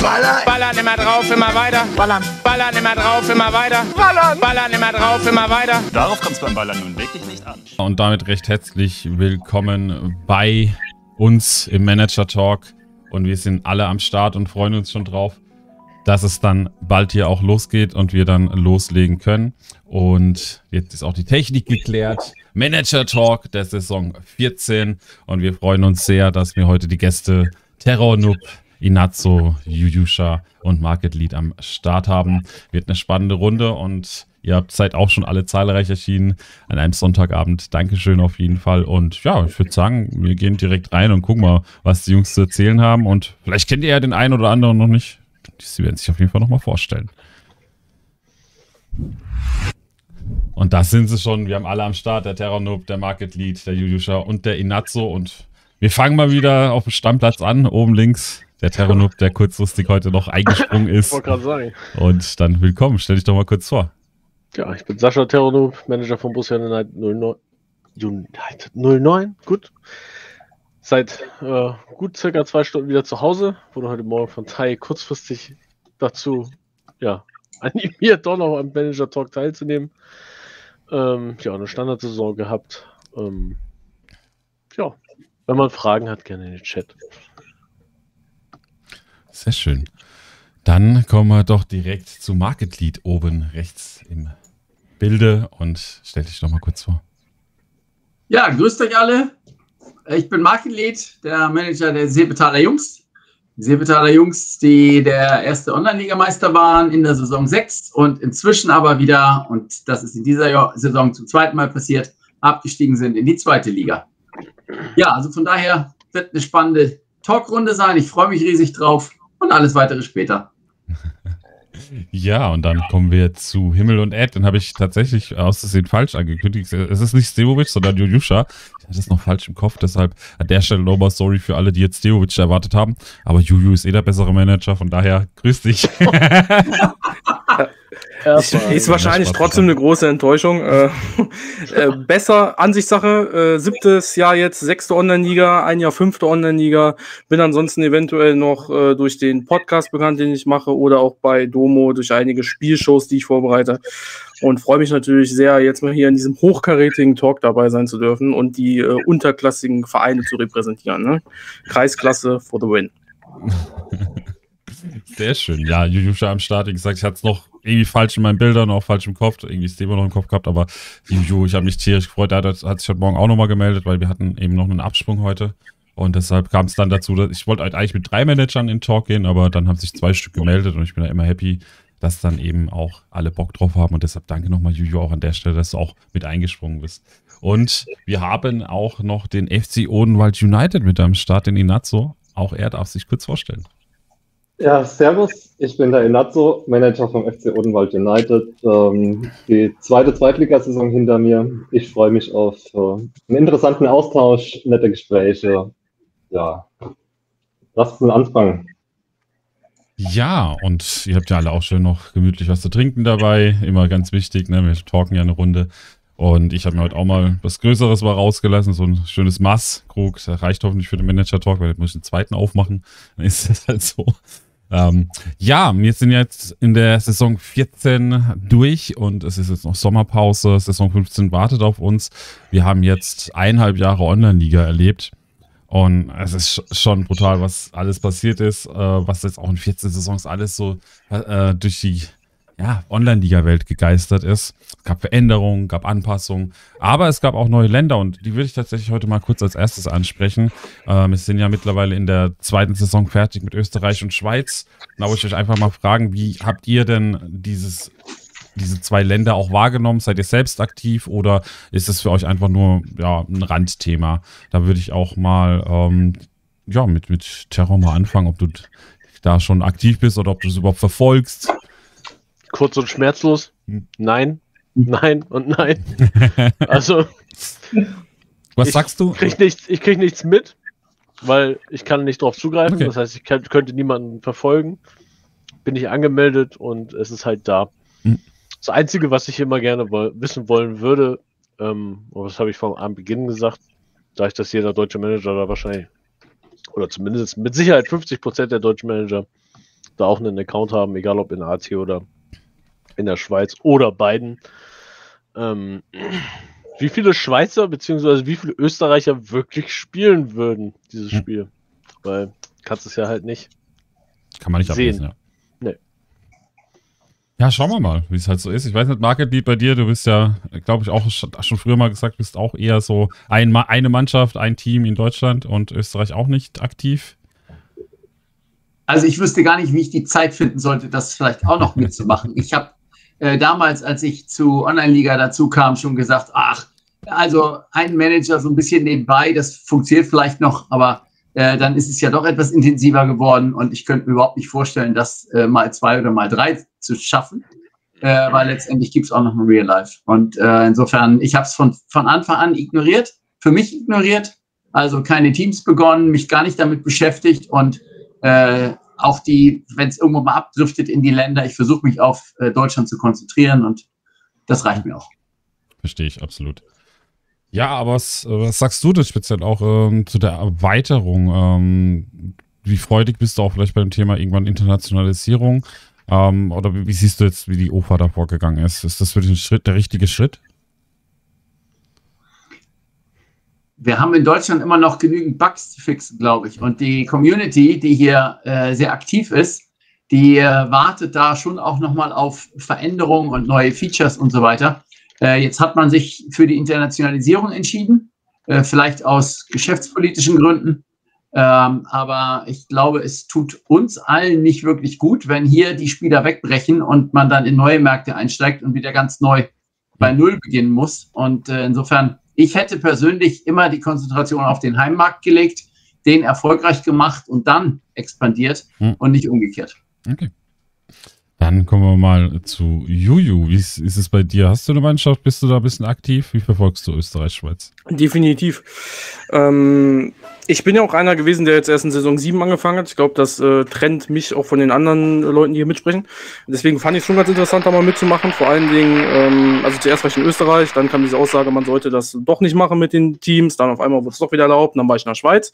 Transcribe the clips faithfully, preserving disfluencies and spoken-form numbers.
Ballern. Ballern immer drauf, immer weiter. Ballern. Ballern immer drauf, immer weiter. Ballern. Ballern immer drauf, immer weiter. Darauf kommt es beim Ballern nun wirklich nicht an. Und damit recht herzlich willkommen bei uns im Manager Talk. Und wir sind alle am Start und freuen uns schon drauf, dass es dann bald hier auch losgeht und wir dann loslegen können. Und jetzt ist auch die Technik geklärt. Manager Talk der Saison vierzehn. Und wir freuen uns sehr, dass wir heute die Gäste Terrornoob, Inazzo, Yuyusha und Market Lead am Start haben. Wird eine spannende Runde und ihr habt seid auch schon alle zahlreich erschienen an einem Sonntagabend. Dankeschön auf jeden Fall. Und ja, ich würde sagen, wir gehen direkt rein und gucken mal, was die Jungs zu erzählen haben. Und vielleicht kennt ihr ja den einen oder anderen noch nicht. Sie werden sich auf jeden Fall nochmal vorstellen. Und da sind sie schon. Wir haben alle am Start. Der Terrornoob, der Market Lead, der Yuyusha und der Inazzo. Und wir fangen mal wieder auf dem Stammplatz an, oben links. Der Terrornoob, der kurzfristig heute noch eingesprungen ist. Ich wollte gerade sagen. Und dann willkommen. Stell dich doch mal kurz vor. Ja, ich bin Sascha Terrornoob, Manager von Borussia United null neun. United null neun, gut. Seit äh, gut circa zwei Stunden wieder zu Hause. Wurde heute Morgen von Tai kurzfristig dazu ja, animiert, doch noch am Manager Talk teilzunehmen. Ähm, ja, eine Standardsaison gehabt. Ähm, ja, wenn man Fragen hat, gerne in den Chat. Sehr schön. Dann kommen wir doch direkt zu Market Lead oben rechts im Bilde und stell dich doch mal kurz vor. Ja, grüßt euch alle. Ich bin Market Lead, der Manager der Seebetaler Jungs. Die Seebetaler Jungs, die der erste Online-Ligameister waren in der Saison sechs und inzwischen aber wieder, und das ist in dieser Saison zum zweiten Mal passiert, abgestiegen sind in die zweite Liga. Ja, also von daher wird eine spannende Talkrunde sein. Ich freue mich riesig drauf und alles weitere später. Ja, und dann kommen wir zu Himmel und Erd. Den habe ich tatsächlich aus Versehen falsch angekündigt. Es ist nicht Stevovic, sondern Yuyusha. Ich hatte es noch falsch im Kopf, deshalb an der Stelle nochmal sorry für alle, die jetzt Stevovic erwartet haben. Aber Juju ist eh der bessere Manager, von daher grüß dich. Ist, ist wahrscheinlich trotzdem eine große Enttäuschung. Äh, äh, besser, Ansichtssache, äh, siebtes Jahr jetzt, sechste Online-Liga, ein Jahr fünfte Online-Liga. Bin ansonsten eventuell noch äh, durch den Podcast bekannt, den ich mache, oder auch bei Domo durch einige Spielshows, die ich vorbereite. Und freue mich natürlich sehr, jetzt mal hier in diesem hochkarätigen Talk dabei sein zu dürfen und die äh, unterklassigen Vereine zu repräsentieren. Ne? Kreisklasse for the win. Sehr schön. Ja, Yuyusha am Start. Wie gesagt, ich hatte es noch irgendwie falsch in meinen Bildern, auch falsch im Kopf. Irgendwie ist Stevo noch im Kopf gehabt, aber Juju, ich habe mich tierisch gefreut. Er hat, hat sich heute Morgen auch nochmal gemeldet, weil wir hatten eben noch einen Absprung heute. Und deshalb kam es dann dazu, dass ich wollte eigentlich mit drei Managern in den Talk gehen, aber dann haben sich zwei Stück gemeldet und ich bin da immer happy, dass dann eben auch alle Bock drauf haben. Und deshalb danke nochmal, Juju, auch an der Stelle, dass du auch mit eingesprungen bist. Und wir haben auch noch den F C Odenwald United mit am Start, den Inazzo. Auch er darf sich kurz vorstellen. Ja, servus, ich bin der Inazzo, Manager vom F C Odenwald United. Ähm, die zweite Zweitligasaison hinter mir. Ich freue mich auf äh, einen interessanten Austausch, nette Gespräche. Ja, lasst uns anfangen. Ja, und ihr habt ja alle auch schön noch gemütlich was zu trinken dabei. Immer ganz wichtig, ne? Wir talken ja eine Runde. Und ich habe mir heute auch mal was Größeres mal rausgelassen, so ein schönes Masskrug. Das reicht hoffentlich für den Manager-Talk, weil jetzt muss ich den zweiten aufmachen. Dann ist das halt so. Ähm, ja, wir sind jetzt in der Saison vierzehn durch und es ist jetzt noch Sommerpause. Saison fünfzehn wartet auf uns. Wir haben jetzt eineinhalb Jahre Online-Liga erlebt. Und es ist schon brutal, was alles passiert ist, äh, was jetzt auch in vierzehn Saisons alles so äh, durch die ja, Online-Liga-Welt gegeistert ist. Es gab Veränderungen, gab Anpassungen, aber es gab auch neue Länder und die will ich tatsächlich heute mal kurz als erstes ansprechen. Ähm, wir sind ja mittlerweile in der zweiten Saison fertig mit Österreich und Schweiz. Da wollte ich euch einfach mal fragen, wie habt ihr denn dieses, diese zwei Länder auch wahrgenommen? Seid ihr selbst aktiv oder ist es für euch einfach nur ja, ein Randthema? Da würde ich auch mal ähm, ja, mit, mit Terror mal anfangen, ob du da schon aktiv bist oder ob du es überhaupt verfolgst. Kurz und schmerzlos. Nein, nein und nein. Also, was sagst du? Krieg nichts, ich kriege nichts mit, weil ich kann nicht drauf zugreifen. Okay. Das heißt, ich kann, könnte niemanden verfolgen. Bin ich angemeldet und es ist halt da. Hm. Das Einzige, was ich immer gerne wo- wissen wollen würde, ähm, und das habe ich vom Anbeginn gesagt, da ich das jeder deutsche Manager da wahrscheinlich, oder zumindest mit Sicherheit fünfzig Prozent der deutschen Manager da auch einen Account haben, egal ob in A T oder in der Schweiz oder beiden. Ähm, wie viele Schweizer bzw. wie viele Österreicher wirklich spielen würden, dieses Hm. Spiel? Weil kannst es ja halt nicht. Kann man nicht Sehen. ablesen, ja. Nee. Ja, schauen wir mal, wie es halt so ist. Ich weiß nicht, Market Lead bei dir, du bist ja, glaube ich, auch schon früher mal gesagt, bist auch eher so ein, Ma- eine Mannschaft, ein Team in Deutschland und Österreich auch nicht aktiv. Also ich wüsste gar nicht, wie ich die Zeit finden sollte, das vielleicht auch noch mitzumachen. Ich habe äh, damals, als ich zu Online-Liga dazu kam, schon gesagt, ach, also ein Manager so ein bisschen nebenbei, das funktioniert vielleicht noch, aber äh, dann ist es ja doch etwas intensiver geworden und ich könnte mir überhaupt nicht vorstellen, das äh, mal zwei oder mal drei zu schaffen, äh, weil letztendlich gibt es auch noch ein Real Life. Und äh, insofern, ich habe es von, von Anfang an ignoriert, für mich ignoriert, also keine Teams begonnen, mich gar nicht damit beschäftigt und Äh, auch die, wenn es irgendwo mal abdriftet in die Länder, ich versuche mich auf äh, Deutschland zu konzentrieren und das reicht mir auch. Verstehe ich, absolut. Ja, aber was, was sagst du denn speziell auch ähm, zu der Erweiterung? Ähm, wie freudig bist du auch vielleicht beim Thema irgendwann Internationalisierung? Ähm, oder wie, wie siehst du jetzt, wie die O F A da vorgegangen ist? Ist das für dich ein Schritt, der richtige Schritt? Wir haben in Deutschland immer noch genügend Bugs zu fixen, glaube ich. Und die Community, die hier äh, sehr aktiv ist, die äh, wartet da schon auch nochmal auf Veränderungen und neue Features und so weiter. Äh, jetzt hat man sich für die Internationalisierung entschieden, äh, vielleicht aus geschäftspolitischen Gründen. Ähm, aber ich glaube, es tut uns allen nicht wirklich gut, wenn hier die Spieler wegbrechen und man dann in neue Märkte einsteigt und wieder ganz neu bei Null beginnen muss. Und äh, insofern, ich hätte persönlich immer die Konzentration auf den Heimmarkt gelegt, den erfolgreich gemacht und dann expandiert hm. und nicht umgekehrt. Okay. Dann kommen wir mal zu Juju. Wie ist, ist es bei dir? Hast du eine Mannschaft? Bist du da ein bisschen aktiv? Wie verfolgst du Österreich, Schweiz? Definitiv. Ähm, ich bin ja auch einer gewesen, der jetzt erst in Saison sieben angefangen hat. Ich glaube, das äh, trennt mich auch von den anderen Leuten, die hier mitsprechen. Deswegen fand ich es schon ganz interessant, da mal mitzumachen. Vor allen Dingen, ähm, also zuerst war ich in Österreich, dann kam diese Aussage, man sollte das doch nicht machen mit den Teams. Dann auf einmal wurde es doch wieder erlaubt, und dann war ich in der Schweiz.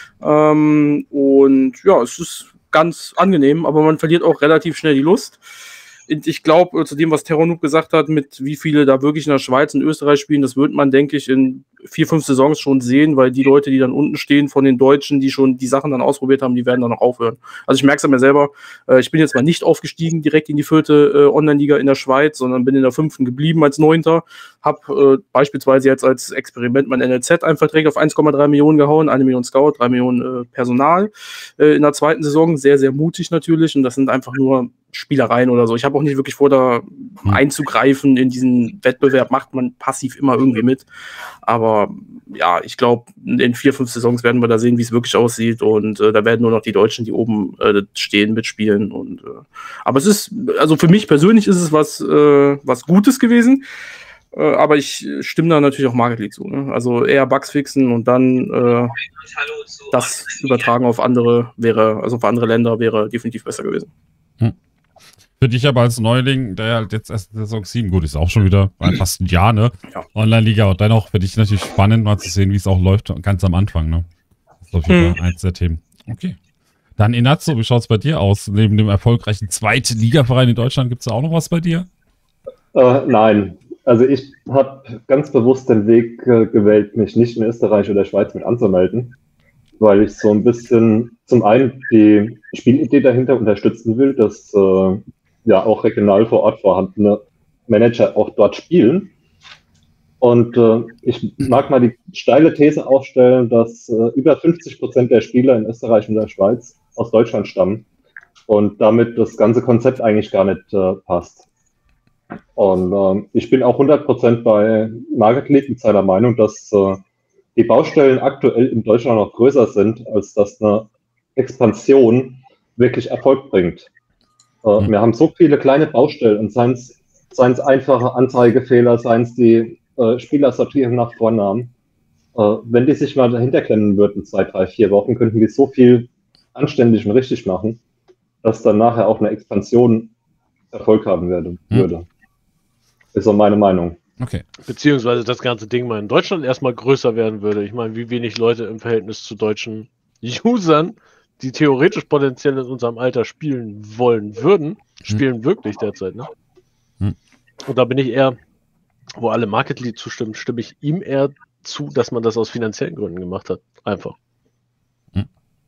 Ähm, und ja, es ist ganz angenehm, aber man verliert auch relativ schnell die Lust. Ich glaube, zu dem, was Terranoob gesagt hat, mit wie viele da wirklich in der Schweiz und Österreich spielen, das wird man, denke ich, in vier, fünf Saisons schon sehen, weil die Leute, die dann unten stehen von den Deutschen, die schon die Sachen dann ausprobiert haben, die werden dann auch aufhören. Also ich merke es an mir selber, äh, ich bin jetzt mal nicht aufgestiegen direkt in die vierte äh, Online-Liga in der Schweiz, sondern bin in der fünften geblieben als Neunter, habe äh, beispielsweise jetzt als Experiment mein N L Z einfach direkt auf eins Komma drei Millionen gehauen, eine Million Scout, drei Millionen äh, Personal äh, in der zweiten Saison, sehr, sehr mutig natürlich und das sind einfach nur Spielereien oder so. Ich habe auch nicht wirklich vor, da einzugreifen in diesen Wettbewerb, macht man passiv immer irgendwie mit. Aber ja, ich glaube, in vier, fünf Saisons werden wir da sehen, wie es wirklich aussieht und äh, da werden nur noch die Deutschen, die oben äh, stehen, mitspielen. Und, äh, aber es ist, also für mich persönlich ist es was, äh, was Gutes gewesen. Äh, aber ich stimme da natürlich auch Market League zu. Ne? Also eher Bugs fixen und dann äh, das übertragen auf andere wäre, also auf andere Länder wäre definitiv besser gewesen. Hm. Für dich aber als Neuling, der halt jetzt erst in Saison sieben, gut, ist auch schon wieder fast ein Jahr, ne? Ja. Online-Liga und dennoch für dich natürlich spannend, mal zu sehen, wie es auch läuft, ganz am Anfang, ne? Das ist auf jeden Fall eins der Themen. Okay. Dann Inazzo, wie schaut es bei dir aus? Neben dem erfolgreichen zweiten Ligaverein in Deutschland, gibt es da auch noch was bei dir? Äh, nein. Also ich habe ganz bewusst den Weg äh, gewählt, mich nicht in Österreich oder Schweiz mit anzumelden, weil ich so ein bisschen zum einen die Spielidee dahinter unterstützen will, dass äh, ja auch regional vor Ort vorhandene Manager auch dort spielen. Und äh, ich mag mal die steile These aufstellen, dass äh, über fünfzig Prozent der Spieler in Österreich und der Schweiz aus Deutschland stammen und damit das ganze Konzept eigentlich gar nicht äh, passt. Und äh, ich bin auch hundert Prozent bei Market League mit seiner Meinung, dass äh, die Baustellen aktuell in Deutschland noch größer sind, als dass eine Expansion wirklich Erfolg bringt. Äh, mhm. Wir haben so viele kleine Baustellen und seien es einfache Anzeigefehler, seien es die äh, Spielersortierung nach Vornamen. Äh, wenn die sich mal dahinter klemmen würden, zwei, drei, vier Wochen, könnten die so viel anständig und richtig machen, dass dann nachher auch eine Expansion Erfolg haben werde, mhm. würde. Ist so meine Meinung. Okay. Beziehungsweise das ganze Ding mal in Deutschland erstmal größer werden würde. Ich meine, wie wenig Leute im Verhältnis zu deutschen Usern die theoretisch potenziell in unserem Alter spielen wollen würden, spielen hm. wirklich derzeit. Ne? Hm. Und da bin ich eher, wo alle Market Lead zustimmen, stimme ich ihm eher zu, dass man das aus finanziellen Gründen gemacht hat. Einfach. Hm.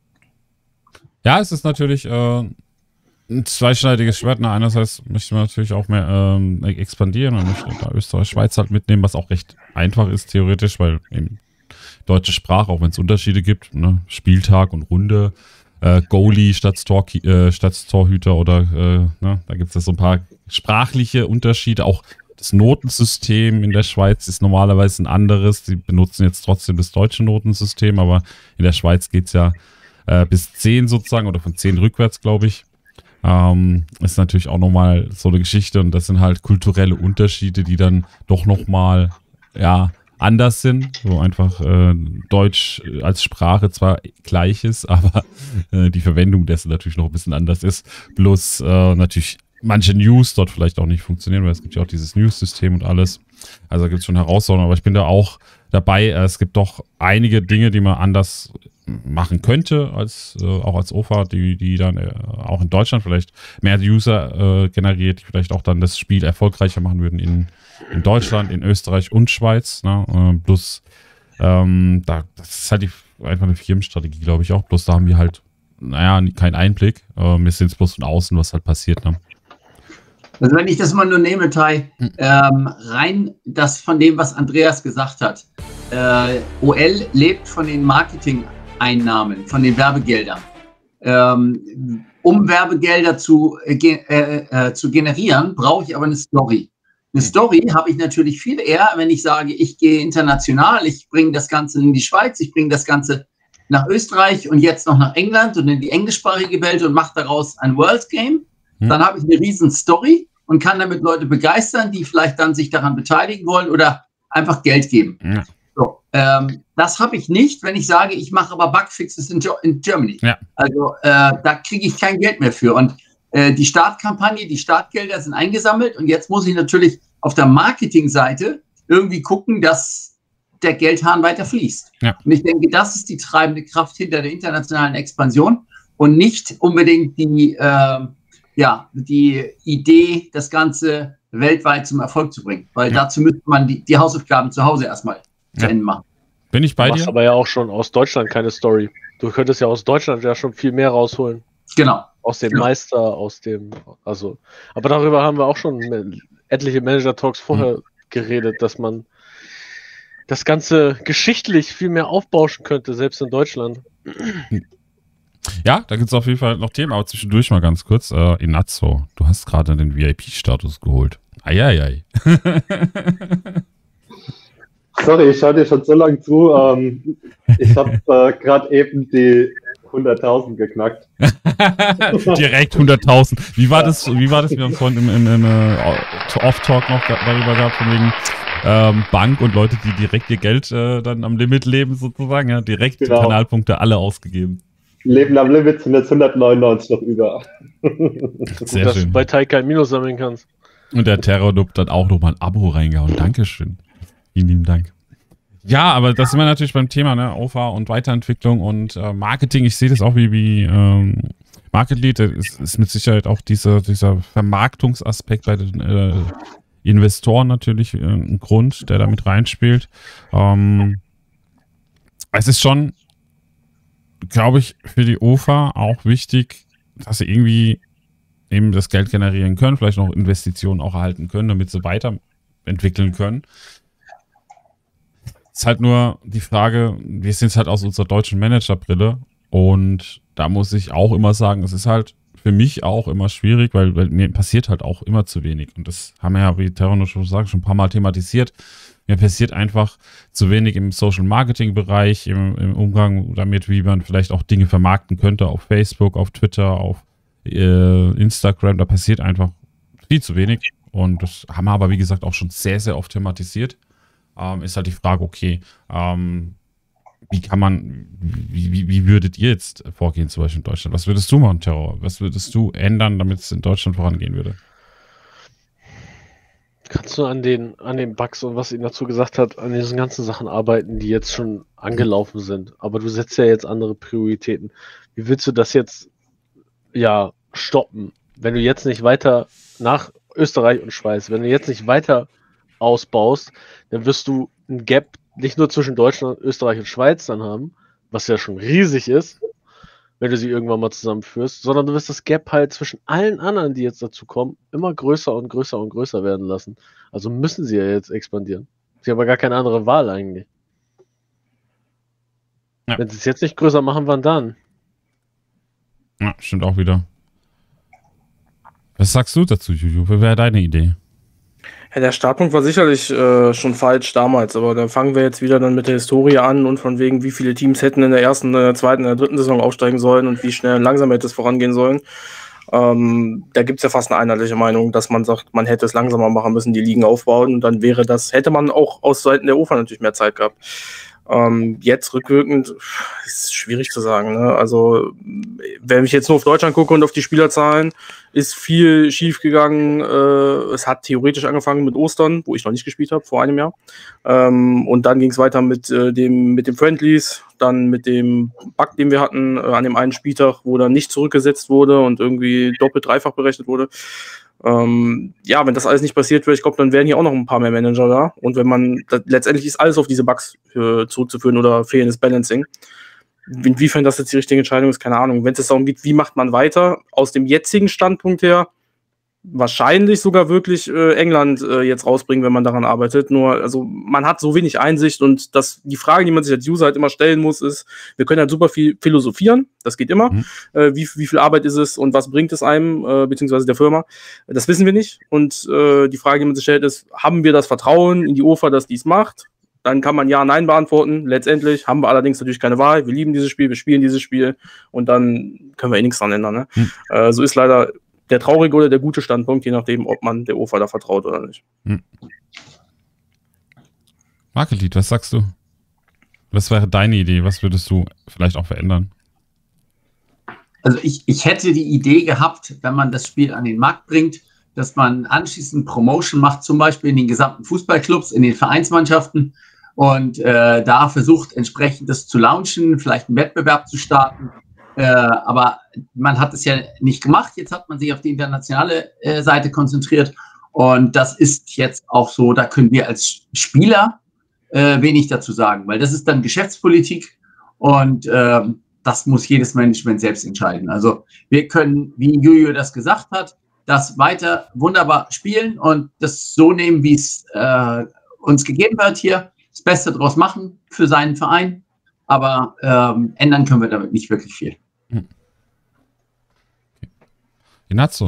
Ja, es ist natürlich äh, ein zweischneidiges Schwert. Na, einerseits möchte man natürlich auch mehr ähm, expandieren und möchte da Österreich, Schweiz halt mitnehmen, was auch recht einfach ist, theoretisch, weil eben deutsche Sprache, auch wenn es Unterschiede gibt, ne? Spieltag und Runde, äh, Goalie statt, Tor, äh, statt Torhüter oder äh, ne? Da gibt es so ein paar sprachliche Unterschiede. Auch das Notensystem in der Schweiz ist normalerweise ein anderes. Die benutzen jetzt trotzdem das deutsche Notensystem, aber in der Schweiz geht es ja äh, bis zehn sozusagen oder von zehn rückwärts, glaube ich. Ähm, ist natürlich auch nochmal so eine Geschichte und das sind halt kulturelle Unterschiede, die dann doch nochmal, ja, anders sind, wo einfach äh, Deutsch als Sprache zwar gleich ist, aber äh, die Verwendung dessen natürlich noch ein bisschen anders ist. Bloß äh, natürlich manche News dort vielleicht auch nicht funktionieren, weil es gibt ja auch dieses News-System und alles. Also gibt es schon Herausforderungen, aber ich bin da auch dabei. Äh, es gibt doch einige Dinge, die man anders machen könnte, als äh, auch als O F A, die, die dann äh, auch in Deutschland vielleicht mehr User äh, generiert, die vielleicht auch dann das Spiel erfolgreicher machen würden in in Deutschland, in Österreich und Schweiz. Ne? Äh, plus, ähm, da, das ist halt die, einfach eine Firmenstrategie, glaube ich auch. Bloß da haben wir halt, naja, keinen Einblick. Äh, wir sehen es bloß von außen, was halt passiert. Ne? Also wenn ich das mal nur nehme, Tai, hm. ähm, rein das von dem, was Andreas gesagt hat. Äh, O L lebt von den Marketing-Einnahmen, von den Werbegeldern. Ähm, um Werbegelder zu, äh, äh, zu generieren, brauche ich aber eine Story. Eine Story habe ich natürlich viel eher, wenn ich sage, ich gehe international, ich bringe das Ganze in die Schweiz, ich bringe das Ganze nach Österreich und jetzt noch nach England und in die englischsprachige Welt und mache daraus ein World Game. Hm. Dann habe ich eine riesen Story und kann damit Leute begeistern, die vielleicht dann sich daran beteiligen wollen oder einfach Geld geben. Ja. So, ähm, das habe ich nicht, wenn ich sage, ich mache aber Bugfixes in, in Germany. Ja. Also äh, da kriege ich kein Geld mehr für. Und die Startkampagne, die Startgelder sind eingesammelt und jetzt muss ich natürlich auf der Marketingseite irgendwie gucken, dass der Geldhahn weiter fließt. Ja. Und ich denke, das ist die treibende Kraft hinter der internationalen Expansion und nicht unbedingt die, äh, ja, die Idee, das Ganze weltweit zum Erfolg zu bringen. Weil ja. dazu müsste man die, die Hausaufgaben zu Hause erstmal ja. zu Ende machen. Bin ich bei dir? Du machst aber ja auch schon aus Deutschland keine Story. Du könntest ja aus Deutschland ja schon viel mehr rausholen. Genau. Aus dem ja. Meister, aus dem, also, aber darüber haben wir auch schon etliche Manager-Talks vorher mhm. geredet, dass man das Ganze geschichtlich viel mehr aufbauschen könnte, selbst in Deutschland. Ja, da gibt es auf jeden Fall noch Themen, aber zwischendurch mal ganz kurz. Äh, Inazzo, du hast gerade den V I P-Status geholt. Eieiei. Sorry, ich schaue dir schon so lange zu. Ähm, ich habe äh, gerade eben die hunderttausend geknackt. Direkt hunderttausend. Wie war das, wie war das, wir haben vorhin im, im, im uh, Off-Talk noch darüber gehabt, von wegen ähm, Bank und Leute, die direkt ihr Geld äh, dann am Limit leben, sozusagen, ja, direkt genau. Die Kanalpunkte alle ausgegeben. Leben am Limit sind jetzt hundertneunundneunzig noch über. Sehr dass schön. du bei Tai kein Minus sammeln kannst. Und der Terror-Noob dann auch nochmal ein Abo reingehauen. Dankeschön. Vielen lieben Dank. Ja, aber das sind wir natürlich beim Thema, ne? O V A und Weiterentwicklung und äh, Marketing. Ich sehe das auch wie, wie ähm, Market Lead. Ist, ist mit Sicherheit auch dieser, dieser Vermarktungsaspekt bei den äh, Investoren natürlich äh, ein Grund, der da mit reinspielt. Ähm, es ist schon, glaube ich, für die O V A auch wichtig, dass sie irgendwie eben das Geld generieren können, vielleicht noch Investitionen auch erhalten können, damit sie weiterentwickeln können. Ist halt nur die Frage, wir sehen es halt aus unserer deutschen Managerbrille und da muss ich auch immer sagen, es ist halt für mich auch immer schwierig, weil, weil mir passiert halt auch immer zu wenig und das haben wir ja, wie Terror schon sagt, schon ein paar Mal thematisiert. Mir passiert einfach zu wenig im Social-Marketing-Bereich, im, im Umgang damit, wie man vielleicht auch Dinge vermarkten könnte auf Facebook, auf Twitter, auf äh, Instagram. Da passiert einfach viel zu wenig und das haben wir aber, wie gesagt, auch schon sehr, sehr oft thematisiert. Ähm, ist halt die Frage, okay, ähm, wie kann man, wie, wie, wie würdet ihr jetzt vorgehen, zum Beispiel in Deutschland? Was würdest du machen, Terror? Was würdest du ändern, damit es in Deutschland vorangehen würde? kannst du an den, an den Bugs und was ihn dazu gesagt hat, an diesen ganzen Sachen arbeiten, die jetzt schon angelaufen sind. Aber du setzt ja jetzt andere Prioritäten. Wie willst du das jetzt ja stoppen, wenn du jetzt nicht weiter nach Österreich und Schweiz, wenn du jetzt nicht weiter ausbaust, dann wirst du ein Gap nicht nur zwischen Deutschland, Österreich und Schweiz dann haben, was ja schon riesig ist, wenn du sie irgendwann mal zusammenführst, sondern du wirst das Gap halt zwischen allen anderen, die jetzt dazu kommen, immer größer und größer und größer werden lassen. Also müssen sie ja jetzt expandieren. Sie haben aber gar keine andere Wahl eigentlich. Ja. Wenn sie es jetzt nicht größer machen, wann dann? Ja, stimmt auch wieder. Was sagst du dazu, Juju? Was wäre deine Idee? Ja, der Startpunkt war sicherlich äh, schon falsch damals, aber dann fangen wir jetzt wieder dann mit der Historie an und von wegen, wie viele Teams hätten in der ersten, in der zweiten, in der dritten Saison aufsteigen sollen und wie schnell und langsam hätte es vorangehen sollen. Ähm, da gibt es ja fast eine einheitliche Meinung, dass man sagt, man hätte es langsamer machen müssen, die Ligen aufbauen und dann wäre das, hätte man auch aus Seiten der U E F A natürlich mehr Zeit gehabt. Ähm, jetzt rückwirkend ist schwierig zu sagen. Ne? Also, wenn ich jetzt nur auf Deutschland gucke und auf die Spielerzahlen, ist viel schief gegangen. Äh, es hat theoretisch angefangen mit Ostern, wo ich noch nicht gespielt habe, vor einem Jahr. Ähm, und dann ging es weiter mit, äh, dem, mit dem Friendlies, dann mit dem Bug, den wir hatten, äh, an dem einen Spieltag, wo dann nicht zurückgesetzt wurde und irgendwie doppelt, dreifach berechnet wurde. Ähm, ja, wenn das alles nicht passiert wird, ich glaube, dann wären hier auch noch ein paar mehr Manager da. Und wenn man, das, letztendlich ist alles auf diese Bugs äh, zurückzuführen oder fehlendes Balancing. Inwiefern das jetzt die richtige Entscheidung ist, keine Ahnung. Wenn es jetzt darum geht, wie macht man weiter, aus dem jetzigen Standpunkt her, wahrscheinlich sogar wirklich äh, England äh, jetzt rausbringen, wenn man daran arbeitet. Nur, also man hat so wenig Einsicht und das, die Frage, die man sich als User halt immer stellen muss, ist, wir können halt super viel philosophieren, das geht immer. Mhm. Äh, wie, wie viel Arbeit ist es und was bringt es einem, äh, beziehungsweise der Firma? Das wissen wir nicht. Und äh, die Frage, die man sich stellt, ist, haben wir das Vertrauen in die U E F A, dass dies macht? Dann kann man Ja, Nein beantworten. Letztendlich haben wir allerdings natürlich keine Wahl. Wir lieben dieses Spiel, wir spielen dieses Spiel und dann können wir eh nichts dran ändern. Ne? Mhm. Äh, so ist leider der traurige oder der gute Standpunkt, je nachdem, ob man der U E F A da vertraut oder nicht. Hm. Markelit, was sagst du? Was wäre deine Idee? Was würdest du vielleicht auch verändern? Also ich, ich hätte die Idee gehabt, wenn man das Spiel an den Markt bringt, dass man anschließend Promotion macht, zum Beispiel in den gesamten Fußballclubs, in den Vereinsmannschaften und äh, da versucht, entsprechend das zu launchen, vielleicht einen Wettbewerb zu starten. Äh, aber man hat es ja nicht gemacht. Jetzt hat man sich auf die internationale äh, Seite konzentriert. Und das ist jetzt auch so, da können wir als Spieler äh, wenig dazu sagen, weil das ist dann Geschäftspolitik und äh, das muss jedes Management selbst entscheiden. Also wir können, wie Juju das gesagt hat, das weiter wunderbar spielen und das so nehmen, wie es äh, uns gegeben wird hier, das Beste draus machen für seinen Verein. Aber ähm, ändern können wir damit nicht wirklich viel. Hm. Ignazio.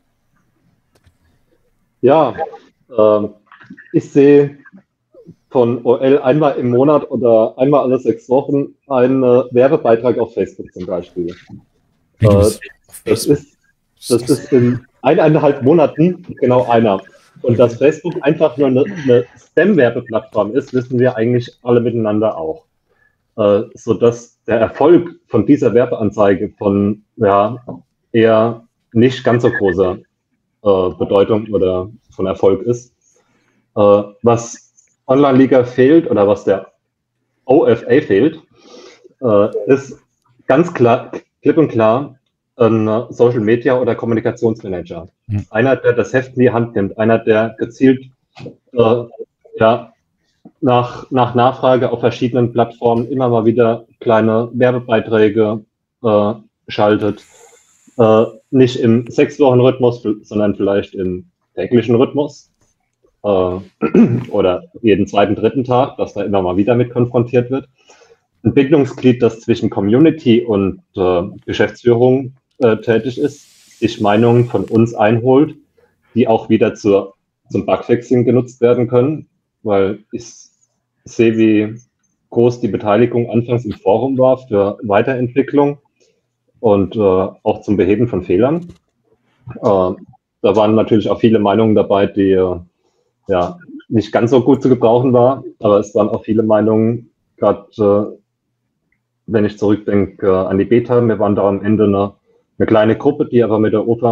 Ja, äh, ich sehe von O L einmal im Monat oder einmal alle sechs Wochen einen äh, Werbebeitrag auf Facebook zum Beispiel. Äh, das, ist, das ist in eineinhalb Monaten genau einer. Und dass Facebook einfach nur eine, eine Spam-Werbeplattform ist, wissen wir eigentlich alle miteinander auch. Äh, sodass der Erfolg von dieser Werbeanzeige von ja, eher nicht ganz so großer äh, Bedeutung oder von Erfolg ist. Äh, was Online-Liga fehlt oder was der O F A fehlt, äh, ist ganz klar, klipp und klar, ein Social Media oder Kommunikationsmanager. Mhm. Einer, der das Heft in die Hand nimmt, einer, der gezielt äh, ja, nach, nach Nachfrage auf verschiedenen Plattformen immer mal wieder kleine Werbebeiträge äh, schaltet. Äh, nicht im Sechs-Wochen-Rhythmus, sondern vielleicht im täglichen Rhythmus äh, oder jeden zweiten, dritten Tag, dass da immer mal wieder mit konfrontiert wird. Ein Bindungsglied, das zwischen Community und äh, Geschäftsführung äh, tätig ist, sich Meinungen von uns einholt, die auch wieder zur, zum Bugfixing genutzt werden können, weil ich sehe, wie groß die Beteiligung anfangs im Forum war für Weiterentwicklung und äh, auch zum Beheben von Fehlern. Äh, da waren natürlich auch viele Meinungen dabei, die äh, ja nicht ganz so gut zu gebrauchen waren, aber es waren auch viele Meinungen, gerade äh, wenn ich zurückdenke äh, an die Beta, wir waren da am Ende eine, eine kleine Gruppe, die aber mit der O F A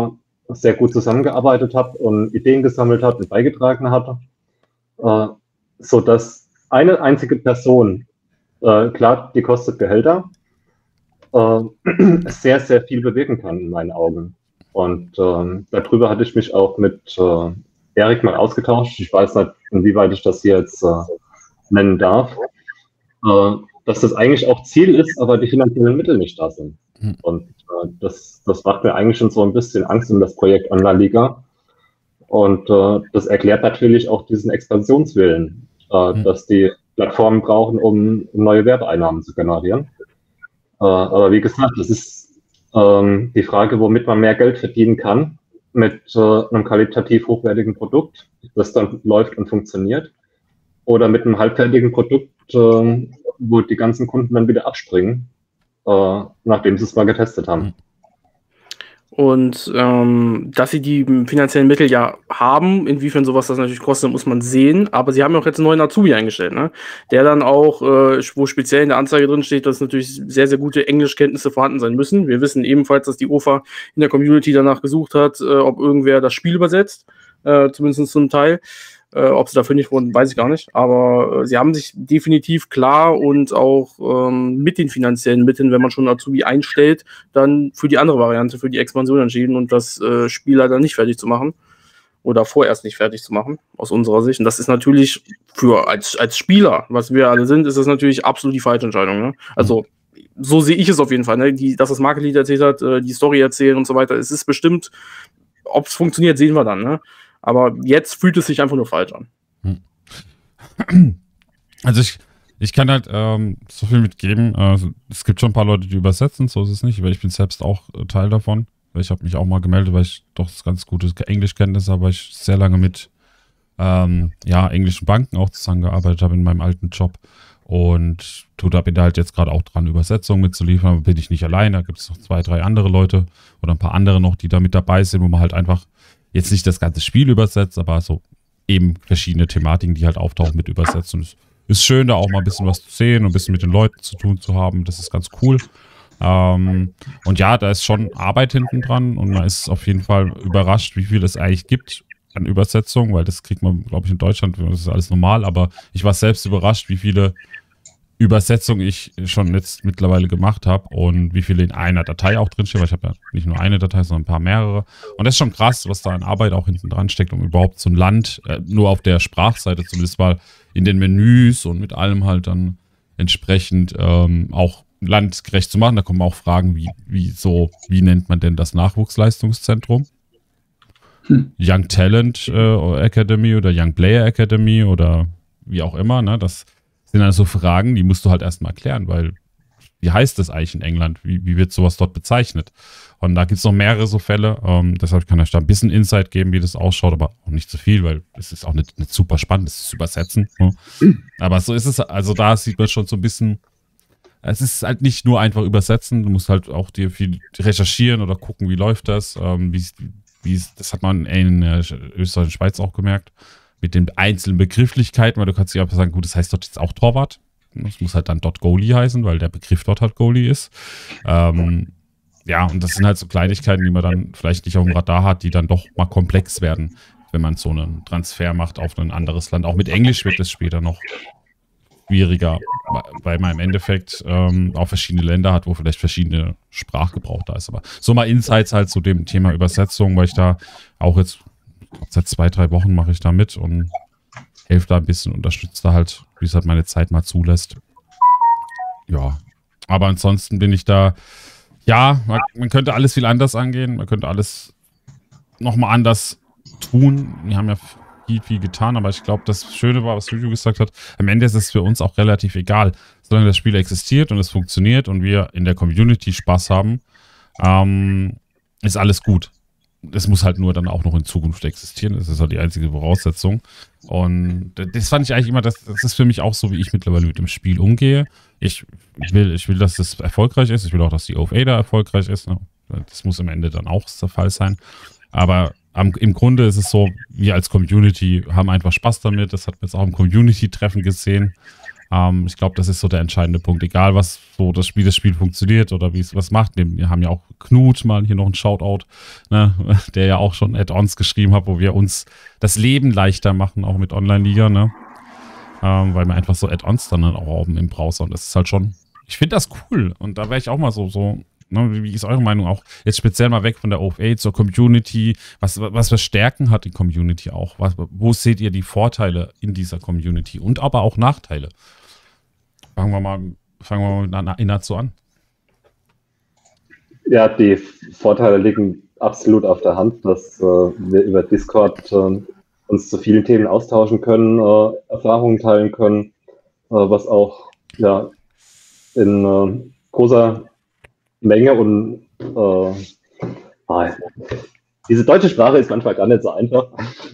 sehr gut zusammengearbeitet habe und Ideen gesammelt hat und beigetragen hatte, äh, sodass eine einzige Person, äh, klar, die kostet Gehälter, äh, sehr, sehr viel bewirken kann in meinen Augen. Und äh, darüber hatte ich mich auch mit äh, Erik mal ausgetauscht. Ich weiß nicht, inwieweit ich das hier jetzt äh, nennen darf, äh, dass das eigentlich auch Ziel ist, aber die finanziellen Mittel nicht da sind. Hm. Und äh, das, das macht mir eigentlich schon so ein bisschen Angst um das Projekt Online-Liga. Und äh, das erklärt natürlich auch diesen Expansionswillen, äh, hm. dass die Plattformen brauchen, um, um neue Werbeeinnahmen zu generieren. Äh, aber wie gesagt, das ist ähm, die Frage, womit man mehr Geld verdienen kann mit äh, einem qualitativ hochwertigen Produkt, das dann läuft und funktioniert, oder mit einem halbfertigen Produkt, äh, wo die ganzen Kunden dann wieder abspringen, äh, nachdem sie es mal getestet haben. Und ähm, dass sie die finanziellen Mittel ja haben, inwiefern sowas das natürlich kostet, muss man sehen. Aber sie haben ja auch jetzt einen neuen Azubi eingestellt, ne? Der dann auch, äh, wo speziell in der Anzeige drin steht, dass natürlich sehr, sehr gute Englischkenntnisse vorhanden sein müssen. Wir wissen ebenfalls, dass die O F A in der Community danach gesucht hat, äh, ob irgendwer das Spiel übersetzt, äh, zumindest zum Teil. Äh, ob sie dafür nicht wurden, weiß ich gar nicht. Aber äh, sie haben sich definitiv klar und auch ähm, mit den finanziellen Mitteln, wenn man schon Azubi einstellt, dann für die andere Variante, für die Expansion entschieden und das äh, Spiel leider nicht fertig zu machen. Oder vorerst nicht fertig zu machen, aus unserer Sicht. Und das ist natürlich für als, als Spieler, was wir alle sind, ist das natürlich absolut die falsche Entscheidung. Ne? Also so sehe ich es auf jeden Fall. Ne? Die, dass das Market Lead erzählt hat, äh, die Story erzählen und so weiter. Es ist bestimmt, ob es funktioniert, sehen wir dann. Ne? Aber jetzt fühlt es sich einfach nur falsch an. Also ich, ich kann halt ähm, so viel mitgeben. Also es gibt schon ein paar Leute, die übersetzen, so ist es nicht, weil ich bin selbst auch Teil davon. Ich habe mich auch mal gemeldet, weil ich doch ganz gutes Englischkenntnis habe, weil ich sehr lange mit ähm, ja, englischen Banken auch zusammengearbeitet habe in meinem alten Job. Und tu da bin da halt jetzt gerade auch dran, Übersetzungen mitzuliefern. Aber bin ich nicht allein, da gibt es noch zwei, drei andere Leute oder ein paar andere noch, die da mit dabei sind, wo man halt einfach jetzt nicht das ganze Spiel übersetzt, aber so eben verschiedene Thematiken, die halt auftauchen, mit übersetzt. Und es ist schön, da auch mal ein bisschen was zu sehen und ein bisschen mit den Leuten zu tun zu haben. Das ist ganz cool. Ähm, und ja, da ist schon Arbeit hinten dran und man ist auf jeden Fall überrascht, wie viel es eigentlich gibt an Übersetzung, weil das kriegt man, glaube ich, in Deutschland, das ist alles normal, aber ich war selbst überrascht, wie viele Übersetzungen ich schon jetzt mittlerweile gemacht habe und wie viele in einer Datei auch drinstehen, weil ich habe ja nicht nur eine Datei, sondern ein paar mehrere. Und das ist schon krass, was da an Arbeit auch hinten dran steckt, um überhaupt so ein Land, äh, nur auf der Sprachseite zumindest mal in den Menüs und mit allem halt dann entsprechend ähm, auch landgerecht zu machen. Da kommen auch Fragen wie, wie so, wie nennt man denn das Nachwuchsleistungszentrum? Hm. Young Talent äh, Academy oder Young Player Academy oder wie auch immer, ne? Das sind dann so Fragen, die musst du halt erstmal erklären, weil wie heißt das eigentlich in England? Wie, wie wird sowas dort bezeichnet? Und da gibt es noch mehrere so Fälle. Ähm, deshalb kann ich da ein bisschen Insight geben, wie das ausschaut, aber auch nicht zu viel, weil es ist auch nicht, nicht super spannend, das ist Übersetzen. Ne? Aber so ist es, also da sieht man schon so ein bisschen, es ist halt nicht nur einfach übersetzen, du musst halt auch dir viel recherchieren oder gucken, wie läuft das. Ähm, wie, wie, das hat man in äh, Österreich und Schweiz auch gemerkt. Mit den einzelnen Begrifflichkeiten, weil du kannst ja auch sagen, gut, das heißt dort jetzt auch Torwart. Das muss halt dann dort Goalie heißen, weil der Begriff dort halt Goalie ist. Ähm, ja, und das sind halt so Kleinigkeiten, die man dann vielleicht nicht auf dem Radar hat, die dann doch mal komplex werden, wenn man so einen Transfer macht auf ein anderes Land. Auch mit Englisch wird es später noch schwieriger, weil man im Endeffekt ähm, auch verschiedene Länder hat, wo vielleicht verschiedene Sprachgebrauch da ist. Aber so mal Insights halt zu dem Thema Übersetzung, weil ich da auch jetzt seit zwei, drei Wochen mache ich da mit und helfe da ein bisschen, unterstütze da halt, wie es halt meine Zeit mal zulässt. Ja, aber ansonsten bin ich da, ja, man, man könnte alles viel anders angehen, man könnte alles nochmal anders tun. Wir haben ja viel, viel getan, aber ich glaube, das Schöne war, was Ryu gesagt hat, am Ende ist es für uns auch relativ egal. Solange das Spiel existiert und es funktioniert und wir in der Community Spaß haben, ähm, ist alles gut. Es muss halt nur dann auch noch in Zukunft existieren. Das ist halt die einzige Voraussetzung. Und das fand ich eigentlich immer, das, das ist für mich auch so, wie ich mittlerweile mit dem Spiel umgehe. Ich will, ich will, dass es erfolgreich ist. Ich will auch, dass die O F A da erfolgreich ist. Das muss am Ende dann auch der Fall sein. Aber am, im Grunde ist es so, wir als Community haben einfach Spaß damit. Das hat man jetzt auch im Community-Treffen gesehen. Ähm, ich glaube, das ist so der entscheidende Punkt. Egal, was so das Spiel, das Spiel funktioniert oder wie es was macht. Wir haben ja auch Knut mal hier noch einen Shoutout, ne, der ja auch schon Add-ons geschrieben hat, wo wir uns das Leben leichter machen, auch mit Online-Liga, ne? Ähm, weil wir einfach so Add-ons dann halt auch haben im Browser. Und das ist halt schon, ich finde das cool. Und da wäre ich auch mal so, so, ne, wie ist eure Meinung auch? Jetzt speziell mal weg von der O F A zur Community. Was, was für Stärken hat die Community auch? Was, wo seht ihr die Vorteile in dieser Community? Und aber auch Nachteile? Fangen wir mal, fangen wir mal Inat so an. Ja, die Vorteile liegen absolut auf der Hand, dass äh, wir über Discord äh, uns zu vielen Themen austauschen können, äh, Erfahrungen teilen können, äh, was auch ja, in äh, großer Menge und äh, ah, diese deutsche Sprache ist manchmal gar nicht so einfach.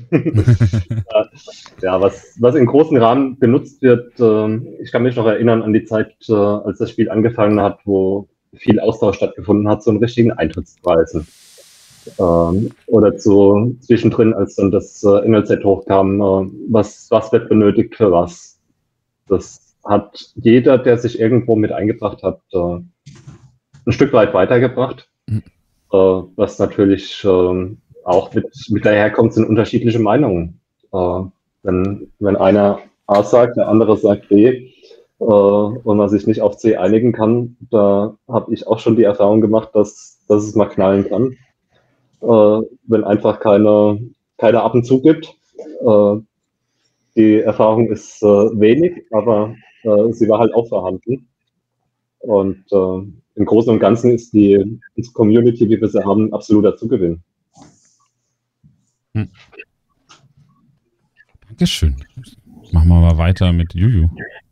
Ja, was, was in großen Rahmen benutzt wird, äh, ich kann mich noch erinnern an die Zeit, äh, als das Spiel angefangen hat, wo viel Austausch stattgefunden hat, zu den richtigen Eintrittspreisen. Ähm, oder zu zwischendrin, als dann das äh, N L Z hochkam, äh, was, was wird benötigt für was. Das hat jeder, der sich irgendwo mit eingebracht hat, äh, ein Stück weit weitergebracht. Mhm. Äh, was natürlich äh, auch mit, mit daherkommt, sind unterschiedliche Meinungen. Äh, wenn, wenn einer A sagt, der andere sagt B, äh, und man sich nicht auf C einigen kann, da habe ich auch schon die Erfahrung gemacht, dass, dass es mal knallen kann. Äh, wenn einfach keine, keine Ab und zu gibt. Äh, die Erfahrung ist äh, wenig, aber äh, sie war halt auch vorhanden. Und äh, im Großen und Ganzen ist die, die Community, wie wir sie haben, ein absoluter Zugewinn. Hm. Dankeschön. Machen wir mal weiter mit Juju.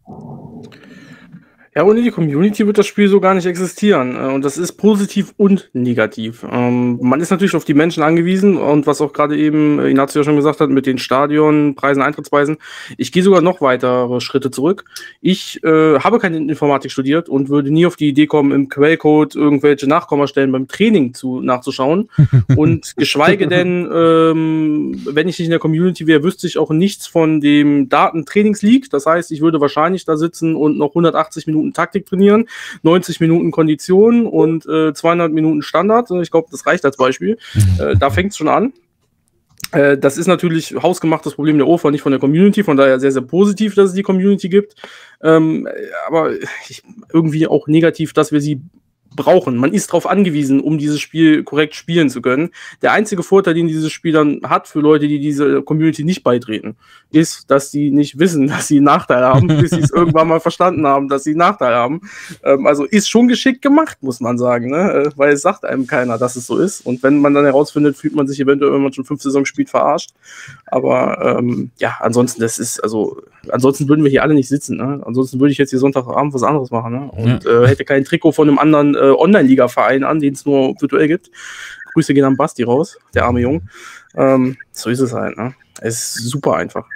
Ja, ohne die Community wird das Spiel so gar nicht existieren. Und das ist positiv und negativ. Ähm, man ist natürlich auf die Menschen angewiesen und was auch gerade eben Ignacio ja schon gesagt hat, mit den Stadionpreisen, Eintrittspreisen. Ich gehe sogar noch weitere Schritte zurück. Ich äh, habe keine Informatik studiert und würde nie auf die Idee kommen, im Quellcode irgendwelche Nachkommastellen beim Training zu, nachzuschauen. Und geschweige denn, ähm, wenn ich nicht in der Community wäre, wüsste ich auch nichts von dem Datentrainingsleague. Das heißt, ich würde wahrscheinlich da sitzen und noch hundertachtzig Minuten Taktik trainieren, neunzig Minuten Kondition und äh, zweihundert Minuten Standard. Ich glaube, das reicht als Beispiel. Äh, da fängt es schon an. Äh, das ist natürlich hausgemachtes Problem der O F A, nicht von der Community, von daher sehr, sehr positiv, dass es die Community gibt. Ähm, aber ich, irgendwie auch negativ, dass wir sie brauchen. Man ist darauf angewiesen, um dieses Spiel korrekt spielen zu können. Der einzige Vorteil, den dieses Spiel dann hat für Leute, die diese Community nicht beitreten, ist, dass sie nicht wissen, dass sie einen Nachteil haben, bis sie es irgendwann mal verstanden haben, dass sie einen Nachteil haben. Ähm, also ist schon geschickt gemacht, muss man sagen, ne? Weil es sagt einem keiner, dass es so ist. Und wenn man dann herausfindet, fühlt man sich eventuell, wenn man schon fünf Saisons spielt, verarscht. Aber ähm, ja, ansonsten, das ist, also, ansonsten würden wir hier alle nicht sitzen, ne? Ansonsten würde ich jetzt hier Sonntagabend was anderes machen, ne? Und ja. äh, hätte kein Trikot von einem anderen äh, Online-Liga-Verein an, den es nur virtuell gibt. Grüße gehen an Basti raus, der arme Jung. Ähm, so ist es halt, ne? Es ist super einfach.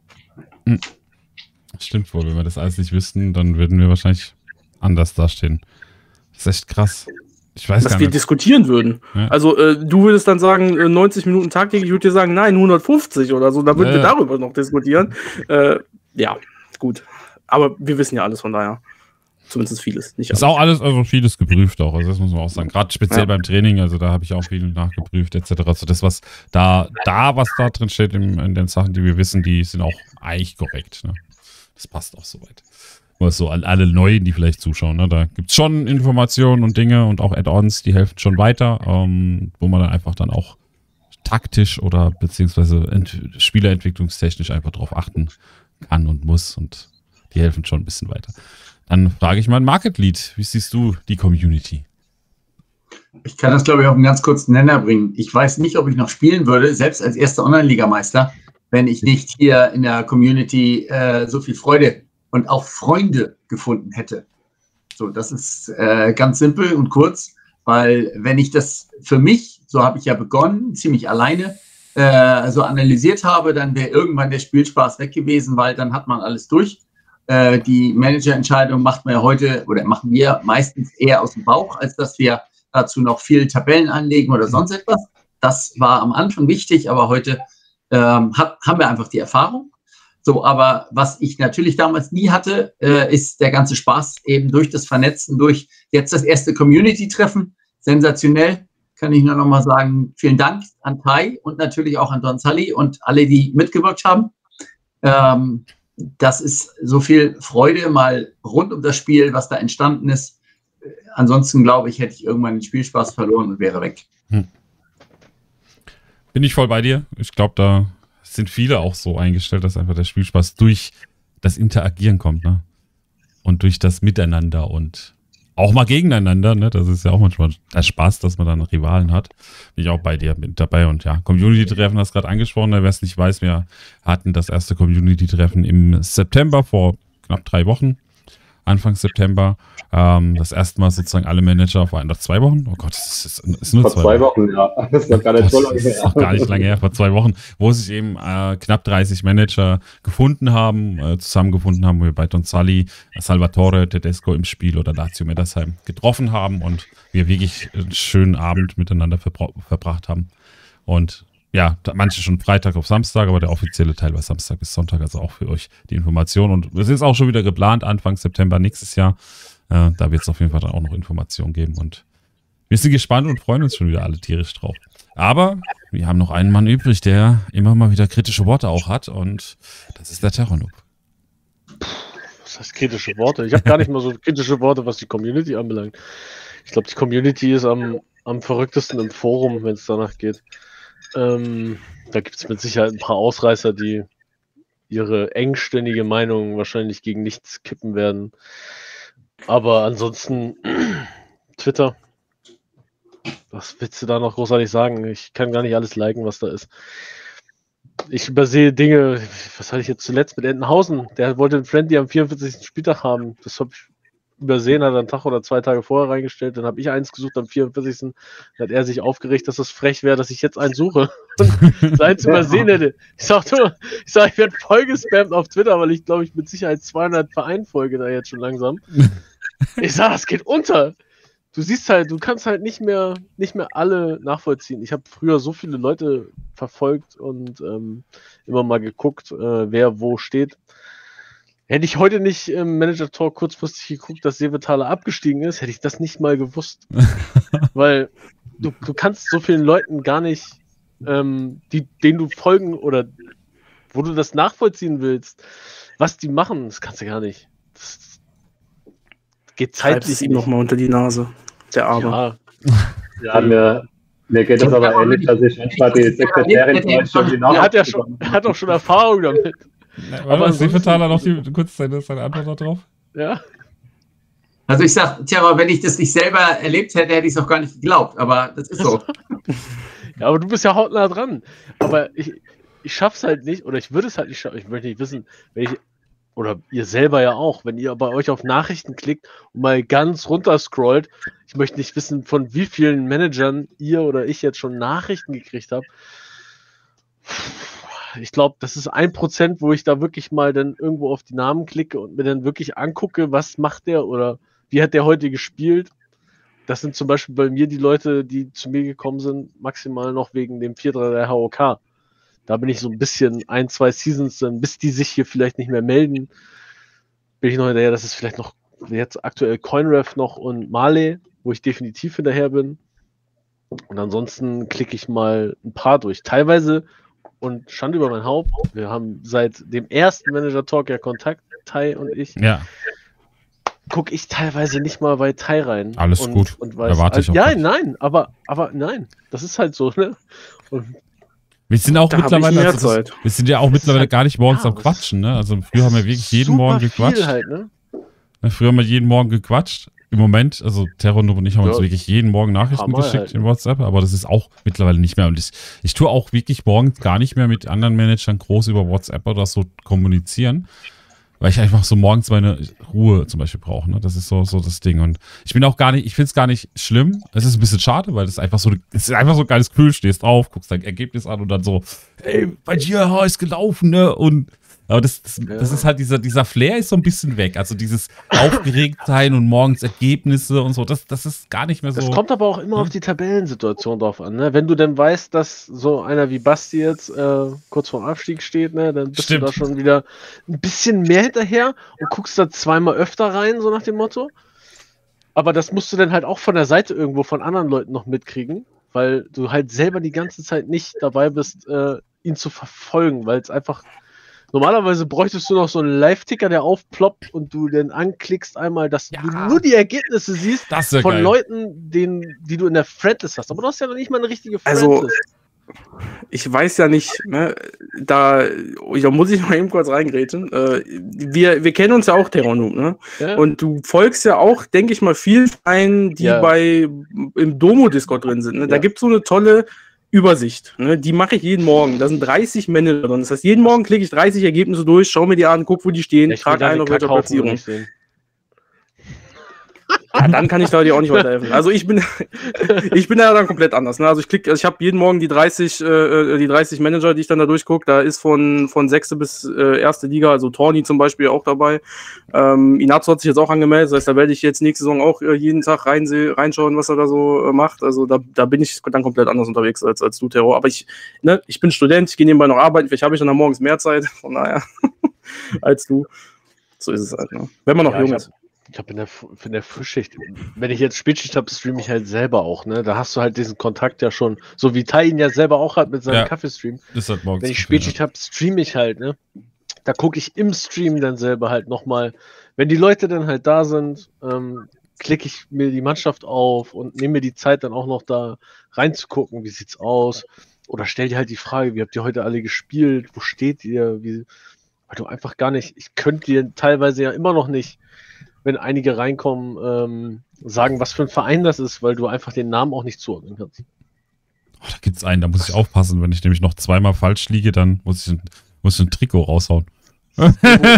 Stimmt wohl, wenn wir das alles nicht wüssten, dann würden wir wahrscheinlich anders dastehen. Das ist echt krass. Ich weiß Dass gar wir nicht. diskutieren würden. Ja. Also äh, du würdest dann sagen, äh, neunzig Minuten Taktik, ich würde dir sagen, nein, hundertfünfzig oder so, da würden ja. wir darüber noch diskutieren. Äh, ja, gut. Aber wir wissen ja alles, von daher. Zumindest vieles. Nicht ist alles. Auch alles, also vieles geprüft auch, also das muss man auch sagen. Gerade speziell ja. beim Training, also da habe ich auch viel nachgeprüft, et cetera. Also das, was da, da was da drin steht in, in den Sachen, die wir wissen, die sind auch eigentlich korrekt. Ne? Das passt auch soweit. Nur so an alle Neuen, die vielleicht zuschauen, ne? Da gibt es schon Informationen und Dinge und auch Add-ons, die helfen schon weiter, ähm, wo man dann einfach dann auch taktisch oder beziehungsweise spielerentwicklungstechnisch einfach drauf achten kann und muss und die helfen schon ein bisschen weiter. Dann frage ich mal Market Lead, wie siehst du die Community? Ich kann das, glaube ich, auf einen ganz kurzen Nenner bringen. Ich weiß nicht, ob ich noch spielen würde, selbst als erster Online-Ligameister, wenn ich nicht hier in der Community äh, so viel Freude und auch Freunde gefunden hätte. So, das ist äh, ganz simpel und kurz, weil wenn ich das für mich, so habe ich ja begonnen, ziemlich alleine, äh, so analysiert habe, dann wäre irgendwann der Spielspaß weg gewesen, weil dann hat man alles durch. Äh, die Managerentscheidung macht man ja heute oder machen wir meistens eher aus dem Bauch, als dass wir dazu noch viele Tabellen anlegen oder sonst etwas. Das war am Anfang wichtig, aber heute ähm, hat, haben wir einfach die Erfahrung. So, aber was ich natürlich damals nie hatte, äh, ist der ganze Spaß eben durch das Vernetzen, durch jetzt das erste Community-Treffen. Sensationell, kann ich nur noch mal sagen. Vielen Dank an Tai und natürlich auch an Don Sully und alle, die mitgewirkt haben. Ähm, das ist so viel Freude mal rund um das Spiel, was da entstanden ist. Ansonsten, glaube ich, hätte ich irgendwann den Spielspaß verloren und wäre weg. Hm. Bin ich voll bei dir. Ich glaube, da sind viele auch so eingestellt, dass einfach der Spielspaß durch das Interagieren kommt, ne? Und durch das Miteinander und auch mal gegeneinander, ne? Das ist ja auch manchmal der Spaß, dass man dann Rivalen hat. Bin ich auch bei dir mit dabei. Und ja, Community-Treffen hast du gerade angesprochen. Wer es nicht weiß, wir hatten das erste Community-Treffen im September, vor knapp drei Wochen. Anfang September. Ähm, das erste Mal sozusagen alle Manager auf ein, nach zwei Wochen. Oh Gott, das ist, ist nur Vor zwei, zwei Wochen, ja. Das ist noch gar nicht so lange Das her. ist noch gar nicht lange her, vor zwei Wochen, wo sich eben äh, knapp dreißig Manager gefunden haben, äh, zusammengefunden haben, wo wir bei Don Sully, Salvatore Tedesco im Spiel oder Lazio Meddersheim getroffen haben und wir wirklich einen schönen Abend miteinander verbra- verbracht haben. Und ja, manche schon Freitag auf Samstag, aber der offizielle Teil war Samstag bis Sonntag, also auch für euch die Information. Und es ist auch schon wieder geplant, Anfang September nächstes Jahr. Äh, da wird es auf jeden Fall dann auch noch Informationen geben. Und wir sind gespannt und freuen uns schon wieder alle tierisch drauf. Aber wir haben noch einen Mann übrig, der immer mal wieder kritische Worte auch hat. Und das ist der Terranoob. Was heißt kritische Worte? Ich habe gar nicht mal so kritische Worte, was die Community anbelangt. Ich glaube, die Community ist am, am verrücktesten im Forum, wenn es danach geht. Ähm, da gibt es mit Sicherheit ein paar Ausreißer, die ihre engständige Meinung wahrscheinlich gegen nichts kippen werden. Aber ansonsten, Twitter, was willst du da noch großartig sagen? Ich kann gar nicht alles liken, was da ist. Ich übersehe Dinge, was hatte ich jetzt zuletzt mit Entenhausen? Der wollte einen Friendly am vierundvierzigsten Spieltag haben. Das habe ich übersehen, hat er einen Tag oder zwei Tage vorher reingestellt. Dann habe ich eins gesucht am vierundvierzigsten Dann hat er sich aufgeregt, dass das frech wäre, dass ich jetzt einen suche und seins übersehen hätte. Ich sag, du, ich sag, ich werde voll gespammt auf Twitter, weil ich glaube, ich mit Sicherheit zweihundert Verein folge da jetzt schon langsam. Ich sag, das geht unter. Du siehst halt, du kannst halt nicht mehr, nicht mehr alle nachvollziehen. Ich habe früher so viele Leute verfolgt und ähm, immer mal geguckt, äh, wer wo steht. Hätte ich heute nicht im Manager-Talk kurzfristig geguckt, dass Seevethaler abgestiegen ist, hätte ich das nicht mal gewusst. Weil du, du kannst so vielen Leuten gar nicht, ähm, die, denen du folgen oder wo du das nachvollziehen willst, was die machen, das kannst du gar nicht. Das geht zeitlich ihm nochmal unter die Nase, der Arme. Ja. Ja, mir, mir geht das aber ähnlich, dass ich manchmal die Sekretärin schon die Er hat ja schon, er hat auch schon Erfahrung damit. Na, aber Seevethaler noch die, kurz seine, seine Antwort darauf? Ja. Also ich sag, tja, wenn ich das nicht selber erlebt hätte, hätte ich es auch gar nicht geglaubt, aber das ist so. Ja, aber du bist ja hautnah dran. Aber ich, ich schaff's halt nicht, oder ich würde es halt nicht schaffen. Ich möchte nicht wissen, wenn ich, oder ihr selber ja auch, wenn ihr bei euch auf Nachrichten klickt und mal ganz runter scrollt, ich möchte nicht wissen, von wie vielen Managern ihr oder ich jetzt schon Nachrichten gekriegt habt. Ich glaube, das ist ein Prozent, wo ich da wirklich mal dann irgendwo auf die Namen klicke und mir dann wirklich angucke, was macht der oder wie hat der heute gespielt. Das sind zum Beispiel bei mir die Leute, die zu mir gekommen sind, maximal noch wegen dem vier drei drei H O K. Da bin ich so ein bisschen ein, zwei Seasons, dann, bis die sich hier vielleicht nicht mehr melden, bin ich noch hinterher, das ist vielleicht noch jetzt aktuell CoinRef noch und Marley, wo ich definitiv hinterher bin. Und ansonsten klicke ich mal ein paar durch. Teilweise und Schande über mein Haupt. Wir haben seit dem ersten Manager-Talk ja Kontakt, Tai und ich. Ja. Gucke ich teilweise nicht mal bei Tai rein. Alles und, gut. Und weiß, Erwarte ich also, auch ja, nicht. nein, aber, aber nein. Das ist halt so, ne? Und Wir sind auch Da hab mittlerweile, ich mehr also das, Zeit. wir sind ja auch Das mittlerweile ist halt- gar nicht morgens ja, am das Quatschen, ne? Also früher haben wir wirklich jeden super Morgen viel gequatscht. Halt, ne? Ne, Früher haben wir jeden Morgen gequatscht. Im Moment, also Terranoob und ich haben Ja. uns wirklich jeden Morgen Nachrichten Hammer geschickt halt, in ne? WhatsApp, aber das ist auch mittlerweile nicht mehr. Und ich, ich tue auch wirklich morgens gar nicht mehr mit anderen Managern groß über WhatsApp oder so kommunizieren, weil ich einfach so morgens meine Ruhe zum Beispiel brauche. Ne? Das ist so, so das Ding. Und ich bin auch gar nicht, ich finde es gar nicht schlimm. Es ist ein bisschen schade, weil es einfach so, es ist einfach so ein geiles Gefühl, stehst drauf, guckst dein Ergebnis an und dann so, hey, bei dir ist gelaufen, ne? Und Aber das, das, Ja. das ist halt, dieser, dieser Flair ist so ein bisschen weg. Also dieses Aufgeregtsein und morgens Ergebnisse und so, das, das ist gar nicht mehr so. Das kommt aber auch immer Ja. auf die Tabellensituation drauf an. Ne? Wenn du dann weißt, dass so einer wie Basti jetzt äh, kurz vorm Abstieg steht, ne, dann bist Stimmt. du da schon wieder ein bisschen mehr hinterher und guckst da zweimal öfter rein, so nach dem Motto. Aber das musst du dann halt auch von der Seite irgendwo von anderen Leuten noch mitkriegen, weil du halt selber die ganze Zeit nicht dabei bist, äh, ihn zu verfolgen, weil es einfach. Normalerweise bräuchtest du noch so einen Live-Ticker, der aufploppt und du dann anklickst einmal, dass Ja. du nur die Ergebnisse siehst Das ist ja von geil. Leuten, den, die du in der Friendlist hast. Aber du hast ja noch nicht mal eine richtige Also, Friendlist. Ich weiß ja nicht, ne, da, da muss ich mal eben kurz reingrätschen. Äh, wir, wir kennen uns ja auch, Terranoob, ne? Ja? Und du folgst ja auch, denke ich mal, vielen ein, die Ja. bei im Domo-Discord drin sind. Ne? Da Ja. gibt es so eine tolle Übersicht. Ne? Die mache ich jeden Morgen. Da sind dreißig Manager drin. Das heißt, jeden Morgen klicke ich dreißig Ergebnisse durch, schaue mir die an, guck, wo die stehen, Ja, ich will trage da ein den auf welcher Kackhaufen Platzierung. nicht sehen. Ja, dann kann ich da dir auch nicht weiterhelfen. Also ich bin, ich bin ja dann komplett anders. Ne? Also ich klicke, also ich habe jeden Morgen die dreißig, äh, die dreißig Manager, die ich dann da durchgucke. Da ist von, von sechste bis äh, erste Liga, also Torni zum Beispiel auch dabei. Ähm, Inazo hat sich jetzt auch angemeldet, das heißt, da werde ich jetzt nächste Saison auch äh, jeden Tag reinseh, reinschauen, was er da so äh, macht. Also da, da bin ich dann komplett anders unterwegs als, als du, Terror. Aber ich, ne, ich bin Student, ich gehe nebenbei noch arbeiten, vielleicht habe ich dann am morgens mehr Zeit, von daher, als du. So ist es halt, ne? Wenn man noch Ja, jung ich ist. Ich habe in der, F- in der Frühschicht, wenn ich jetzt Spätschicht habe, streame ich halt selber auch, ne? Da hast du halt diesen Kontakt ja schon, so wie Tai ihn ja selber auch hat mit seinem Ja. Kaffeestream. Das ist halt morgens. Wenn ich Spätschicht habe, streame ich halt, ne? Da gucke ich im Stream dann selber halt nochmal. Wenn die Leute dann halt da sind, ähm, klicke ich mir die Mannschaft auf und nehme mir die Zeit dann auch noch da reinzugucken, wie sieht's aus. Oder stell dir halt die Frage, wie habt ihr heute alle gespielt? Wo steht ihr? Wie, weil du einfach gar nicht, ich könnte dir teilweise ja immer noch nicht, wenn einige reinkommen, ähm, sagen, was für ein Verein das ist, weil du einfach den Namen auch nicht zuordnen kannst. Oh, da gibt's einen, da muss ich aufpassen. Wenn ich nämlich noch zweimal falsch liege, dann muss ich ein, muss ich ein Trikot raushauen. Ja,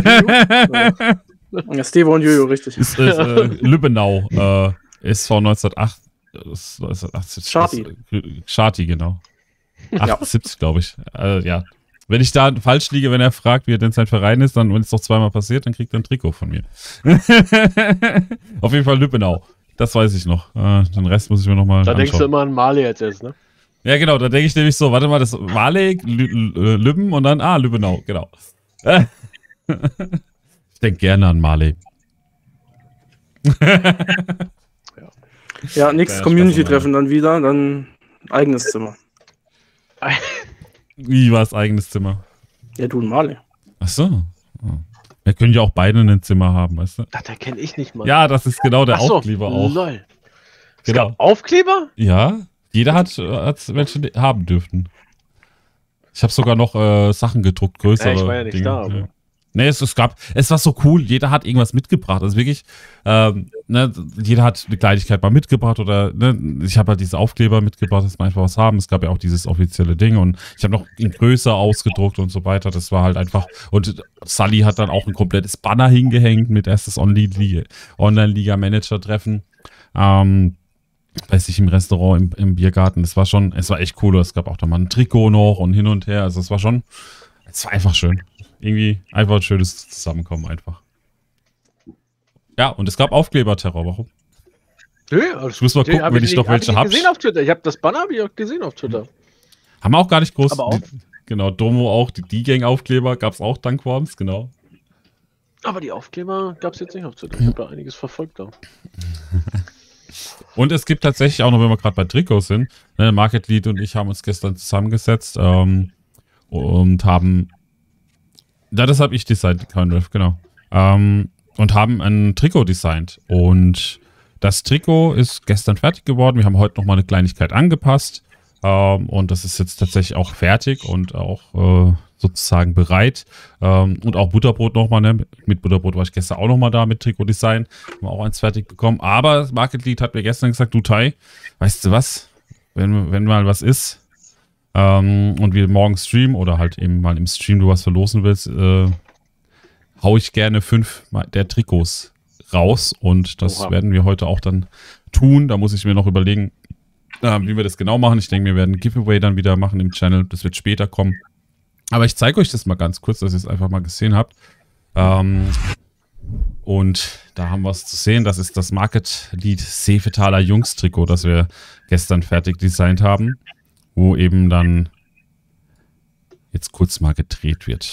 Steve und Jojo, richtig. ist, ist äh, Lübbenau, äh, S V neunzehnhundertachtzig. Scharti. Scharti, genau. achtundsiebzig, glaube ich. Äh, ja. Wenn ich da falsch liege, wenn er fragt, wie er denn sein Verein ist, dann, wenn es doch zweimal passiert, dann kriegt er ein Trikot von mir. Auf jeden Fall Lübbenau. Das weiß ich noch. Äh, den Rest muss ich mir nochmal Da anschauen. denkst du immer an Mali als erstes, ne? Ja, genau, da denke ich nämlich so, warte mal, das Walek, Lü Lü Lübben und dann, ah, Lübbenau, genau. Ich denke gerne an Marley. Ja, nächstes Ja, Community-Treffen dann wieder, dann eigenes Zimmer. Wie war das eigenes Zimmer? Ja, du und Marley. Ach so. Oh. Wir können ja auch beide ein Zimmer haben, weißt du? Ach, da kenne ich nicht mal. Ja, das ist genau der Ach so, Aufkleber auch. Lol. Es Genau. gab Aufkleber? Ja, jeder hat, hat welche haben dürften. Ich habe sogar noch äh, Sachen gedruckt, größere Ja, ich war ja nicht Dinge. da, aber- Ja. Nee, es, es gab, es war so cool, jeder hat irgendwas mitgebracht. Also wirklich, ähm, ne, jeder hat eine Kleinigkeit mal mitgebracht oder ne, ich habe halt diese Aufkleber mitgebracht, dass wir einfach was haben. Es gab ja auch dieses offizielle Ding und ich habe noch in größer ausgedruckt und so weiter. Das war halt einfach, und Sully hat dann auch ein komplettes Banner hingehängt mit erstes Online-Liga-Manager-Treffen. Ähm, bei sich im Restaurant, im, im Biergarten. Das war schon, es war echt cool. Es gab auch da mal ein Trikot noch und hin und her. Also es war schon, es war einfach schön. Irgendwie einfach ein schönes Zusammenkommen einfach. Ja, und es gab Aufkleber-Terror. Warum? Nö, also Ich muss mal gucken, hab wenn ich noch hab welche nicht habe. gesehen auf Twitter. Ich habe das Banner hab ich auch gesehen auf Twitter. Haben wir auch gar nicht groß. Aber auch. Die, genau, Domo auch. Die D-Gang-Aufkleber gab es auch dank Worms, genau. Aber die Aufkleber gab es jetzt nicht auf Twitter. Ich habe da einiges verfolgt da. Und es gibt tatsächlich auch noch, wenn wir gerade bei Trikots sind, ne, Market Lead und ich haben uns gestern zusammengesetzt ähm, und haben, ja, das habe ich designt, Conrad, genau, ähm, und haben ein Trikot designt. Und das Trikot ist gestern fertig geworden. Wir haben heute nochmal eine Kleinigkeit angepasst ähm, und das ist jetzt tatsächlich auch fertig und auch äh, sozusagen bereit. Ähm, und auch Butterbrot nochmal, ne? Mit Butterbrot war ich gestern auch nochmal da mit Trikotdesign. Haben wir auch eins fertig bekommen. Aber das Market Lead hat mir gestern gesagt, du Tai, weißt du was? Wenn, wenn mal was ist ähm, und wir morgen streamen oder halt eben mal im Stream du was verlosen willst, äh, hau ich gerne fünf der Trikots raus. Und das Oha. werden wir heute auch dann tun. Da muss ich mir noch überlegen, äh, wie wir das genau machen. Ich denke, wir werden ein Giveaway dann wieder machen im Channel. Das wird später kommen. Aber ich zeige euch das mal ganz kurz, dass ihr es einfach mal gesehen habt. Ähm, und da haben wir es zu sehen. Das ist das Market Lead Seefetaler Jungs Trikot, das wir gestern fertig designt haben. Wo eben dann jetzt kurz mal gedreht wird.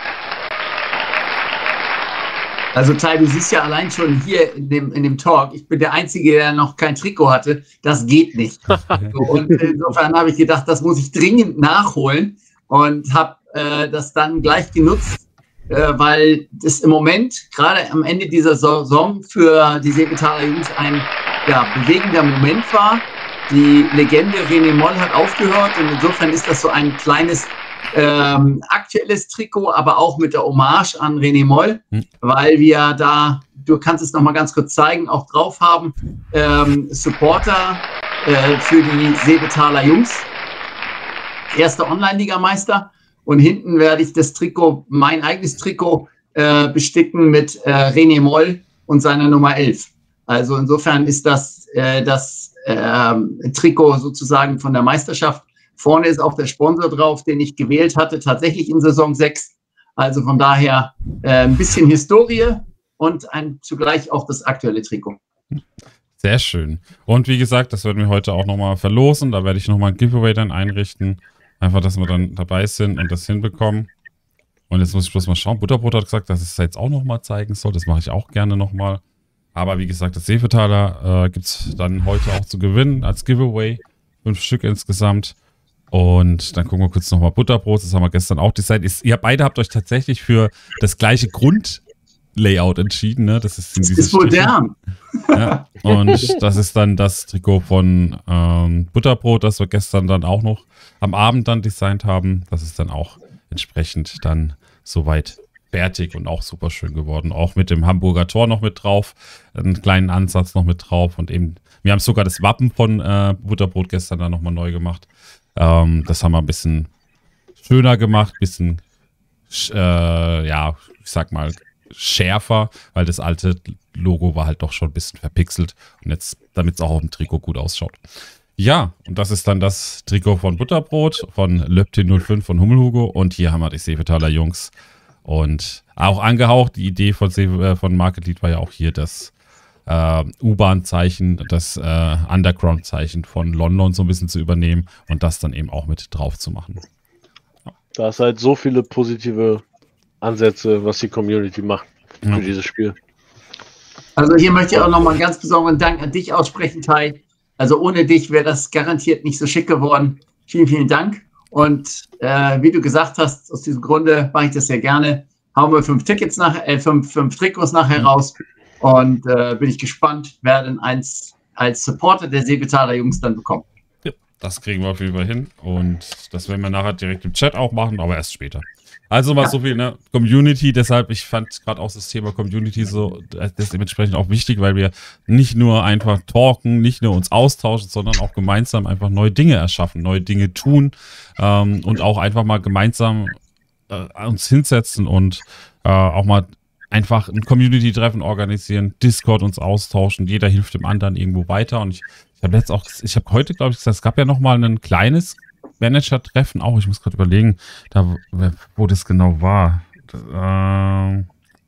Also Tai, du siehst ja allein schon hier in dem, in dem Talk, ich bin der Einzige, der noch kein Trikot hatte. Das geht nicht. So, und insofern habe ich gedacht, das muss ich dringend nachholen und habe äh, das dann gleich genutzt, äh, weil das im Moment, gerade am Ende dieser Saison, für die Seebetaler Jungs ein ja, bewegender Moment war. Die Legende René Moll hat aufgehört und insofern ist das so ein kleines Ähm, aktuelles Trikot, aber auch mit der Hommage an René Moll, hm. weil wir da, du kannst es noch mal ganz kurz zeigen, auch drauf haben, ähm, Supporter äh, für die Seebetaler Jungs, erster Online-Ligameister, und hinten werde ich das Trikot, mein eigenes Trikot, äh, besticken mit äh, René Moll und seiner Nummer elf. Also insofern ist das äh, das äh, Trikot sozusagen von der Meisterschaft. Vorne ist auch der Sponsor drauf, den ich gewählt hatte, tatsächlich in Saison sechs. Also von daher äh, ein bisschen Historie und ein, zugleich auch das aktuelle Trikot. Sehr schön. Und wie gesagt, das werden wir heute auch nochmal verlosen. Da werde ich nochmal ein Giveaway dann einrichten. Einfach, dass wir dann dabei sind und das hinbekommen. Und jetzt muss ich bloß mal schauen. Butterbrot hat gesagt, dass ich es jetzt auch nochmal zeigen soll. Das mache ich auch gerne nochmal. Aber wie gesagt, das Seefetaler äh, gibt es dann heute auch zu gewinnen als Giveaway. Fünf Stück insgesamt. Und dann gucken wir kurz nochmal Butterbrot. Das haben wir gestern auch designt. Ist, ihr beide habt euch tatsächlich für das gleiche Grundlayout entschieden. Ne? Das ist, das ist modern. Ja. Und das ist dann das Trikot von ähm, Butterbrot, das wir gestern dann auch noch am Abend dann designt haben. Das ist dann auch entsprechend dann soweit fertig und auch super schön geworden. Auch mit dem Hamburger Tor noch mit drauf. Einen kleinen Ansatz noch mit drauf. Und eben, wir haben sogar das Wappen von äh, Butterbrot gestern dann nochmal neu gemacht. Ähm, das haben wir ein bisschen schöner gemacht, ein bisschen, äh, ja, ich sag mal, schärfer, weil das alte Logo war halt doch schon ein bisschen verpixelt und jetzt, damit es auch auf dem Trikot gut ausschaut. Ja, und das ist dann das Trikot von Butterbrot, von Löptin null fünf, von Hummelhugo, und hier haben wir die Seefetaler Jungs und auch angehaucht. Die Idee von, äh, von Market Lead war ja auch hier das Uh, U-Bahn-Zeichen, das uh, Underground-Zeichen von London so ein bisschen zu übernehmen und das dann eben auch mit drauf zu machen. Ja. Da ist halt so viele positive Ansätze, was die Community macht für ja. dieses Spiel. Also hier möchte ich auch nochmal einen ganz besonderen Dank an dich aussprechen, Tai. Also ohne dich wäre das garantiert nicht so schick geworden. Vielen, vielen Dank. Und äh, wie du gesagt hast, aus diesem Grunde mache ich das sehr gerne. Hauen wir fünf Tickets nachher, äh, fünf, fünf Trikots nachher mhm. raus. Und äh, bin ich gespannt, wer denn eins als Supporter der Seebetaler Jungs dann bekommt. Ja, das kriegen wir auf jeden Fall hin. Und das werden wir nachher direkt im Chat auch machen, aber erst später. Also mal ja. so viel, ne? Community, deshalb, ich fand gerade auch das Thema Community so, das ist dementsprechend auch wichtig, weil wir nicht nur einfach talken, nicht nur uns austauschen, sondern auch gemeinsam einfach neue Dinge erschaffen, neue Dinge tun ähm, und auch einfach mal gemeinsam äh, uns hinsetzen und äh, auch mal einfach ein Community-Treffen organisieren, Discord uns austauschen, jeder hilft dem anderen irgendwo weiter. Und ich, ich habe jetzt auch, ich habe heute, glaube ich, gesagt, es gab ja noch mal ein kleines Manager-Treffen auch. Ich muss gerade überlegen, da, wo das genau war. Äh,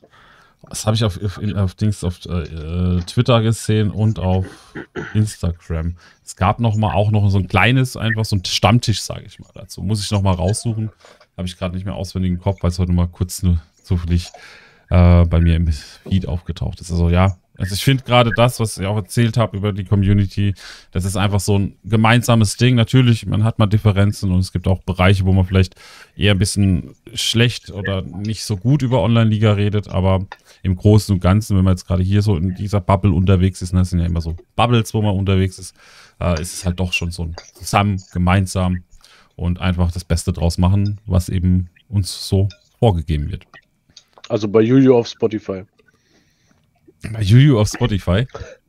das habe ich auf, auf, auf, Dings, auf äh, Twitter gesehen und auf Instagram. Es gab noch mal auch noch so ein kleines, einfach so ein Stammtisch, sage ich mal dazu. Muss ich noch mal raussuchen. Habe ich gerade nicht mehr auswendig im Kopf, weil es heute mal kurz nur zufällig Äh, bei mir im Feed aufgetaucht ist. Also ja, also ich finde gerade das, was ich auch erzählt habe über die Community, das ist einfach so ein gemeinsames Ding. Natürlich, man hat mal Differenzen und es gibt auch Bereiche, wo man vielleicht eher ein bisschen schlecht oder nicht so gut über Online-Liga redet, aber im Großen und Ganzen, wenn man jetzt gerade hier so in dieser Bubble unterwegs ist, und das sind ja immer so Bubbles, wo man unterwegs ist, äh, ist es halt doch schon so ein zusammen, gemeinsam und einfach das Beste draus machen, was eben uns so vorgegeben wird. Also bei Juju auf Spotify. Bei Juju auf Spotify?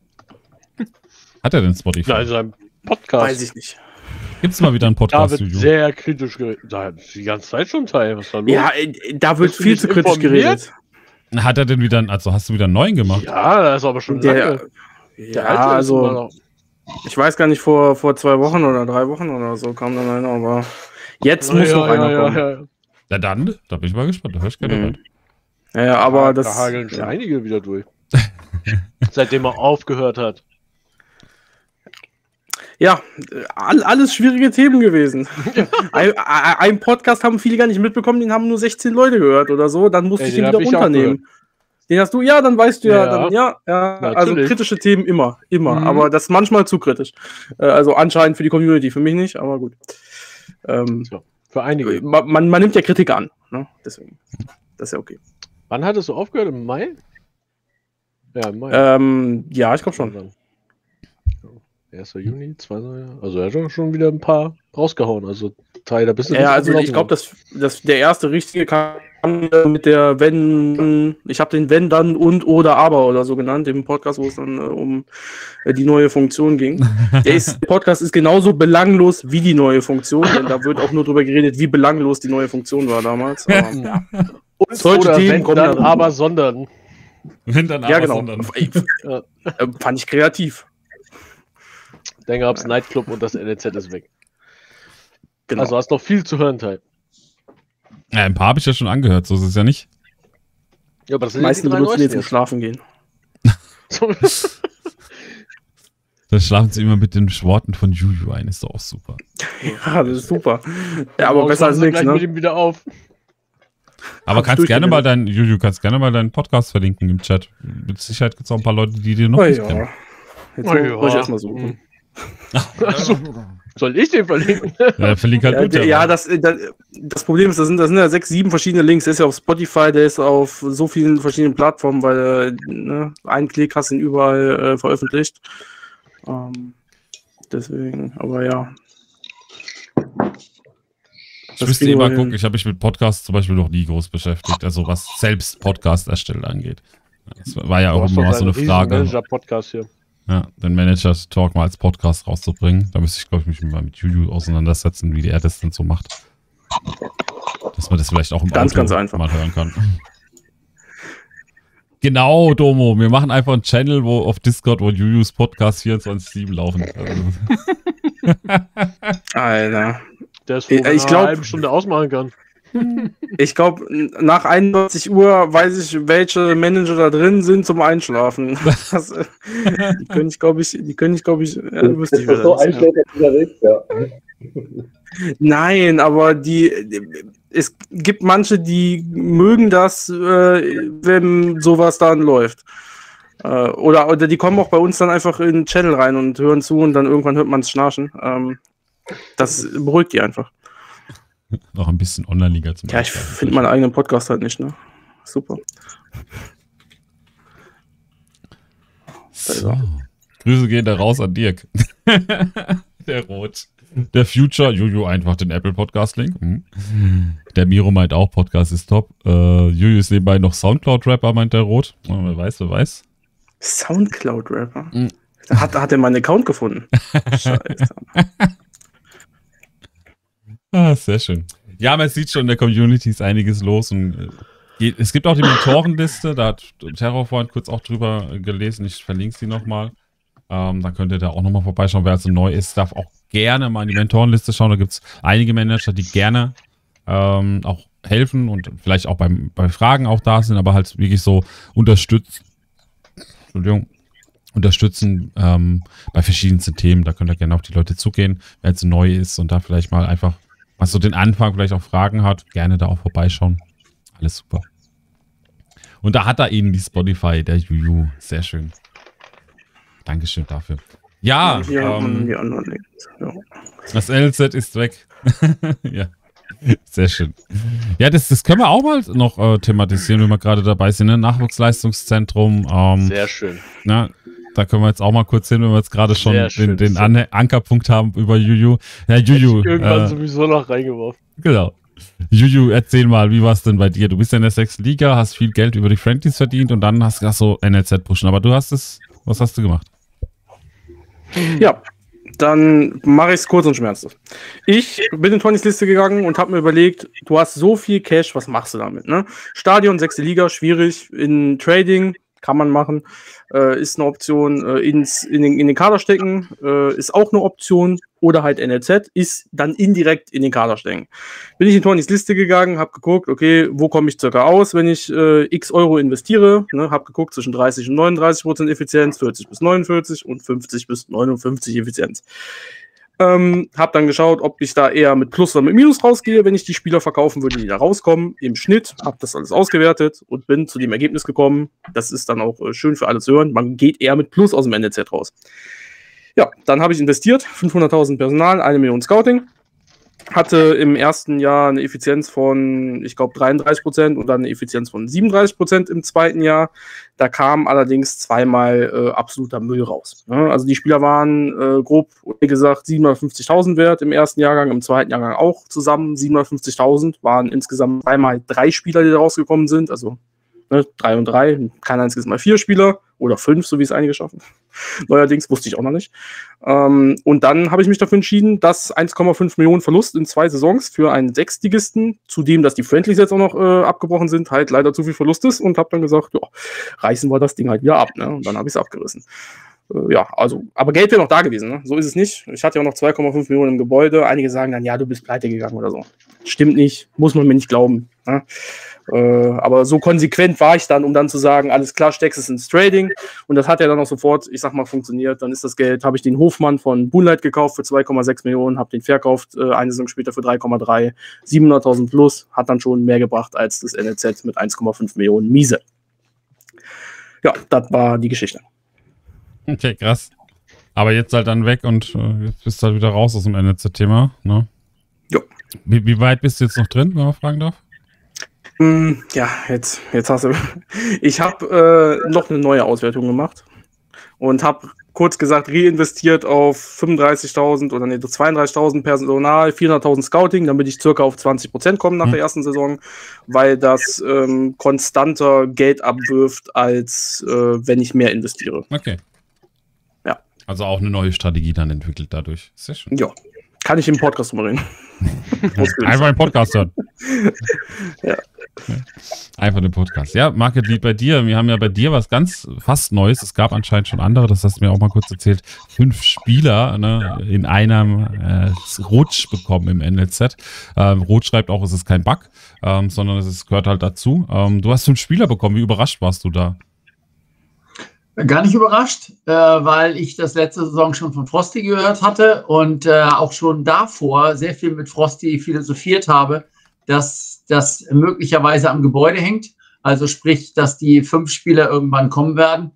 Hat er denn Spotify? Ja, also ein Podcast. Weiß ich nicht. Gibt es mal wieder einen Podcast, da wird Juju? sehr kritisch geredet. Da die ganze Zeit schon Teil. Was ist da los? Ja, da wird viel zu kritisch geredet. Hat er denn wieder, einen, also hast du wieder einen neuen gemacht? Ja, das ist aber schon der, lange. Ja, der alte also, ich weiß gar nicht, vor, vor zwei Wochen oder drei Wochen oder so kam dann einer, aber jetzt ja, muss ja, noch einer ja, kommen. Ja, ja. Ja, dann, da bin ich mal gespannt, da höre ich gerne Mhm. rein. Ja, ja, aber da das. hageln schon ja. einige wieder durch. Seitdem er aufgehört hat. Ja, all, alles schwierige Themen gewesen. ein, ein ein Podcast haben viele gar nicht mitbekommen, den haben nur sechzehn Leute gehört oder so. Dann musste Ey, ich den den hab wieder ich auch runternehmen. Den hast du, ja, dann weißt du ja, Ja. dann, ja, ja also Natürlich. kritische Themen immer, immer. Mhm. Aber das ist manchmal zu kritisch. Äh, also anscheinend für die Community, für mich nicht, aber gut. Ähm, So, für einige. man, man, man nimmt ja Kritik an, ne? Deswegen. Das ist ja okay. Wann hattest du aufgehört? Im Mai? Ja, im Mai. Ähm, ja, ich glaube schon. Irgendwann. erster Juni, zweiter Also er hat schon- schon wieder ein paar rausgehauen. Also Teil, da bist du Ja, nicht also gelaufen. ich glaube, dass das, der erste richtige kam äh, mit der Wenn, ich habe den Wenn, dann und oder aber oder so genannt, im Podcast, wo es dann äh, um äh, die neue Funktion ging. Der, ist, der Podcast ist genauso belanglos wie die neue Funktion, denn da wird auch nur drüber geredet, wie belanglos die neue Funktion war damals. Aber, ja. Und solche oder Themen wenn, kommen dann dann- aber, sondern. Wenn dann ja, aber, genau. sondern. Ja. Äh, fand ich kreativ. Dann gab's Nightclub und das N L Z ist weg. Genau. Also hast noch viel zu hören, Teil. Ja, ein paar habe ich ja schon angehört, so ist es ja nicht. Ja, aber das die sind meisten die drei benutzen neuesten jetzt zum jetzt. Schlafen gehen. So. Da schlafen sie immer mit den Worten von Juju ein, ist doch auch super. Ja, das ist super. Ja, aber Morgens besser als wachen sie nichts, gleich mit ne? ihm wieder auf. Aber Hab's kannst gerne durchgelesen. mal deinen, Juju, kannst gerne mal deinen Podcast verlinken im Chat. Mit Sicherheit gibt es auch ein paar Leute, die dir noch Oh, nicht ja. kennen. Jetzt Oh, ja. muss ich erstmal suchen. Achso. Soll ich den verlinken? Ja, verlink halt Ja, du, der, ja das, das, das Problem ist, das sind, das sind ja sechs, sieben verschiedene Links. Der ist ja auf Spotify, der ist auf so vielen verschiedenen Plattformen, weil äh, ne, einen Klick hast du ihn überall äh, veröffentlicht. Ähm, deswegen, aber ja. Ich müsste kriegen eh wir mal hin. gucken, ich habe mich mit Podcasts zum Beispiel noch nie groß beschäftigt, also was selbst Podcast erstellen angeht. Das war ja Du auch hast immer doch mal so eine einen riesen Frage, Manager-Podcast hier. ja, den Manager-Talk mal als Podcast rauszubringen. Da müsste ich, glaube ich, mich mal mit Juju auseinandersetzen, wie er das denn so macht. Dass man das vielleicht auch im Ganz, Auto ganz einfach. mal hören kann. Genau, Domo. Wir machen einfach einen Channel, wo auf Discord, wo Jujus Podcast vierundzwanzig sieben laufen. Also, Alter. Der ist Ich- froh, wenn ich er glaub- eine halbe Stunde ausmachen kann. Ich glaube, nach einundneunzig Uhr weiß ich, welche Manager da drin sind zum Einschlafen. Das, äh, die können ich, glaube ich, die können ich, glaube ich, ja, wüsste ich, Ist das wer so das ist, ja. einschläfernd unterwegs? Ja. Nein, aber die, es gibt manche, die mögen das, äh, wenn sowas dann läuft. Äh, oder, oder die kommen auch bei uns dann einfach in den Channel rein und hören zu und dann irgendwann hört man es schnarchen. Ähm, das beruhigt die einfach. noch ein bisschen Online-Liga zum Ja, ich Einschlafen. finde meinen eigenen Podcast halt nicht, ne? Super. So. Grüße gehen da raus an Dirk. Der Rot. Der Future, Juju einfach den Apple Podcast-Link. Mhm. Der Miro meint auch, Podcast ist top. Äh, Juju ist nebenbei noch Soundcloud-Rapper, meint der Rot. Oh, wer weiß, wer weiß. Soundcloud-Rapper. Mhm. Da hat, hat er meinen Account gefunden. Scheiße. Ah, sehr schön. Ja, man sieht schon, in der Community ist einiges los. Und äh, geht- es gibt auch die Mentorenliste, da hat Terror vorhin kurz auch drüber äh, gelesen. Ich verlinke sie nochmal. Ähm, da könnt ihr da auch nochmal vorbeischauen. Wer also neu ist, darf auch gerne mal in die Mentorenliste schauen. Da gibt es einige Manager, die gerne ähm, auch helfen und vielleicht auch beim, bei Fragen auch da sind, aber halt wirklich so unterstützen. Entschuldigung. Unterstützen ähm, bei verschiedensten Themen. Da könnt ihr gerne auf die Leute zugehen, wer jetzt neu ist und da vielleicht mal einfach, was so den Anfang vielleicht auch Fragen hat, gerne da auch vorbeischauen. Alles super. Und da hat er eben die Spotify, der Juju. Sehr schön. Dankeschön dafür. Ja, Hier hat man ähm, die anderen Links. Ja. das L Z ist weg. Ja, sehr schön. Ja, das, das können wir auch mal noch äh, thematisieren, wenn wir gerade dabei sind. Ne? Nachwuchsleistungszentrum. Ähm, Sehr schön. na, da können wir jetzt auch mal kurz hin, wenn wir jetzt gerade schon Sehr den, schön. den An Ankerpunkt haben über Juju. Ja, Juju. Irgendwann Äh, sowieso noch reingeworfen. genau. Juju, erzähl mal, wie war es denn bei dir? Du bist ja in der sechsten Liga, hast viel Geld über die Friendlies verdient und dann hast du so N L Z pushen. Aber du hast es, was hast du gemacht? Ja, dann mache ich es kurz und schmerzlos. Ich bin in Tonys Liste gegangen und habe mir überlegt, du hast so viel Cash, was machst du damit? Ne? Stadion, sechste Liga, schwierig. In Trading kann man machen, äh, ist eine Option. Äh, ins, in, den, in den Kader stecken äh, ist auch eine Option. Oder halt N L Z ist dann indirekt in den Kader stecken. Bin ich in Tonys Liste gegangen, habe geguckt, okay, wo komme ich circa aus, wenn ich äh, x Euro investiere. Ne, habe geguckt zwischen dreißig und neununddreißig Prozent Effizienz, vierzig bis neunundvierzig und fünfzig bis neunundfünfzig Effizienz. Ähm, habe dann geschaut, ob ich da eher mit Plus oder mit Minus rausgehe, wenn ich die Spieler verkaufen würde, die da rauskommen. Im Schnitt habe das alles ausgewertet und bin zu dem Ergebnis gekommen. Das ist dann auch äh, schön für alle zu hören. Man geht eher mit Plus aus dem N L Z raus. Ja, dann habe ich investiert, fünfhunderttausend Personal, eine Million Scouting. Hatte im ersten Jahr eine Effizienz von, ich glaube, dreiunddreißig Prozent und dann eine Effizienz von siebenunddreißig Prozent im zweiten Jahr. Da kam allerdings zweimal äh, absoluter Müll raus. Ne? Also die Spieler waren äh, grob gesagt siebenhundertfünfzigtausend wert im ersten Jahrgang, im zweiten Jahrgang auch zusammen siebenhundertfünfzigtausend. Waren insgesamt dreimal drei Spieler, die da rausgekommen sind, also ne, drei und drei, kein einziges Mal vier Spieler oder fünf, so wie es einige schaffen. Neuerdings wusste ich auch noch nicht. Ähm, und dann habe ich mich dafür entschieden, dass eins Komma fünf Millionen Verlust in zwei Saisons für einen Sechstligisten, zudem, dass die Friendlies jetzt auch noch äh, abgebrochen sind, halt leider zu viel Verlust ist und habe dann gesagt, ja, reißen wir das Ding halt wieder ab. Ne? Und dann habe ich es abgerissen. Äh, ja, also, aber Geld wäre noch da gewesen. Ne? So ist es nicht. Ich hatte ja auch noch zwei Komma fünf Millionen im Gebäude. Einige sagen dann, ja, du bist pleite gegangen oder so. Stimmt nicht, muss man mir nicht glauben. Ne? Äh, aber so konsequent war ich dann, um dann zu sagen, alles klar, steckst es ins Trading. Und das hat ja dann auch sofort, ich sag mal, funktioniert. Dann ist das Geld, habe ich den Hofmann von Moonlight gekauft für zwei Komma sechs Millionen, habe den verkauft äh, eine Saison später für drei Komma drei. siebenhunderttausend plus, hat dann schon mehr gebracht als das N L Z mit eins Komma fünf Millionen miese. Ja, das war die Geschichte. Okay, krass. Aber jetzt halt dann weg und äh, jetzt bist du halt wieder raus aus dem N L Z-Thema, ne? Jo. Wie, wie weit bist du jetzt noch drin, wenn man fragen darf? Ja, jetzt, jetzt hast du. Ich habe äh, noch eine neue Auswertung gemacht und habe kurz gesagt reinvestiert auf fünfunddreißigtausend oder nee, zweiunddreißigtausend Personal, vierhunderttausend Scouting, damit ich circa auf zwanzig Prozent komme nach hm. der ersten Saison, weil das ähm, konstanter Geld abwirft, als äh, wenn ich mehr investiere. Okay. Ja. Also auch eine neue Strategie dann entwickelt dadurch. Sehr schön. Ja. Kann ich im Podcast drüber reden. Einfach einen Podcast hören. Ja. Einfach den Podcast. Ja, Market Lead bei dir. Wir haben ja bei dir was ganz fast Neues. Es gab anscheinend schon andere, das hast du mir auch mal kurz erzählt. Fünf Spieler ne, in einem äh, Rutsch bekommen im N L Z. Ähm, Rot schreibt auch, es ist kein Bug, ähm, sondern es ist, gehört halt dazu. Ähm, du hast fünf Spieler bekommen. Wie überrascht warst du da? Gar nicht überrascht, äh, weil ich das letzte Saison schon von Frosty gehört hatte und äh, auch schon davor sehr viel mit Frosty philosophiert habe, dass das möglicherweise am Gebäude hängt. Also sprich, dass die fünf Spieler irgendwann kommen werden.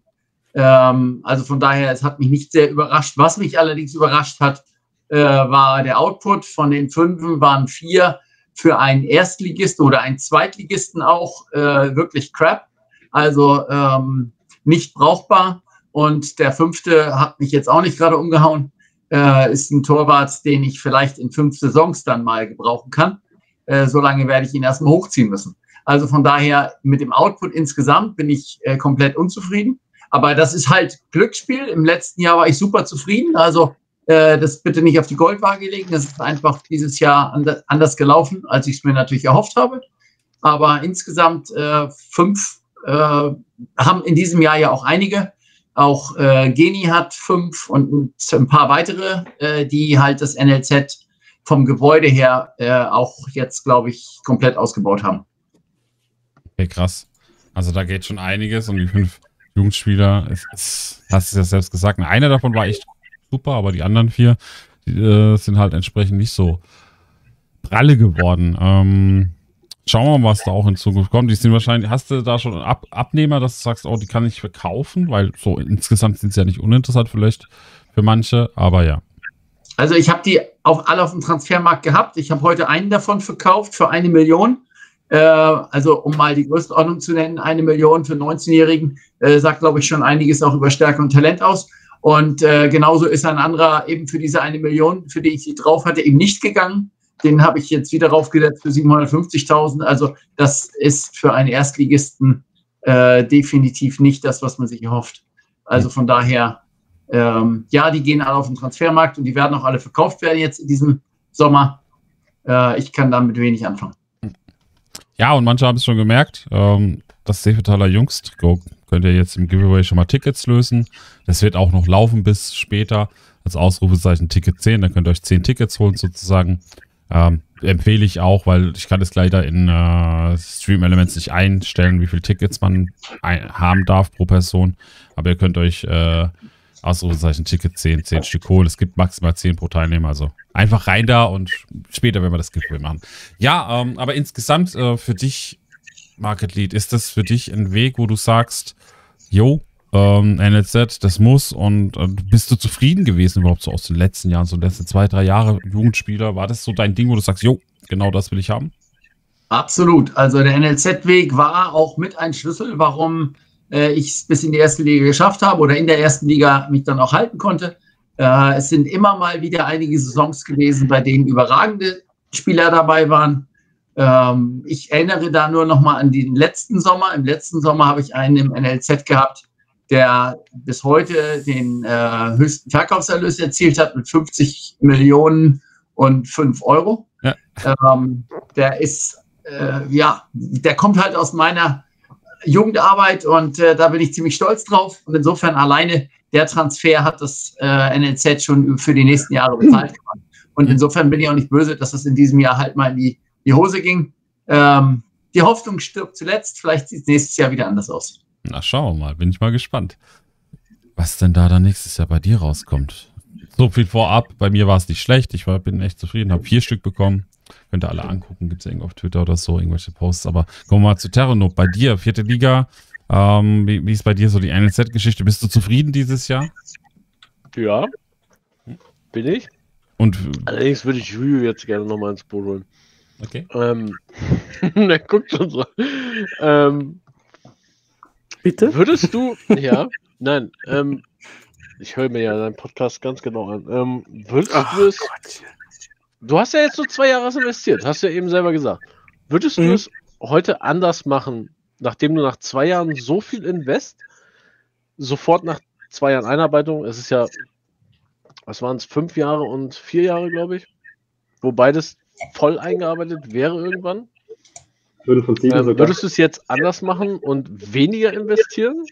Ähm, also von daher, es hat mich nicht sehr überrascht. Was mich allerdings überrascht hat, äh, war der Output. Von den fünfen waren vier für einen Erstligisten oder einen Zweitligisten auch äh, wirklich crap. Also ähm, nicht brauchbar. Und der fünfte hat mich jetzt auch nicht gerade umgehauen. Äh, ist ein Torwart, den ich vielleicht in fünf Saisons dann mal gebrauchen kann. Äh, solange werde ich ihn erstmal hochziehen müssen. Also von daher mit dem Output insgesamt bin ich äh, komplett unzufrieden. Aber das ist halt Glücksspiel. Im letzten Jahr war ich super zufrieden. Also äh, das bitte nicht auf die Goldwaage legen. Das ist einfach dieses Jahr and- anders gelaufen, als ich es mir natürlich erhofft habe. Aber insgesamt äh, fünf äh, haben in diesem Jahr ja auch einige. Auch äh, Geni hat fünf und ein paar weitere, äh, die halt das N L Z vom Gebäude her äh, auch jetzt, glaube ich, komplett ausgebaut haben. Okay, krass. Also da geht schon einiges und die fünf Jugendspieler, es, es, hast du ja selbst gesagt, einer davon war echt super, aber die anderen vier die, äh, sind halt entsprechend nicht so pralle geworden. Ähm, schauen wir mal, was da auch in Zukunft kommt. Die sind wahrscheinlich, hast du da schon Ab Abnehmer, dass du sagst, oh, die kann ich verkaufen? Weil so insgesamt sind sie ja nicht uninteressant vielleicht für manche, aber ja. Also ich habe die auch alle auf dem Transfermarkt gehabt. Ich habe heute einen davon verkauft für eine Million. Äh, also um mal die Größenordnung zu nennen, eine Million für einen neunzehnjährigen äh, sagt, glaube ich, schon einiges auch über Stärke und Talent aus. Und äh, genauso ist ein anderer eben für diese eine Million, für die ich sie drauf hatte, eben nicht gegangen. Den habe ich jetzt wieder draufgesetzt für siebenhundertfünfzigtausend. Also das ist für einen Erstligisten äh, definitiv nicht das, was man sich erhofft. Also von daher, ähm, ja, die gehen alle auf den Transfermarkt und die werden auch alle verkauft werden jetzt in diesem Sommer. Äh, ich kann damit wenig anfangen. Ja, und manche haben es schon gemerkt, ähm, das Seefetaler Jungs-Trikot könnt ihr jetzt im Giveaway schon mal Tickets lösen. Das wird auch noch laufen bis später. Als Ausrufezeichen Ticket zehn, dann könnt ihr euch zehn Tickets holen sozusagen. Ähm, empfehle ich auch, weil ich kann es leider in äh, Stream Elements nicht einstellen, wie viele Tickets man ein haben darf pro Person. Aber ihr könnt euch äh, Ausrufezeichen Ticket zehn, zehn Stück holen. Es gibt maximal zehn pro Teilnehmer. Also einfach rein da und später werden wir das Giveaway machen. Ja, ähm, aber insgesamt äh, für dich, Market Lead, ist das für dich ein Weg, wo du sagst, jo, ähm, N L Z, das muss, und äh, bist du zufrieden gewesen überhaupt so aus den letzten Jahren, so letzten zwei, drei Jahre Jugendspieler? War das so dein Ding, wo du sagst, jo, genau das will ich haben? Absolut. Also der N L Z-Weg war auch mit ein Schlüssel, warum äh, ich es bis in die erste Liga geschafft habe oder in der ersten Liga mich dann auch halten konnte. Äh, es sind immer mal wieder einige Saisons gewesen, bei denen überragende Spieler dabei waren. Ähm, ich erinnere da nur noch mal an den letzten Sommer. Im letzten Sommer habe ich einen im N L Z gehabt, der bis heute den äh, höchsten Verkaufserlös erzielt hat mit fünfzig Millionen und fünf Euro. Ja. Ähm, der ist, äh, ja, der kommt halt aus meiner Jugendarbeit und äh, da bin ich ziemlich stolz drauf. Und insofern alleine der Transfer hat das äh, N L Z schon für die nächsten Jahre bezahlt gemacht. Und insofern bin ich auch nicht böse, dass das in diesem Jahr halt mal in die, die Hose ging. Ähm, die Hoffnung stirbt zuletzt. Vielleicht sieht es nächstes Jahr wieder anders aus. Na, schauen wir mal. Bin ich mal gespannt, was denn da dann nächstes Jahr bei dir rauskommt. So viel vorab. Bei mir war es nicht schlecht. Ich war, bin echt zufrieden. Habe vier Stück bekommen. Könnt ihr alle angucken. Gibt es irgendwo auf Twitter oder so, irgendwelche Posts. Aber kommen wir mal zu Terranop. Bei dir, vierte Liga. Ähm, wie, wie ist bei dir so die N L Z-Geschichte? Bist du zufrieden dieses Jahr? Ja, bin ich. Und allerdings würde ich Ryu jetzt gerne nochmal ins Boot holen. Okay. Ähm, der guckt schon so. Ähm, Bitte? Würdest du, ja, nein, ähm, ich höre mir ja deinen Podcast ganz genau an. Ähm, würdest Ach, du es, Gott. du hast ja jetzt nur zwei Jahre investiert, hast du ja eben selber gesagt. Würdest Mhm. du es heute anders machen, nachdem du nach zwei Jahren so viel invest, sofort nach zwei Jahren Einarbeitung, es ist ja, was waren es, fünf Jahre und vier Jahre, glaube ich, wo beides voll eingearbeitet wäre irgendwann? Fünf und sieben Ähm, sogar. würdest du es jetzt anders machen und weniger investieren,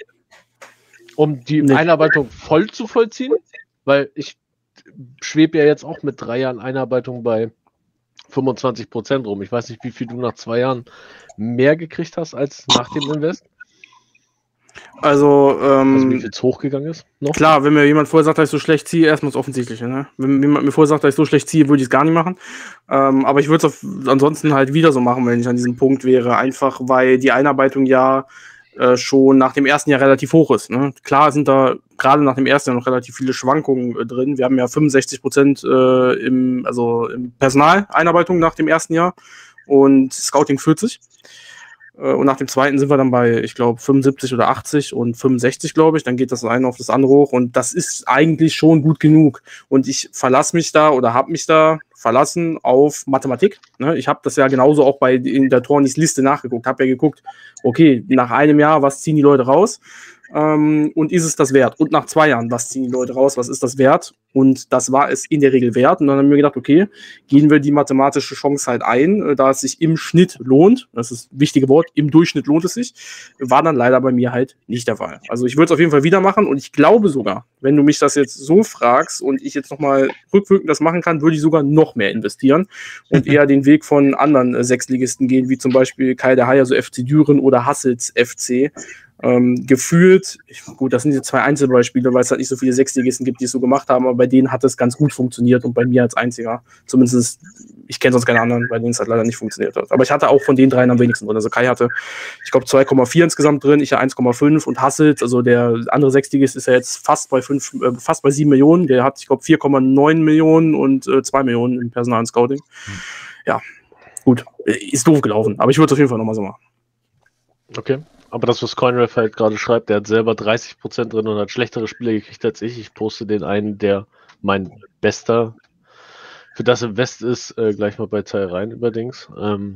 um die Nee. Einarbeitung voll zu vollziehen? Weil ich schwebe ja jetzt auch mit drei Jahren Einarbeitung bei fünfundzwanzig Prozent rum. Ich weiß nicht, wie viel du nach zwei Jahren mehr gekriegt hast als nach dem Invest. Also, ähm, Also wie viel es hochgegangen ist noch? klar, wenn mir jemand vorher sagt, dass ich so schlecht ziehe, erstmal das Offensichtliche. Ne? Wenn jemand mir vorher sagt, dass ich so schlecht ziehe, würde ich es gar nicht machen. Ähm, aber ich würde es ansonsten halt wieder so machen, wenn ich an diesem Punkt wäre. Einfach, weil die Einarbeitung ja äh, schon nach dem ersten Jahr relativ hoch ist. Ne? Klar sind da gerade nach dem ersten Jahr noch relativ viele Schwankungen äh, drin. Wir haben ja fünfundsechzig Prozent äh, im, also im Personal-Einarbeitung nach dem ersten Jahr und Scouting vierzig. Und nach dem zweiten sind wir dann bei, ich glaube, fünfundsiebzig oder achtzig und fünfundsechzig, glaube ich. Dann geht das eine auf das andere hoch. Und das ist eigentlich schon gut genug. Und ich verlasse mich da oder habe mich da verlassen auf Mathematik. Ne? Ich habe das ja genauso auch bei in der Tornis Liste nachgeguckt. Habe ja geguckt, okay, nach einem Jahr, was ziehen die Leute raus? Ähm, und ist es das wert? Und nach zwei Jahren, was ziehen die Leute raus? Was ist das wert? Und das war es in der Regel wert. Und dann haben wir gedacht, okay, gehen wir die mathematische Chance halt ein, äh, da es sich im Schnitt lohnt. Das ist das wichtige Wort. Im Durchschnitt lohnt es sich. War dann leider bei mir halt nicht der Fall. Also ich würde es auf jeden Fall wieder machen. Und ich glaube sogar, wenn du mich das jetzt so fragst und ich jetzt nochmal rückwirkend das machen kann, würde ich sogar noch mehr investieren und eher den Weg von anderen äh, Sechsligisten gehen, wie zum Beispiel Kai der Hai, also F C Düren oder Hassels F C. Ähm, gefühlt, ich, gut, das sind jetzt zwei Einzelbeispiele, weil es halt nicht so viele Sechsligisten gibt, die es so gemacht haben, aber bei denen hat es ganz gut funktioniert und bei mir als einziger. Zumindest, ich kenne sonst keine anderen, bei denen es halt leider nicht funktioniert hat. Aber ich hatte auch von den dreien am wenigsten drin. Also Kai hatte, ich glaube, zwei Komma vier insgesamt drin, ich ja eins Komma fünf und Hassels, also der andere Sechsligist ist ja jetzt fast bei fünf, äh, fast bei sieben Millionen. Der hat, ich glaube, vier Komma neun Millionen und äh, zwei Millionen im Personal und Scouting. Hm. Ja, gut, ist doof gelaufen, aber ich würde es auf jeden Fall nochmal so machen. Okay. Aber das, was CoinRef halt gerade schreibt, der hat selber dreißig Prozent drin und hat schlechtere Spiele gekriegt als ich. Ich poste den einen, der mein bester für das Invest ist, äh, gleich mal bei Teil rein übrigens. Ähm,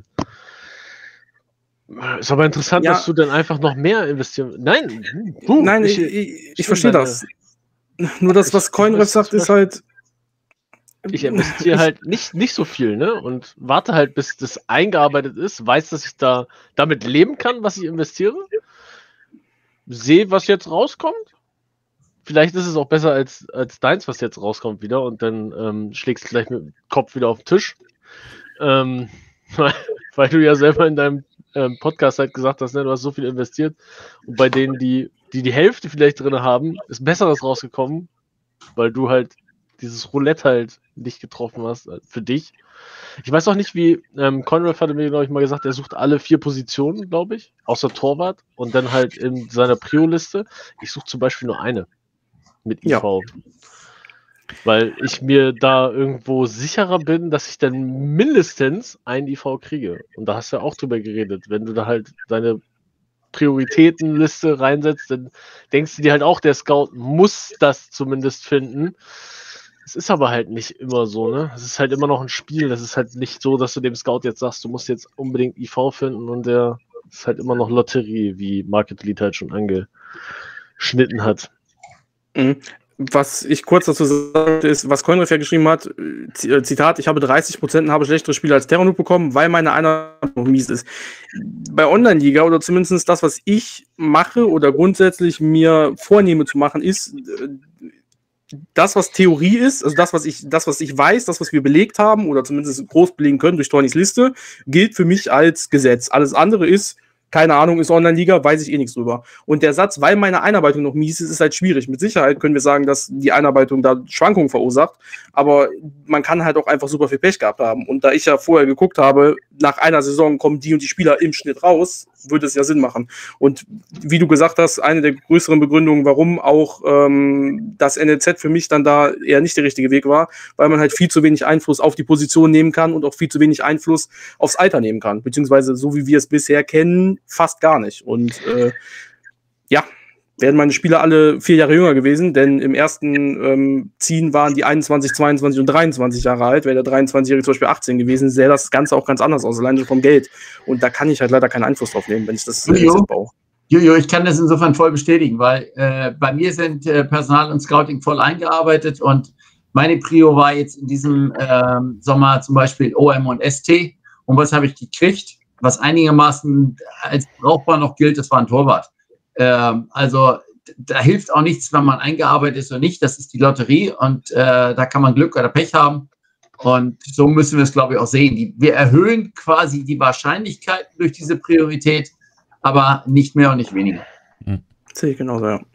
ist aber interessant, ja. dass du dann einfach noch mehr investieren. Nein, du, Nein, ich, ich, ich, ich verstehe das. Nur das, was CoinRef sagt, ist halt. Ich investiere halt nicht, nicht so viel, ne? Und warte halt, bis das eingearbeitet ist, weiß, dass ich da damit leben kann, was ich investiere. sehe, was jetzt rauskommt. Vielleicht ist es auch besser als, als deins, was jetzt rauskommt wieder und dann ähm, schlägst du gleich mit dem Kopf wieder auf den Tisch. Ähm, weil, weil du ja selber in deinem ähm, Podcast halt gesagt hast, ne, du hast so viel investiert und bei denen, die die, die Hälfte vielleicht drin haben, ist Besseres rausgekommen, weil du halt dieses Roulette halt nicht getroffen hast äh, für dich. Ich weiß auch nicht, wie ähm, Conrad hatte mir, glaube ich, mal gesagt, er sucht alle vier Positionen, glaube ich, außer Torwart und dann halt in seiner Prio-Liste. Ich suche zum Beispiel nur eine. Mit I V. Ja. Weil ich mir da irgendwo sicherer bin, dass ich dann mindestens ein I V kriege. Und da hast du ja auch drüber geredet. Wenn du da halt deine Prioritätenliste reinsetzt, dann denkst du dir halt auch, der Scout muss das zumindest finden. Es ist aber halt nicht immer so, ne? Es ist halt immer noch ein Spiel. Das ist halt nicht so, dass du dem Scout jetzt sagst, du musst jetzt unbedingt I V finden und der ist halt immer noch Lotterie, wie Market Lead halt schon angeschnitten hat. Was ich kurz dazu sagte, ist, was Coinref ja geschrieben hat, Zitat, ich habe dreißig Prozent und habe schlechtere Spiele als Terranoob bekommen, weil meine Einarbeitung noch mies ist. Bei Online-Liga oder zumindest das, was ich mache oder grundsätzlich mir vornehme zu machen, ist das, was Theorie ist, also das, was ich, das, was ich weiß, das, was wir belegt haben oder zumindest groß belegen können durch Tonys Liste, gilt für mich als Gesetz. Alles andere ist, keine Ahnung, ist Online-Liga, weiß ich eh nichts drüber. Und der Satz, weil meine Einarbeitung noch mies ist, ist halt schwierig. Mit Sicherheit können wir sagen, dass die Einarbeitung da Schwankungen verursacht, aber man kann halt auch einfach super viel Pech gehabt haben. Und da ich ja vorher geguckt habe, nach einer Saison kommen die und die Spieler im Schnitt raus, würde es ja Sinn machen. Und wie du gesagt hast, eine der größeren Begründungen, warum auch ähm, das N L Z für mich dann da eher nicht der richtige Weg war, weil man halt viel zu wenig Einfluss auf die Position nehmen kann und auch viel zu wenig Einfluss aufs Alter nehmen kann. Beziehungsweise, so wie wir es bisher kennen, fast gar nicht. Und äh, ja, wären meine Spieler alle vier Jahre jünger gewesen, denn im ersten ähm, Ziehen waren die einundzwanzig, zweiundzwanzig und dreiundzwanzig Jahre alt. Wäre der dreiundzwanzigjährige zum Beispiel achtzehn gewesen, sähe das Ganze auch ganz anders aus, allein schon vom Geld. Und da kann ich halt leider keinen Einfluss drauf nehmen, wenn ich das äh, baue. Jojo, ich kann das insofern voll bestätigen, weil äh, bei mir sind äh, Personal und Scouting voll eingearbeitet und meine Prio war jetzt in diesem äh, Sommer zum Beispiel O M und S T. Und was habe ich gekriegt? Was einigermaßen als brauchbar noch gilt, das war ein Torwart. Ähm, also da hilft auch nichts, wenn man eingearbeitet ist oder nicht. Das ist die Lotterie und äh, da kann man Glück oder Pech haben. Und so müssen wir es, glaube ich, auch sehen. Die, wir erhöhen quasi die Wahrscheinlichkeiten durch diese Priorität, aber nicht mehr und nicht weniger. Hm. Sehe ich genauso, ja.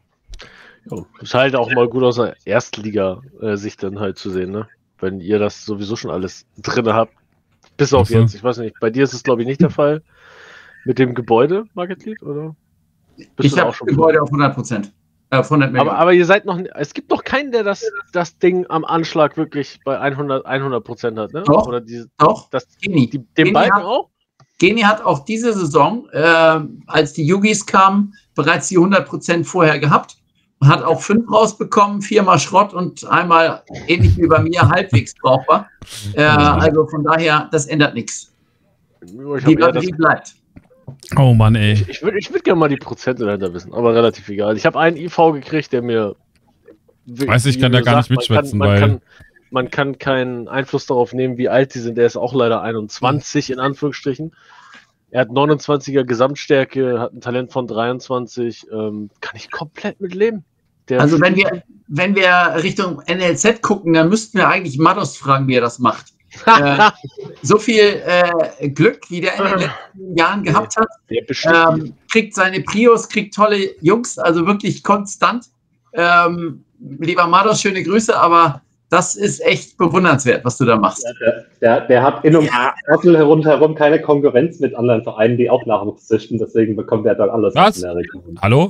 Ja, ist halt auch mal gut aus der Erstliga-Sicht dann halt zu sehen, ne? Wenn ihr das sowieso schon alles drin habt. Bis auf jetzt, ich weiß nicht, bei dir ist es, glaube ich, nicht der Fall. Mit dem Gebäude, Market Lead, oder? Bist ich habe Gebäude auf hundert Prozent. Äh, auf hundert aber, aber ihr seid noch, es gibt noch keinen, der das, das Ding am Anschlag wirklich bei hundert Prozent hat, ne? Doch, oder diese, doch. Das, Geni. Die, den Balken auch? Geni hat auch diese Saison, äh, als die Yugis kamen, bereits die hundert Prozent vorher gehabt. Und hat auch fünf rausbekommen, viermal Schrott und einmal, ähnlich wie bei mir, halbwegs brauchbar. Äh, also von daher, das ändert nichts. Die Batterie bleibt. Oh Mann, ey. Ich, ich würde ich würd gerne mal die Prozente dahinter wissen, aber relativ egal. Ich habe einen I V gekriegt, der mir... Weiß ich, kann da gar nicht mitschwätzen, man weil... Kann, man kann keinen Einfluss darauf nehmen, wie alt die sind. Der ist auch leider einundzwanzig, in Anführungsstrichen. Er hat neunundzwanziger Gesamtstärke, hat ein Talent von dreiundzwanzig. Ähm, kann ich komplett mit leben. Der also wenn wir, wenn wir Richtung N L Z gucken, dann müssten wir eigentlich Mados fragen, wie er das macht. äh, so viel äh, Glück, wie der in den letzten Jahren gehabt hat. Ähm, kriegt seine Prios, kriegt tolle Jungs, also wirklich konstant. Ähm, lieber Mados, schöne Grüße, aber das ist echt bewundernswert, was du da machst. Ja, der, der, der hat in um Kassel rundherum keine Konkurrenz mit anderen Vereinen, die auch Nachwuchs züchten, deswegen bekommt er dann alles. Was? Hallo?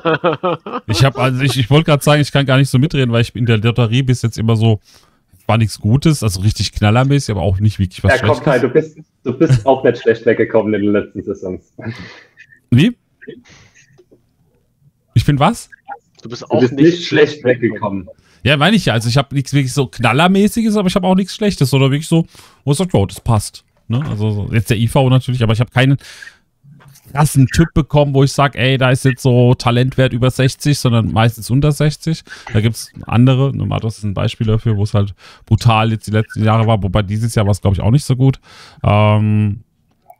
ich habe also ich, ich wollte gerade sagen, ich kann gar nicht so mitreden, weil ich in der Lotterie bis jetzt immer so, war nichts Gutes, also richtig knallermäßig, aber auch nicht wirklich was ja, Schlechtes. Komm, du bist, du bist auch nicht schlecht weggekommen in den letzten Saisons. Wie? Ich bin was? Du bist auch du bist nicht, nicht schlecht weggekommen. Ja, meine ich ja. Also ich habe nichts wirklich so knallermäßiges, aber ich habe auch nichts Schlechtes, sondern wirklich so, wo es sagt, wow, das passt. Ne? Also jetzt der I V natürlich, aber ich habe keinen krassen Typ bekommen, wo ich sage, ey, da ist jetzt so Talentwert über sechzig, sondern meistens unter sechzig. Da gibt es andere, das ist ein Beispiel dafür, wo es halt brutal jetzt die letzten Jahre war, wobei dieses Jahr war es, glaube ich, auch nicht so gut. Ähm,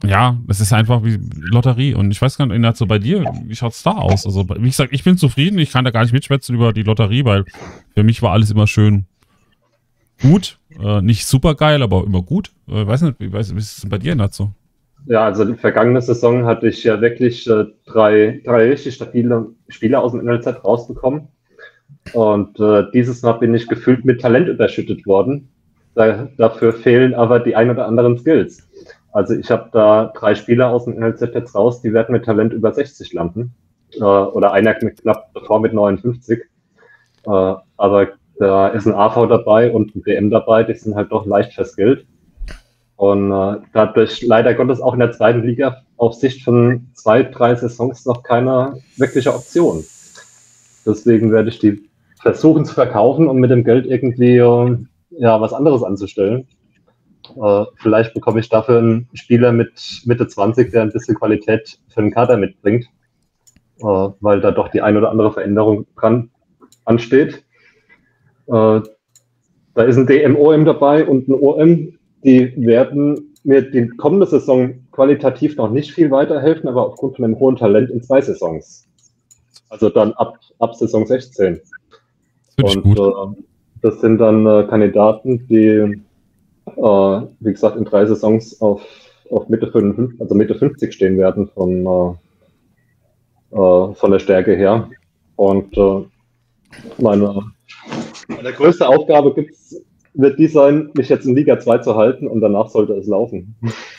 ja, es ist einfach wie Lotterie. Und ich weiß gar nicht, so bei dir, wie schaut es da aus? Also, wie gesagt, ich bin zufrieden. Ich kann da gar nicht mitschwätzen über die Lotterie, weil für mich war alles immer schön gut. Äh, nicht super geil, aber immer gut. Äh, weiß nicht, wie, weiß, wie ist es denn bei dir, Natzo? Ja, also die vergangene Saison hatte ich ja wirklich äh, drei, drei richtig stabile Spieler aus dem N L Z rausbekommen. Und äh, dieses Mal bin ich gefühlt mit Talent überschüttet worden. Da, dafür fehlen aber die ein oder anderen Skills. Also ich habe da drei Spieler aus dem N L Z jetzt raus, die werden mit Talent über sechzig landen. Äh, oder einer knapp davor mit neunundfünfzig. Äh, aber da ist ein A V dabei und ein D M dabei, die sind halt doch leicht verskillt. Und äh, dadurch leider Gottes auch in der zweiten Liga auf Sicht von zwei, drei Saisons noch keine wirkliche Option. Deswegen werde ich die versuchen zu verkaufen und mit dem Geld irgendwie äh, ja, was anderes anzustellen. Äh, vielleicht bekomme ich dafür einen Spieler mit Mitte zwanzig, der ein bisschen Qualität für den Kader mitbringt, äh, weil da doch die ein oder andere Veränderung dran ansteht. Äh, da ist ein D M O M dabei und ein O M, die werden mir die kommende Saison qualitativ noch nicht viel weiterhelfen, aber aufgrund von einem hohen Talent in zwei Saisons. Also dann ab, ab Saison sechzehn. Das und äh, das sind dann äh, Kandidaten, die Äh, wie gesagt, in drei Saisons auf, auf Mitte fünfundfünfzig, also Mitte fünfzig stehen werden von, äh, äh, von der Stärke her. Und äh, meine, meine größte Aufgabe gibt's, wird die sein, mich jetzt in Liga zwei zu halten und danach sollte es laufen.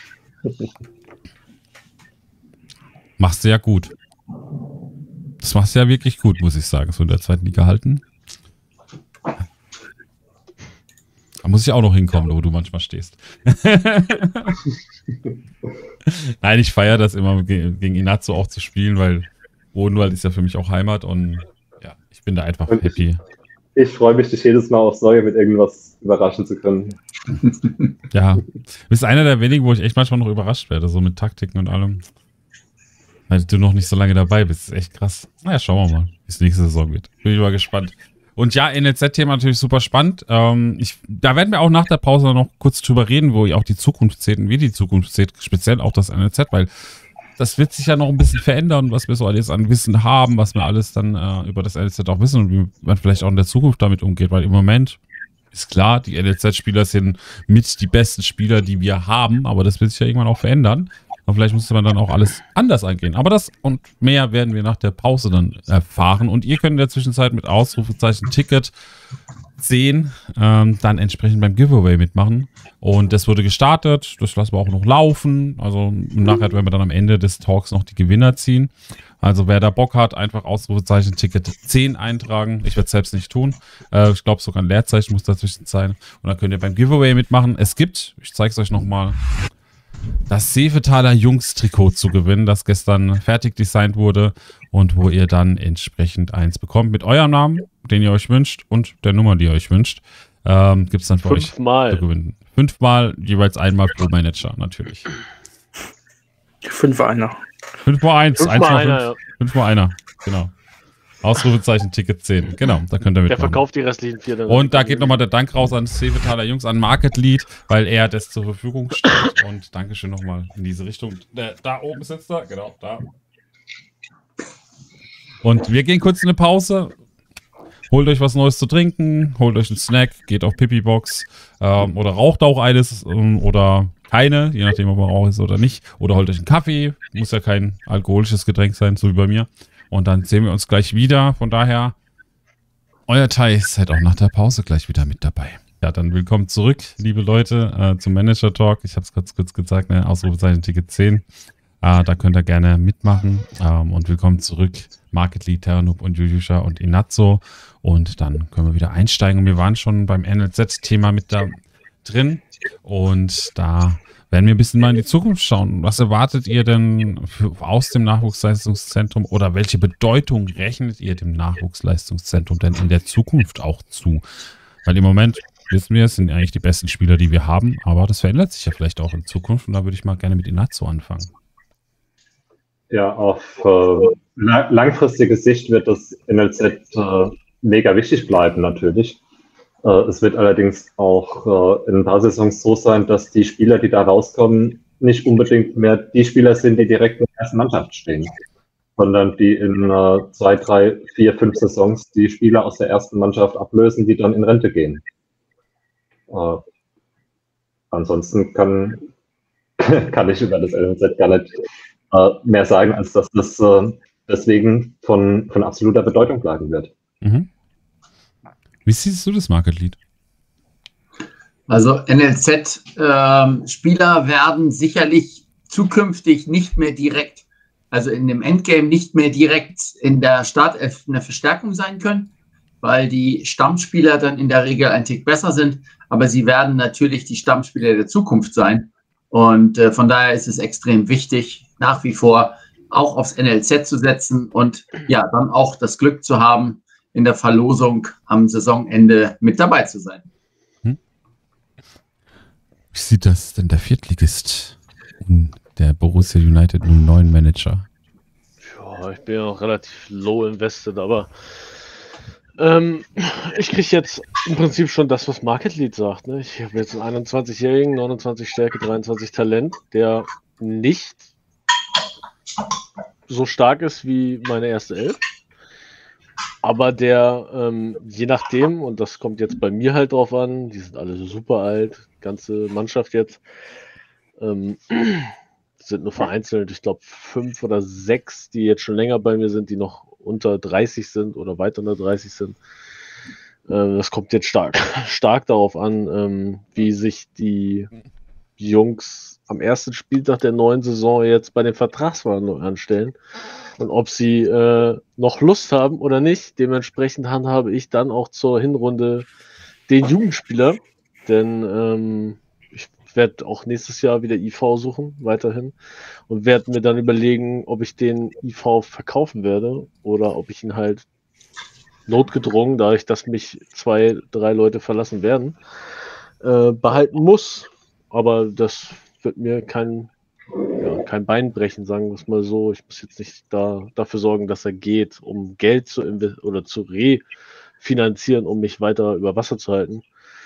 Machst du ja gut. Das machst du ja wirklich gut, muss ich sagen, so in der zweiten Liga halten. Da muss ich auch noch hinkommen, wo du manchmal stehst. Nein, ich feiere das immer, gegen Inazzo auch zu spielen, weil Odenwald ist ja für mich auch Heimat und ja, ich bin da einfach und happy. Ich, ich freue mich, dich jedes Mal aufs Neue mit irgendwas überraschen zu können. Ja, du bist einer der wenigen, wo ich echt manchmal noch überrascht werde, so mit Taktiken und allem. Weil du noch nicht so lange dabei bist, das ist echt krass. Naja, schauen wir mal, wie es nächste Saison wird. Bin ich mal gespannt. Und ja, N L Z-Thema natürlich super spannend. Ähm, ich, da werden wir auch nach der Pause noch kurz drüber reden, wo ihr auch die Zukunft seht und wie die Zukunft seht, speziell auch das N L Z, weil das wird sich ja noch ein bisschen verändern, was wir so alles an Wissen haben, was wir alles dann äh, über das N L Z auch wissen und wie man vielleicht auch in der Zukunft damit umgeht, weil im Moment ist klar, die N L Z-Spieler sind mit die besten Spieler, die wir haben, aber das wird sich ja irgendwann auch verändern. Und vielleicht müsste man dann auch alles anders angehen. Aber das und mehr werden wir nach der Pause dann erfahren. Und ihr könnt in der Zwischenzeit mit Ausrufezeichen Ticket zehn ähm, dann entsprechend beim Giveaway mitmachen. Und das wurde gestartet. Das lassen wir auch noch laufen. Also nachher werden wir dann am Ende des Talks noch die Gewinner ziehen. Also wer da Bock hat, einfach Ausrufezeichen Ticket zehn eintragen. Ich werde es selbst nicht tun. Äh, ich glaube sogar ein Leerzeichen muss dazwischen sein. Und dann könnt ihr beim Giveaway mitmachen. Es gibt, ich zeige es euch nochmal, das Seefetaler Jungs-Trikot zu gewinnen, das gestern fertig designt wurde und wo ihr dann entsprechend eins bekommt mit eurem Namen, den ihr euch wünscht und der Nummer, die ihr euch wünscht. Ähm, gibt es dann für Fünfmal. euch zu gewinnen. Fünfmal, jeweils einmal pro Manager, natürlich. Fünf einer. Fünf mal eins. Fünf eins mal mal einer, fünf. ja. Fünf mal einer, genau. Ausrufezeichen Ticket zehn. Genau, da könnt ihr mitmachen. Der verkauft die restlichen vier dann. Und da geht nochmal der Dank raus an Seefetaler Jungs, an Market Lead, weil er das zur Verfügung stellt. Und Dankeschön nochmal in diese Richtung. Der, da oben ist jetzt da, genau, da. Und wir gehen kurz in eine Pause. Holt euch was Neues zu trinken, holt euch einen Snack, geht auf Pipi-Box ähm, oder raucht auch eines ähm, oder keine, je nachdem, ob man raucht ist oder nicht. Oder holt euch einen Kaffee, muss ja kein alkoholisches Getränk sein, so wie bei mir. Und dann sehen wir uns gleich wieder. Von daher, euer Thai seid auch nach der Pause gleich wieder mit dabei. Ja, dann willkommen zurück, liebe Leute, äh, zum Manager Talk. Ich habe es kurz, kurz gesagt, ne, Ausrufezeichen Ticket zehn. Äh, da könnt ihr gerne mitmachen. Ähm, und willkommen zurück, Market Lead, Terranoob und Jujusha und Inazzo. Und dann können wir wieder einsteigen. Und wir waren schon beim N L Z-Thema mit da drin. Und da werden wir ein bisschen mal in die Zukunft schauen. Was erwartet ihr denn für, aus dem Nachwuchsleistungszentrum oder welche Bedeutung rechnet ihr dem Nachwuchsleistungszentrum denn in der Zukunft auch zu? Weil im Moment, wissen wir, es sind eigentlich die besten Spieler, die wir haben, aber das verändert sich ja vielleicht auch in Zukunft und da würde ich mal gerne mit Inazzo anfangen. Ja, auf äh, langfristige Sicht wird das N L Z äh, mega wichtig bleiben natürlich. Es wird allerdings auch äh, in ein paar Saisons so sein, dass die Spieler, die da rauskommen, nicht unbedingt mehr die Spieler sind, die direkt in der ersten Mannschaft stehen, sondern die in äh, zwei, drei, vier, fünf Saisons die Spieler aus der ersten Mannschaft ablösen, die dann in Rente gehen. Äh, ansonsten kann, kann ich über das L N Z gar nicht äh, mehr sagen, als dass das äh, deswegen von, von absoluter Bedeutung bleiben wird. Mhm. Wie siehst du das, Market Lead? Also N L Z-Spieler ähm, werden sicherlich zukünftig nicht mehr direkt, also in dem Endgame nicht mehr direkt in der Startelf eine Verstärkung sein können, weil die Stammspieler dann in der Regel ein Tick besser sind, aber sie werden natürlich die Stammspieler der Zukunft sein. Und äh, von daher ist es extrem wichtig, nach wie vor auch aufs N L Z zu setzen und ja, dann auch das Glück zu haben, in der Verlosung am Saisonende mit dabei zu sein. Hm? Wie sieht das denn der Viertligist und der Borussia United null neun Manager? Ja, ich bin ja noch relativ low invested, aber ähm, ich kriege jetzt im Prinzip schon das, was Market Lead sagt. Ne? Ich habe jetzt einen einundzwanzigjährigen, neunundzwanzig Stärke, dreiundzwanzig Talent, der nicht so stark ist wie meine erste Elf. Aber der, ähm, je nachdem, und das kommt jetzt bei mir halt drauf an, die sind alle so super alt, ganze Mannschaft jetzt, ähm, sind nur vereinzelt, ich glaube fünf oder sechs, die jetzt schon länger bei mir sind, die noch unter dreißig sind oder weit unter dreißig sind. Ähm, das kommt jetzt stark, stark darauf an, ähm, wie sich die Jungs am ersten Spieltag der neuen Saison jetzt bei den Vertragsverhandlungen anstellen. Und ob sie äh, noch Lust haben oder nicht, dementsprechend handhabe ich dann auch zur Hinrunde den Jugendspieler, denn ähm, ich werde auch nächstes Jahr wieder I V suchen, weiterhin, und werde mir dann überlegen, ob ich den I V verkaufen werde oder ob ich ihn halt notgedrungen, dadurch, dass mich zwei, drei Leute verlassen werden, äh, behalten muss. Aber das wird mir kein Ja, kein Bein brechen, sagen wir es mal so. Ich muss jetzt nicht da, dafür sorgen, dass er geht, um Geld zu inve- oder zu refinanzieren, um mich weiter über Wasser zu halten.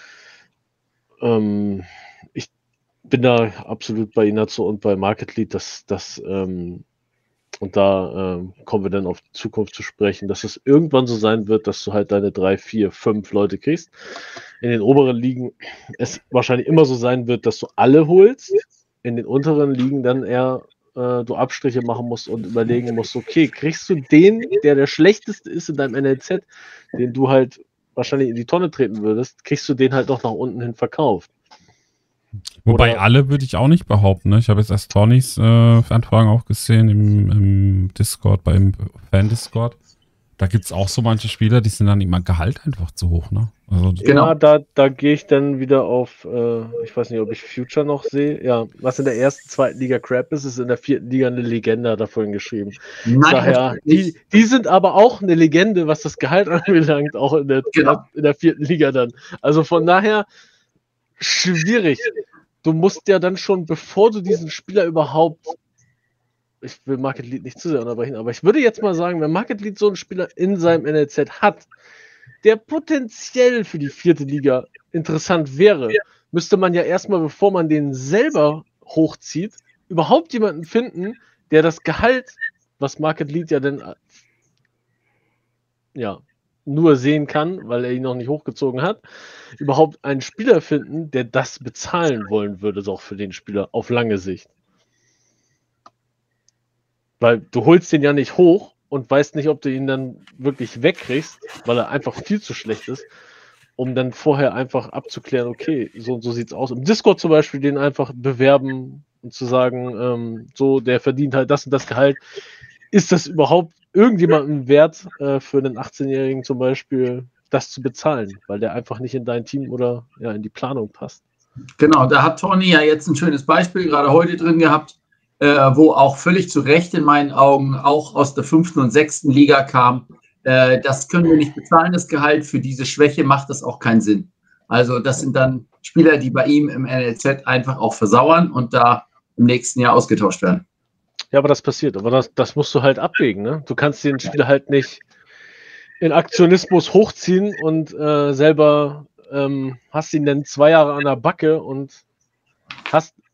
Ähm, ich bin da absolut bei Inazo und bei Market Lead, dass das ähm, und da ähm, kommen wir dann auf die Zukunft zu sprechen, dass es irgendwann so sein wird, dass du halt deine drei, vier, fünf Leute kriegst. In den oberen Ligen es wahrscheinlich immer so sein wird, dass du alle holst. In den unteren Ligen dann eher äh, du Abstriche machen musst und überlegen musst, okay, kriegst du den, der der schlechteste ist in deinem N L Z, den du halt wahrscheinlich in die Tonne treten würdest, kriegst du den halt noch nach unten hin verkauft. Wobei Oder alle würde ich auch nicht behaupten. Ne? Ich habe jetzt erst Tonys äh, Anfragen auch gesehen im, im Discord, beim Fan-Discord. Da gibt es auch so manche Spieler, die sind dann immer Gehalt einfach zu hoch. Ne? Also, Genau. Ja, da, da gehe ich dann wieder auf, äh, ich weiß nicht, ob ich Future noch sehe. Ja, was in der ersten, zweiten Liga Crap ist, ist in der vierten Liga eine Legende, hat er vorhin geschrieben. Nein, Daher, nicht. die, die sind aber auch eine Legende, was das Gehalt anbelangt, auch in der, Genau. in der vierten Liga dann. Also von daher schwierig. Du musst ja dann schon, bevor du diesen Spieler überhaupt, ich will Market Lead nicht zu sehr unterbrechen, aber ich würde jetzt mal sagen, wenn Market Lead so einen Spieler in seinem N L Z hat, der potenziell für die vierte Liga interessant wäre, müsste man ja erstmal, bevor man den selber hochzieht, überhaupt jemanden finden, der das Gehalt, was Market Lead ja dann ja nur sehen kann, weil er ihn noch nicht hochgezogen hat, überhaupt einen Spieler finden, der das bezahlen wollen würde, auch für den Spieler auf lange Sicht. Weil du holst den ja nicht hoch und weißt nicht, ob du ihn dann wirklich wegkriegst, weil er einfach viel zu schlecht ist, um dann vorher einfach abzuklären, okay, so und so sieht's aus. Im Discord zum Beispiel den einfach bewerben und zu sagen, ähm, so, der verdient halt das und das Gehalt. Ist das überhaupt irgendjemandem wert, äh, für einen achtzehnjährigen zum Beispiel das zu bezahlen, weil der einfach nicht in dein Team oder ja in die Planung passt? Genau, da hat Tony ja jetzt ein schönes Beispiel gerade heute drin gehabt, äh, wo auch völlig zu Recht in meinen Augen auch aus der fünften und sechsten Liga kam. Äh, das können wir nicht bezahlen, das Gehalt. Für diese Schwäche macht das auch keinen Sinn. Also das sind dann Spieler, die bei ihm im N L Z einfach auch versauern und da im nächsten Jahr ausgetauscht werden. Ja, aber das passiert. Aber das, das musst du halt abwägen. Ne? Du kannst den Spieler halt nicht in Aktionismus hochziehen und äh, selber ähm, hast ihn dann zwei Jahre an der Backe und hast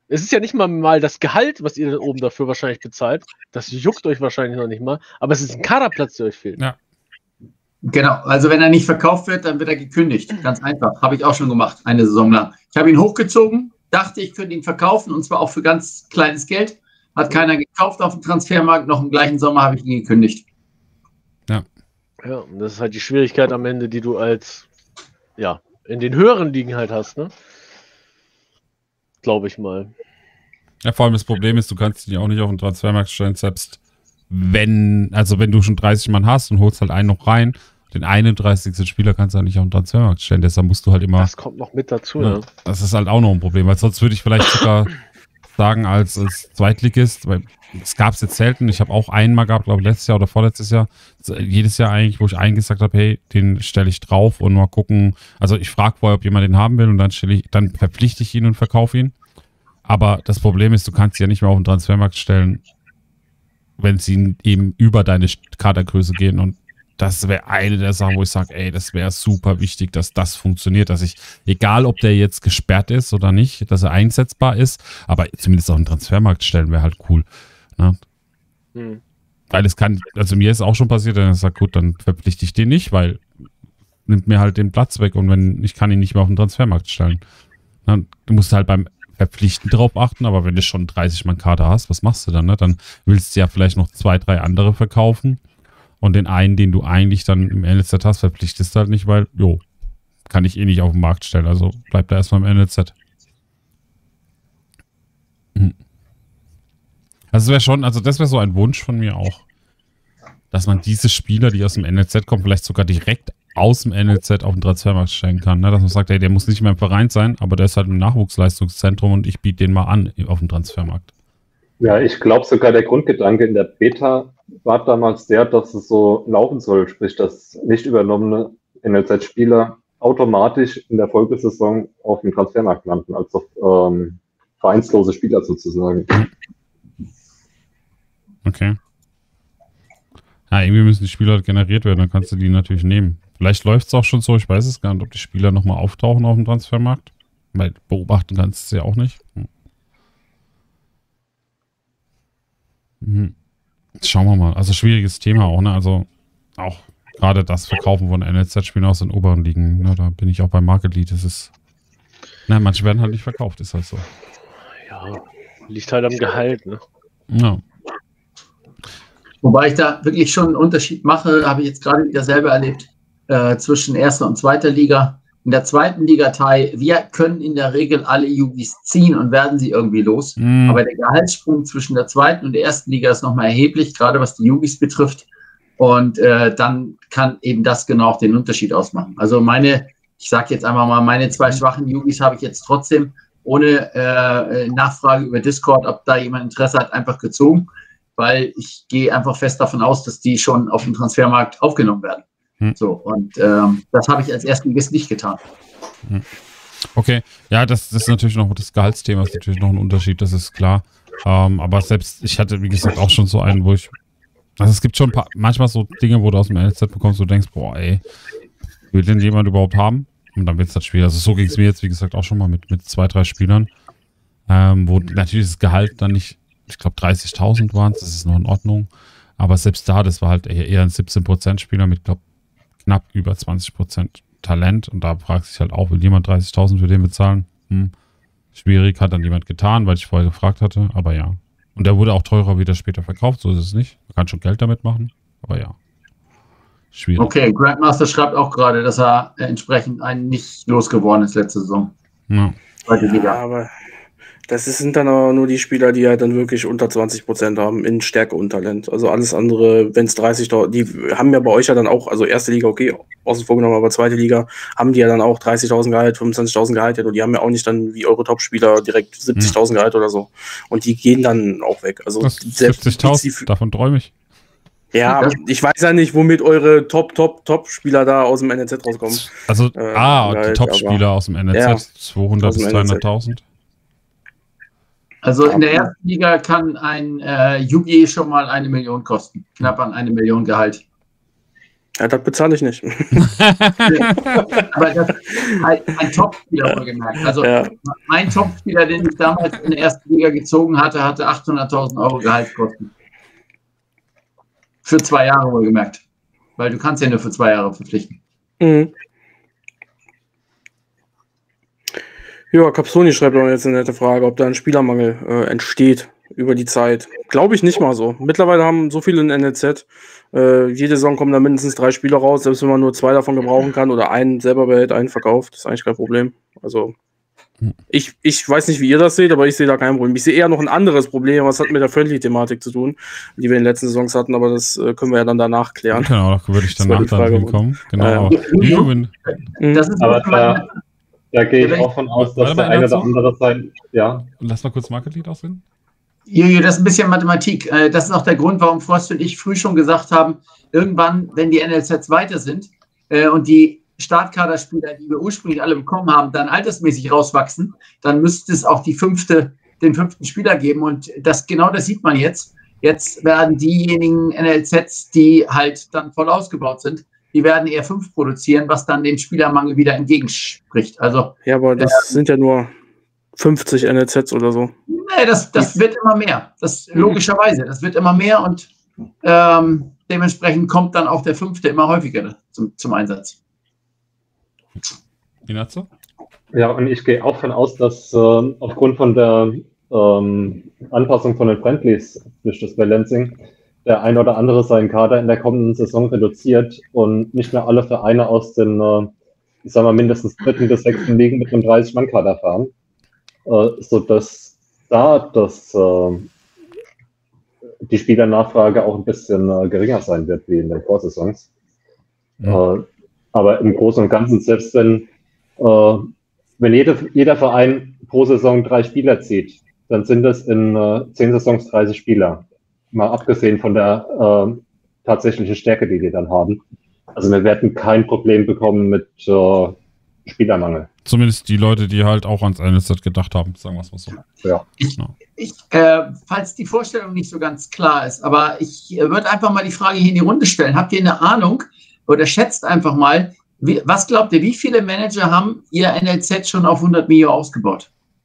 Es ist ja nicht mal, mal das Gehalt, was ihr da oben dafür wahrscheinlich bezahlt. Das juckt euch wahrscheinlich noch nicht mal. Aber es ist ein Kaderplatz, der euch fehlt. Ja. Genau, also wenn er nicht verkauft wird, dann wird er gekündigt. Ganz einfach. Habe ich auch schon gemacht, eine Saison lang. Ich habe ihn hochgezogen, dachte, ich könnte ihn verkaufen und zwar auch für ganz kleines Geld. Hat keiner gekauft auf dem Transfermarkt. Noch im gleichen Sommer habe ich ihn gekündigt. Ja. Ja, und das ist halt die Schwierigkeit am Ende, die du als, ja, in den höheren Ligen halt hast, ne? Glaube ich mal. Ja, vor allem das Problem ist, du kannst ihn ja auch nicht auf den Transfermarkt stellen, selbst wenn, also wenn du schon dreißig Mann hast und holst halt einen noch rein, den einunddreißigsten Spieler kannst du halt nicht auf den Transfermarkt stellen, deshalb musst du halt immer... Das kommt noch mit dazu, ja. Ne? Das ist halt auch noch ein Problem, weil sonst würde ich vielleicht sogar sagen, als, als Zweitligist, weil es gab es jetzt selten, ich habe auch einen mal gehabt, glaube ich, letztes Jahr oder vorletztes Jahr, jedes Jahr eigentlich, wo ich einen gesagt habe, hey, den stelle ich drauf und mal gucken, also ich frage vorher, ob jemand den haben will und dann stelle ich, dann verpflichte ich ihn und verkaufe ihn. Aber das Problem ist, du kannst sie ja nicht mehr auf den Transfermarkt stellen, wenn sie eben über deine Kadergröße gehen. Und das wäre eine der Sachen, wo ich sage, ey, das wäre super wichtig, dass das funktioniert, dass ich, egal ob der jetzt gesperrt ist oder nicht, dass er einsetzbar ist, aber zumindest auf den Transfermarkt stellen wäre halt cool. Ne? Hm. Weil es kann, also mir ist auch schon passiert, dann sagt, gut, dann verpflichte ich den nicht, weil nimmt mir halt den Platz weg und wenn ich kann ihn nicht mehr auf den Transfermarkt stellen. Ne? Du musst halt beim Verpflichten drauf achten, aber wenn du schon dreißig Mann Kader hast, was machst du dann? Ne? Dann willst du ja vielleicht noch zwei, drei andere verkaufen und den einen, den du eigentlich dann im N L Z hast, verpflichtest du halt nicht, weil, jo, kann ich eh nicht auf den Markt stellen, also bleibt er erstmal im N L Z. Hm. Also das wäre schon, also das wäre so ein Wunsch von mir auch, dass man diese Spieler, die aus dem N L Z kommen, vielleicht sogar direkt aus dem N L Z auf den Transfermarkt stellen kann. Ne? Dass man sagt, hey, der muss nicht mehr im Verein sein, aber der ist halt im Nachwuchsleistungszentrum und ich biete den mal an auf dem Transfermarkt. Ja, ich glaube sogar der Grundgedanke in der Beta war damals der, dass es so laufen soll, sprich, dass nicht übernommene N L Z-Spieler automatisch in der Folgesaison auf dem Transfermarkt landen, als ähm, vereinslose Spieler sozusagen. Okay. Ja, irgendwie müssen die Spieler halt generiert werden, dann kannst du die natürlich nehmen. Vielleicht läuft es auch schon so, ich weiß es gar nicht, ob die Spieler nochmal auftauchen auf dem Transfermarkt. Weil beobachten kannst du ja auch nicht. Mhm. Schauen wir mal. Also schwieriges Thema auch, ne? Also auch gerade das Verkaufen von N L Z-Spielen aus den oberen Ligen. Ne? Da bin ich auch bei Market Lead. Das ist. Na, manche werden halt nicht verkauft, ist halt so. Ja, liegt halt am Gehalt, ne? Ja. Wobei ich da wirklich schon einen Unterschied mache, habe ich jetzt gerade wieder selber erlebt, äh, zwischen erster und zweiter Liga. In der zweiten Liga, Tai, wir können in der Regel alle Jugis ziehen und werden sie irgendwie los. Mm. Aber der Gehaltssprung zwischen der zweiten und der ersten Liga ist nochmal erheblich, gerade was die Jugis betrifft. Und äh, dann kann eben das genau auch den Unterschied ausmachen. Also meine, ich sage jetzt einfach mal, meine zwei schwachen Jugis habe ich jetzt trotzdem ohne äh, Nachfrage über Discord, ob da jemand Interesse hat, einfach gezogen. Weil ich gehe einfach fest davon aus, dass die schon auf dem Transfermarkt aufgenommen werden. Hm. So, und ähm, das habe ich als Erstligist nicht getan. Hm. Okay, ja, das, das ist natürlich noch das Gehaltsthema, ist natürlich noch ein Unterschied, das ist klar. Ähm, aber selbst, ich hatte, wie gesagt, auch schon so einen, wo ich, also es gibt schon ein paar, manchmal so Dinge, wo du aus dem N L Z bekommst, wo du denkst, boah, ey, will denn jemand überhaupt haben? Und dann wird es halt schwierig. Also so ging es mir jetzt, wie gesagt, auch schon mal mit, mit zwei, drei Spielern, ähm, wo natürlich das Gehalt dann nicht, ich glaube dreißigtausend waren es, das ist noch in Ordnung. Aber selbst da, das war halt eher ein siebzehn Prozent Spieler mit, glaube knapp über zwanzig Prozent Talent. Und da fragt sich halt auch, will jemand dreißigtausend für den bezahlen? Hm. Schwierig, hat dann jemand getan, weil ich vorher gefragt hatte. Aber ja. Und der wurde auch teurer wieder später verkauft, so ist es nicht. Man kann schon Geld damit machen, aber ja. Schwierig. Okay, Grandmaster schreibt auch gerade, dass er äh, entsprechend einen nicht losgeworden ist letzte Saison. Ja. Ja, aber das sind dann auch nur die Spieler, die halt dann wirklich unter zwanzig Prozent haben in Stärke und Talent. Also alles andere, wenn es dreißigtausend, die haben ja bei euch ja dann auch, also erste Liga, okay, außen vor genommen, aber zweite Liga, haben die ja dann auch dreißigtausend Gehalt, fünfundzwanzigtausend Gehalt, und die haben ja auch nicht dann wie eure Top-Spieler direkt siebzigtausend Gehalt oder so. Und die gehen dann auch weg. Also siebzigtausend, davon träume ich. Ja, ich weiß ja nicht, womit eure Top, Top, Top-Spieler da aus dem N L Z rauskommen. Also, äh, ah, halt, die Top-Spieler aus dem N L Z, ja, zweihundert bis dreihunderttausend. Also in der ersten Liga kann ein äh, Yugi schon mal eine Million kosten. Knapp an eine Million Gehalt. Ja, das bezahle ich nicht. Aber das ein, ein Top-Spieler wohlgemerkt. Also Ja. mein Top-Spieler, den ich damals in der ersten Liga gezogen hatte, hatte achthunderttausend Euro Gehaltskosten. Für zwei Jahre wohlgemerkt. Weil du kannst ja nur für zwei Jahre verpflichten. Mhm. Ja, Capsoni schreibt auch jetzt eine nette Frage, ob da ein Spielermangel äh, entsteht über die Zeit. Glaube ich nicht mal so. Mittlerweile haben so viele in N L Z. Äh, jede Saison kommen da mindestens drei Spieler raus, selbst wenn man nur zwei davon gebrauchen kann oder einen selber behält, einen verkauft. Das ist eigentlich kein Problem. Also ich, ich weiß nicht, wie ihr das seht, aber ich sehe da kein Problem. Ich sehe eher noch ein anderes Problem, was hat mit der Friendly-Thematik zu tun, die wir in den letzten Saisons hatten, aber das äh, können wir ja dann danach klären. Genau, da würde ich Das war danach die Frage, dann hinkommen. Genau. Ja. Juju, wenn- Mhm. Das ist Aber meine- da, da gehe ich auch von aus, dass Warte der mal, eine oder dazu. andere sein, ja, Lass mal kurz Market Lead aussehen. Jojo, das ist ein bisschen Mathematik. Äh, Das ist auch der Grund, warum Frost und ich früh schon gesagt haben, irgendwann, wenn die N L Zs weiter sind äh, und die Startkaderspieler, die wir ursprünglich alle bekommen haben, dann altersmäßig rauswachsen, dann müsste es auch die fünfte, den fünften Spieler geben. Und das, genau das sieht man jetzt. Jetzt werden diejenigen N L Zs, die halt dann voll ausgebaut sind, die werden eher fünf produzieren, was dann dem Spielermangel wieder entgegenspricht. Also, Ja, aber das sind ja nur fünfzig N L Zs oder so. nee, das, das wird immer mehr. Das logischerweise. Das wird immer mehr und ähm, dementsprechend kommt dann auch der fünfte immer häufiger zum, zum Einsatz. Inazzo? ja, und ich gehe auch von aus, dass ähm, aufgrund von der ähm, Anpassung von den Friendlies durch das Balancing der ein oder andere seinen Kader in der kommenden Saison reduziert und nicht mehr alle Vereine aus den, äh, ich sag mal, mindestens dritten bis sechsten Ligen mit einem dreißig-Mann-Kader fahren, äh, sodass da das, äh, die Spielernachfrage auch ein bisschen äh, geringer sein wird wie in den Vorsaisons. Ja. Äh, aber im Großen und Ganzen, selbst wenn, äh, wenn jede, jeder Verein pro Saison drei Spieler zieht, dann sind es in äh, zehn Saisons dreißig Spieler. Mal abgesehen von der äh, tatsächlichen Stärke, die die dann haben. Also wir werden kein Problem bekommen mit äh, Spielermangel. Zumindest die Leute, die halt auch ans N L Z gedacht haben, sagen wir es mal so. Ja. Ich, äh, falls die Vorstellung nicht so ganz klar ist, aber ich äh, würde einfach mal die Frage hier in die Runde stellen. Habt ihr eine Ahnung oder schätzt einfach mal, wie, was glaubt ihr, wie viele Manager haben ihr N L Z schon auf hundert Millionen ausgebaut?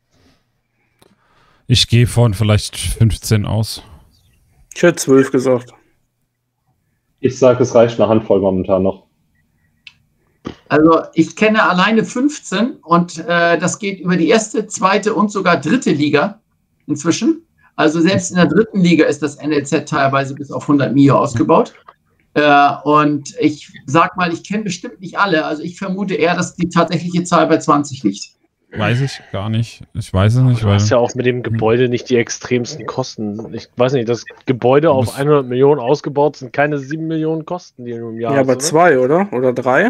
Ich gehe von vielleicht fünfzehn aus. Ich hätte zwölf gesagt. Ich sage, es reicht eine Handvoll momentan noch. Also ich kenne alleine fünfzehn und äh, das geht über die erste, zweite und sogar dritte Liga inzwischen. Also selbst in der dritten Liga ist das N L Z teilweise bis auf hundert Millionen ausgebaut. Äh, und ich sag mal, ich kenne bestimmt nicht alle. Also ich vermute eher, dass die tatsächliche Zahl bei zwanzig liegt. Weiß ich gar nicht. Ich weiß es nicht, Du weil. hast ja auch mit dem Gebäude nicht die extremsten Kosten. Ich weiß nicht, das Gebäude auf hundert Millionen ausgebaut sind keine sieben Millionen Kosten, die du im Jahr Ja, hast, aber oder? zwei, oder? Oder drei?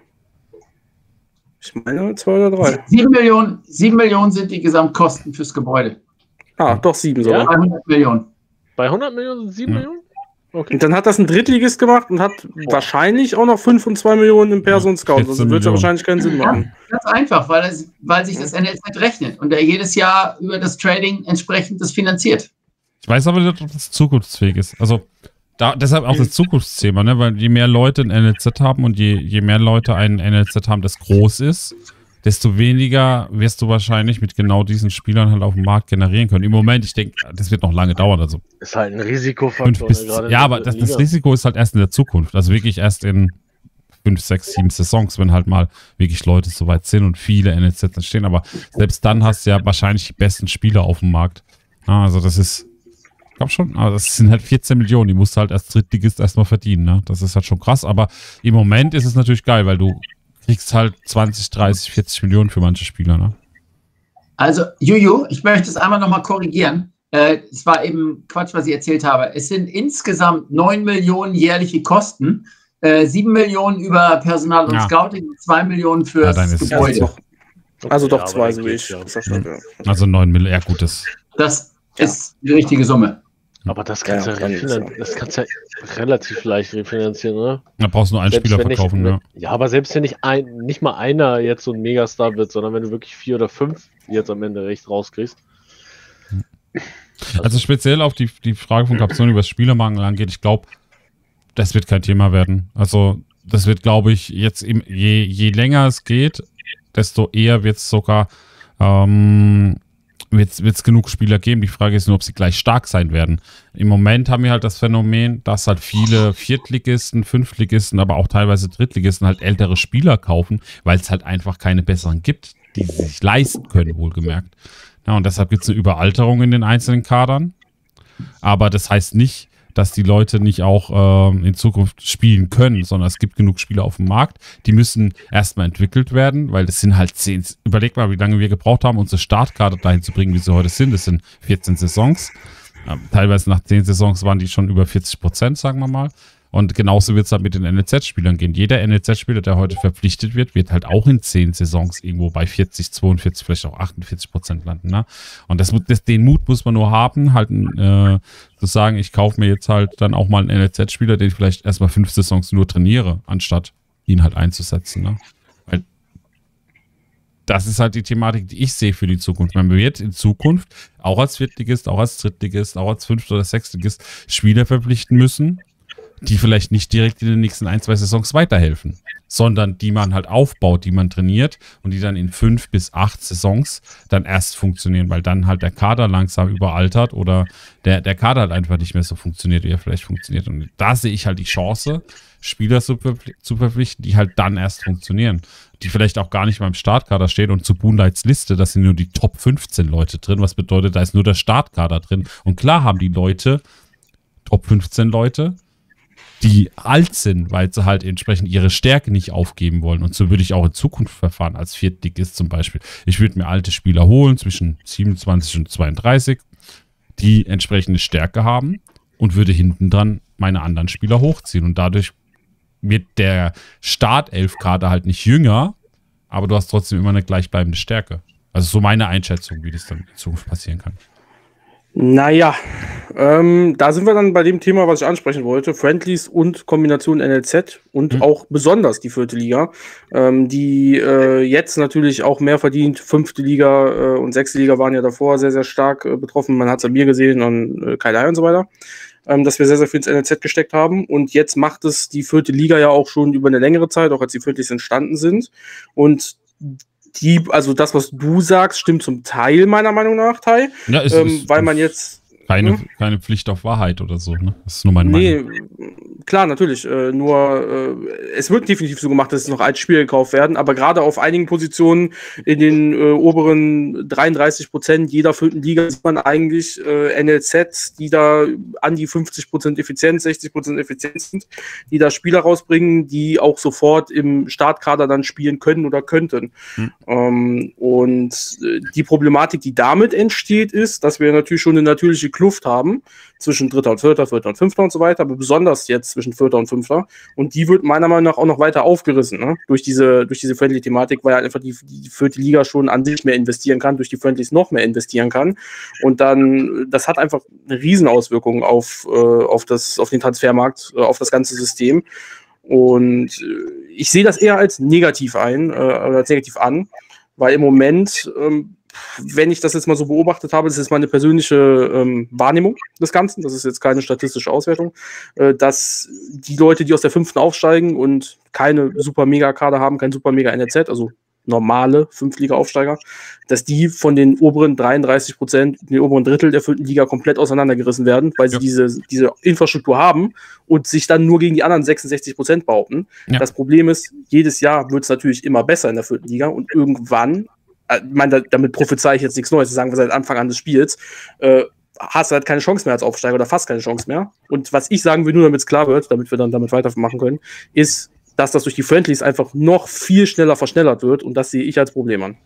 Ich meine zwei oder drei. Sieben Millionen, sieben Millionen sind die Gesamtkosten fürs Gebäude. Ah, doch sieben Ja? sogar. Bei hundert Millionen. Bei hundert Millionen sind sieben Ja. Millionen? Okay. Und dann hat das ein Drittligist gemacht und hat wahrscheinlich auch noch fünf und zwei Millionen im Person Scout. Also vierzehn wird ja Millionen. wahrscheinlich keinen Sinn machen. Ganz einfach, weil, es, weil sich das N L Z rechnet und er jedes Jahr über das Trading entsprechend das finanziert. Ich weiß aber nicht, ob das zukunftsfähig ist. Also, da, deshalb auch das Zukunftsthema, ne? Weil je mehr Leute ein N L Z haben und je, je mehr Leute ein N L Z haben, das groß ist, desto weniger wirst du wahrscheinlich mit genau diesen Spielern halt auf dem Markt generieren können. Im Moment, ich denke, das wird noch lange dauern. Also Ist halt ein fünf Risikofaktor. bis, ne, gerade in ja, der aber das, das Liga. Risiko ist halt erst in der Zukunft. Also wirklich erst in fünf, sechs, sieben Saisons, wenn halt mal wirklich Leute so weit sind und viele N L Zs entstehen. Aber selbst dann hast du ja wahrscheinlich die besten Spieler auf dem Markt. Ja, also das ist, ich glaube schon, aber das sind halt vierzehn Millionen, die musst du halt als Drittligist erstmal verdienen. Ne? Das ist halt schon krass. Aber im Moment ist es natürlich geil, weil du kriegst halt zwanzig, dreißig, vierzig Millionen für manche Spieler. Ne? Also, Juju, ich möchte es einmal nochmal korrigieren. Äh, es war eben Quatsch, was ich erzählt habe. Es sind insgesamt neun Millionen jährliche Kosten, äh, sieben Millionen über Personal und Ja. Scouting und zwei Millionen Ja, fürs dann ist es Gebäude. doch. Also Ja, doch aber zwei, dann so wie geht's ich. ja. Das stimmt, ja. Also neun Millionen, ja gut, das Das ist die richtige Summe. Aber das kannst, Ja, ja kann refinan- ich das kannst du ja relativ leicht refinanzieren, oder? da brauchst du nur einen Selbst Spieler wenn nicht- verkaufen. Ja. Ja, aber selbst wenn nicht, ein, nicht mal einer jetzt so ein Megastar wird, sondern wenn du wirklich vier oder fünf jetzt am Ende recht rauskriegst. Also speziell auf die, die Frage von Capsoni, was Spielermangel angeht, ich glaube, das wird kein Thema werden. Also das wird, glaube ich, jetzt im, je, je länger es geht, desto eher wird es sogar ähm, wird es genug Spieler geben. Die Frage ist nur, ob sie gleich stark sein werden. Im Moment haben wir halt das Phänomen, dass halt viele Viertligisten, Fünftligisten, aber auch teilweise Drittligisten halt ältere Spieler kaufen, weil es halt einfach keine besseren gibt, die sie sich leisten können, wohlgemerkt. Ja, und deshalb gibt es eine Überalterung in den einzelnen Kadern. Aber das heißt nicht, dass die Leute nicht auch ähm, in Zukunft spielen können, sondern es gibt genug Spieler auf dem Markt, die müssen erstmal entwickelt werden, weil das sind halt zehn, überleg mal, wie lange wir gebraucht haben, unsere Startkader dahin zu bringen, wie sie heute sind. Das sind vierzehn Saisons. Ähm, teilweise nach zehn Saisons waren die schon über vierzig Prozent, sagen wir mal. Und genauso wird es halt mit den N L Z-Spielern gehen. Jeder N L Z-Spieler, der heute verpflichtet wird, wird halt auch in zehn Saisons irgendwo bei vierzig, zweiundvierzig, vielleicht auch achtundvierzig Prozent landen. Ne? Und das, das, den Mut muss man nur haben, halt äh, zu sagen, ich kaufe mir jetzt halt dann auch mal einen N L Z-Spieler, den ich vielleicht erstmal fünf Saisons nur trainiere, anstatt ihn halt einzusetzen. Ne? Weil das ist halt die Thematik, die ich sehe für die Zukunft. Man wird in Zukunft auch als Viertligist, auch als Drittligist, auch als Fünft- oder Sechstligist Spieler verpflichten müssen, die vielleicht nicht direkt in den nächsten ein, zwei Saisons weiterhelfen, sondern die man halt aufbaut, die man trainiert und die dann in fünf bis acht Saisons dann erst funktionieren, weil dann halt der Kader langsam überaltert oder der, der Kader halt einfach nicht mehr so funktioniert, wie er vielleicht funktioniert. Und da sehe ich halt die Chance, Spieler zu, verpfli- zu verpflichten, die halt dann erst funktionieren, die vielleicht auch gar nicht mal im Startkader stehen und zu Boonlights Liste, da sind nur die Top fünfzehn Leute drin, was bedeutet, da ist nur der Startkader drin. Und klar haben die Leute, Top fünfzehn Leute, die alt sind, weil sie halt entsprechend ihre Stärke nicht aufgeben wollen. Und so würde ich auch in Zukunft verfahren, als Viertligist zum Beispiel. Ich würde mir alte Spieler holen, zwischen siebenundzwanzig und zweiunddreißig, die entsprechende Stärke haben und würde hinten dran meine anderen Spieler hochziehen. Und dadurch wird der Startelf-Kader halt nicht jünger, aber du hast trotzdem immer eine gleichbleibende Stärke. Also so meine Einschätzung, wie das dann in Zukunft passieren kann. Naja, ähm, da sind wir dann bei dem Thema, was ich ansprechen wollte. Friendlies und Kombination N L Z und mhm. auch besonders die vierte Liga, ähm, die äh, jetzt natürlich auch mehr verdient. Fünfte Liga äh, und sechste Liga waren ja davor sehr, sehr stark äh, betroffen. Man hat es an mir gesehen und äh, Kai und so weiter, ähm, dass wir sehr, sehr viel ins N L Z gesteckt haben. Und jetzt macht es die vierte Liga ja auch schon über eine längere Zeit, auch als die Viertlis entstanden sind. Und Die, also das, was du sagst, stimmt zum Teil meiner Meinung nach, Tai, ja, es ähm, ist, weil man jetzt keine, hm? keine Pflicht auf Wahrheit oder so, ne? Das ist nur meine nee, Meinung. Klar, natürlich, äh, nur äh, es wird definitiv so gemacht, dass es noch als Spiel gekauft werden, aber gerade auf einigen Positionen in den äh, oberen dreiunddreißig Prozent jeder vierten Liga sieht man eigentlich äh, N L Zs, die da an die fünfzig Prozent Effizienz, sechzig Prozent Effizienz sind, die da Spieler rausbringen, die auch sofort im Startkader dann spielen können oder könnten. Hm. Ähm, und äh, die Problematik, die damit entsteht, ist, dass wir natürlich schon eine natürliche Kluft haben zwischen Dritter und Vierter, Vierter und Fünfter und so weiter, aber besonders jetzt zwischen Vierter und Fünfter. Und die wird meiner Meinung nach auch noch weiter aufgerissen, ne? durch diese, durch diese Friendly-Thematik, weil halt einfach die, die vierte Liga schon an sich mehr investieren kann, durch die Friendlies noch mehr investieren kann. Und dann, das hat einfach eine Riesenauswirkung auf, äh, auf, das, auf den Transfermarkt, äh, auf das ganze System. Und äh, ich sehe das eher als negativ ein, äh, als negativ an, weil im Moment, ähm, wenn ich das jetzt mal so beobachtet habe, das ist meine persönliche ähm, Wahrnehmung des Ganzen, das ist jetzt keine statistische Auswertung, äh, dass die Leute, die aus der fünften aufsteigen und keine super Mega-Kader haben, kein super Mega-N L Z, also normale Fünftliga-Aufsteiger, dass die von den oberen dreiunddreißig Prozent, den oberen Drittel der vierten Liga komplett auseinandergerissen werden, weil sie ja. diese, diese Infrastruktur haben und sich dann nur gegen die anderen sechsundsechzig Prozent behaupten. Ja. Das Problem ist, jedes Jahr wird es natürlich immer besser in der vierten Liga und irgendwann, ich meine, damit prophezei ich jetzt nichts Neues, das sagen wir seit Anfang an des Spiels, äh, hast du halt keine Chance mehr als Aufsteiger oder fast keine Chance mehr. Und was ich sagen will, nur damit es klar wird, damit wir dann damit weitermachen können, ist, dass das durch die Friendlies einfach noch viel schneller verschnellert wird und das sehe ich als Problem an.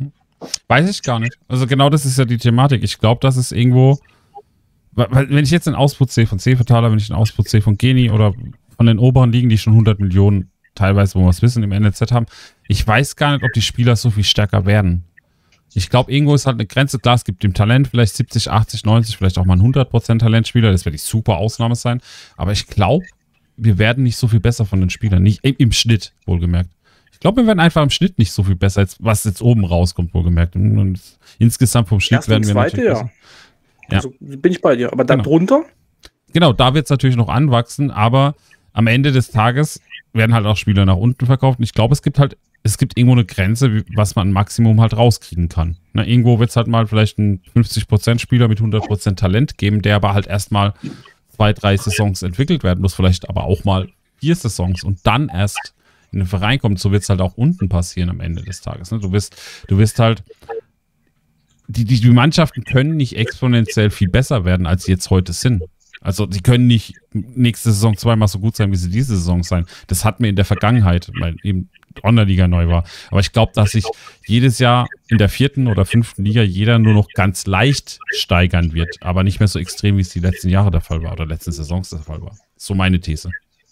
Weiß ich gar nicht. Also genau das ist ja die Thematik. Ich glaube, dass es irgendwo, weil wenn ich jetzt einen Ausput sehe von C-Vertaler, wenn ich einen Ausput sehe von Geni oder von den oberen Ligen, die schon hundert Millionen teilweise, wo wir es wissen, im N L Z haben, ich weiß gar nicht, ob die Spieler so viel stärker werden. Ich glaube, irgendwo ist halt eine Grenze. Klar, es gibt im Talent vielleicht siebzig, achtzig, neunzig, vielleicht auch mal ein hundert Prozent Talentspieler. Das wird die super Ausnahme sein. Aber ich glaube, wir werden nicht so viel besser von den Spielern. Nicht im Schnitt, wohlgemerkt. Ich glaube, wir werden einfach im Schnitt nicht so viel besser, als was jetzt oben rauskommt, wohlgemerkt. Und insgesamt vom Schnitt werden wir zweite, natürlich ja. besser. Also bin ich bei dir. Aber genau. darunter? Genau, da wird es natürlich noch anwachsen, aber am Ende des Tages werden halt auch Spieler nach unten verkauft. Und ich glaube, es gibt halt, es gibt irgendwo eine Grenze, wie, was man ein Maximum halt rauskriegen kann. Na, irgendwo wird es halt mal vielleicht einen fünfzig Prozent Spieler mit hundert Prozent Talent geben, der aber halt erstmal zwei, drei Saisons entwickelt werden muss, vielleicht aber auch mal vier Saisons und dann erst in den Verein kommt. So wird es halt auch unten passieren am Ende des Tages. Ne? Du wirst, du wirst halt, die, die, die Mannschaften können nicht exponentiell viel besser werden, als sie jetzt heute sind. Also sie können nicht nächste Saison zweimal so gut sein, wie sie diese Saison sein. Das hatten wir in der Vergangenheit, weil eben die Online-Liga neu war. Aber ich glaube, dass sich jedes Jahr in der vierten oder fünften Liga jeder nur noch ganz leicht steigern wird, aber nicht mehr so extrem, wie es die letzten Jahre der Fall war oder letzten Saisons der Fall war. So meine These.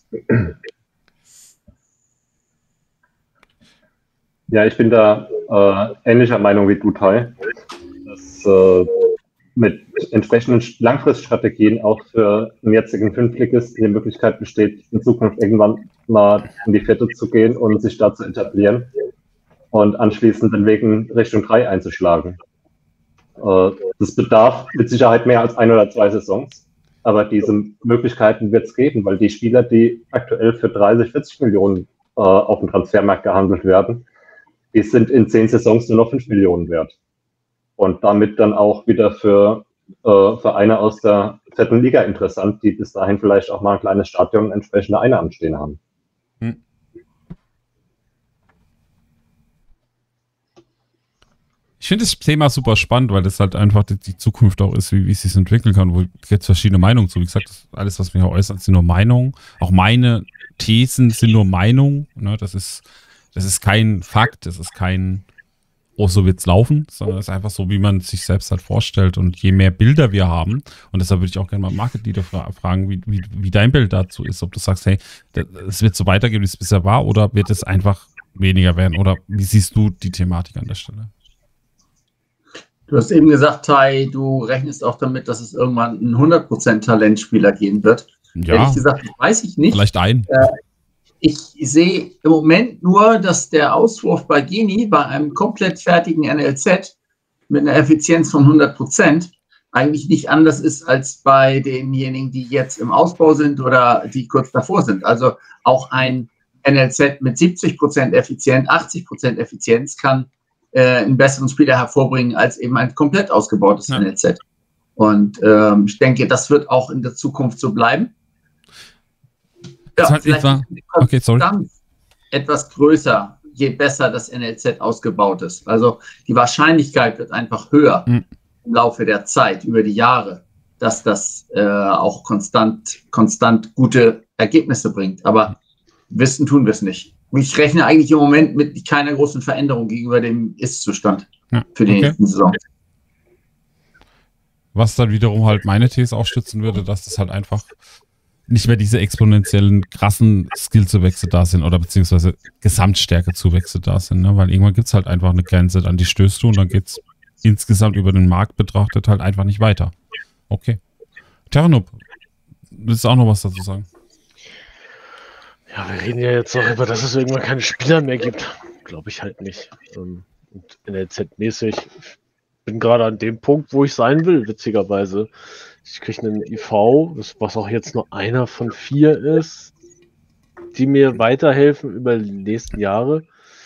Ja, ich bin da äh, ähnlicher Meinung wie du, Tai. Dass äh, mit entsprechenden Langfriststrategien auch für den jetzigen Fünftligisten die Möglichkeit besteht, in Zukunft irgendwann mal in die vierte zu gehen und sich da zu etablieren und anschließend den Weg in Richtung drei einzuschlagen. Äh, das bedarf mit Sicherheit mehr als ein oder zwei Saisons, aber diese Möglichkeiten wird es geben, weil die Spieler, die aktuell für dreißig, vierzig Millionen äh, auf dem Transfermarkt gehandelt werden, die sind in zehn Saisons nur noch fünf Millionen wert. Und damit dann auch wieder für äh, Vereine aus der vierten Liga interessant, die bis dahin vielleicht auch mal ein kleines Stadion und entsprechende Einnahmen stehen haben. Hm. Ich finde das Thema super spannend, weil das halt einfach die, die Zukunft auch ist, wie, wie es sich entwickeln kann, wo jetzt verschiedene Meinungen zu. Wie gesagt, das, alles, was wir hier äußern, sind nur Meinungen. Auch meine Thesen sind nur Meinungen. Ne? Das ist, das ist kein Fakt, das ist kein oh, so wird's laufen, sondern es ist einfach so, wie man sich selbst halt vorstellt. Und je mehr Bilder wir haben, und deshalb würde ich auch gerne mal Market Leader fra fragen, wie, wie, wie dein Bild dazu ist, ob du sagst, hey, es wird so weitergehen, wie es bisher war, oder wird es einfach weniger werden? Oder wie siehst du die Thematik an der Stelle? Du hast eben gesagt, Tai, du rechnest auch damit, dass es irgendwann einen hundert Prozent Talentspieler geben wird. Ja, ehrlich gesagt, das weiß ich nicht. Vielleicht ein. Äh, Ich sehe im Moment nur, dass der Auswurf bei Gini bei einem komplett fertigen N L Z mit einer Effizienz von hundert Prozent eigentlich nicht anders ist als bei denjenigen, die jetzt im Ausbau sind oder die kurz davor sind. Also auch ein N L Z mit siebzig Prozent Effizienz, achtzig Prozent Effizienz kann äh, einen besseren Spieler hervorbringen als eben ein komplett ausgebautes ja. N L Z. Und ähm, ich denke, das wird auch in der Zukunft so bleiben. Ja, halt vielleicht etwa, okay, sorry. etwas größer, je besser das N L Z ausgebaut ist. Also die Wahrscheinlichkeit wird einfach höher mhm. im Laufe der Zeit, über die Jahre, dass das äh, auch konstant, konstant gute Ergebnisse bringt. Aber wissen tun wir es nicht. Ich rechne eigentlich im Moment mit keiner großen Veränderung gegenüber dem Ist-Zustand ja, für die okay. nächsten Saison. Was dann wiederum halt meine These auch stützen würde, dass das halt einfach nicht mehr diese exponentiellen, krassen Skillzuwächse da sind oder beziehungsweise Gesamtstärkezuwächse da sind, ne? Weil irgendwann gibt es halt einfach eine Grenze, an die stößt du und dann geht es insgesamt über den Markt betrachtet halt einfach nicht weiter. Okay. Terranub, willst du auch noch was dazu sagen? Ja, wir reden ja jetzt noch über, dass es irgendwann keine Spieler mehr gibt. Glaube ich halt nicht. Und N L Z-mäßig bin gerade an dem Punkt, wo ich sein will, witzigerweise. Ich kriege einen I V, was auch jetzt nur einer von vier ist, die mir weiterhelfen über die nächsten Jahre.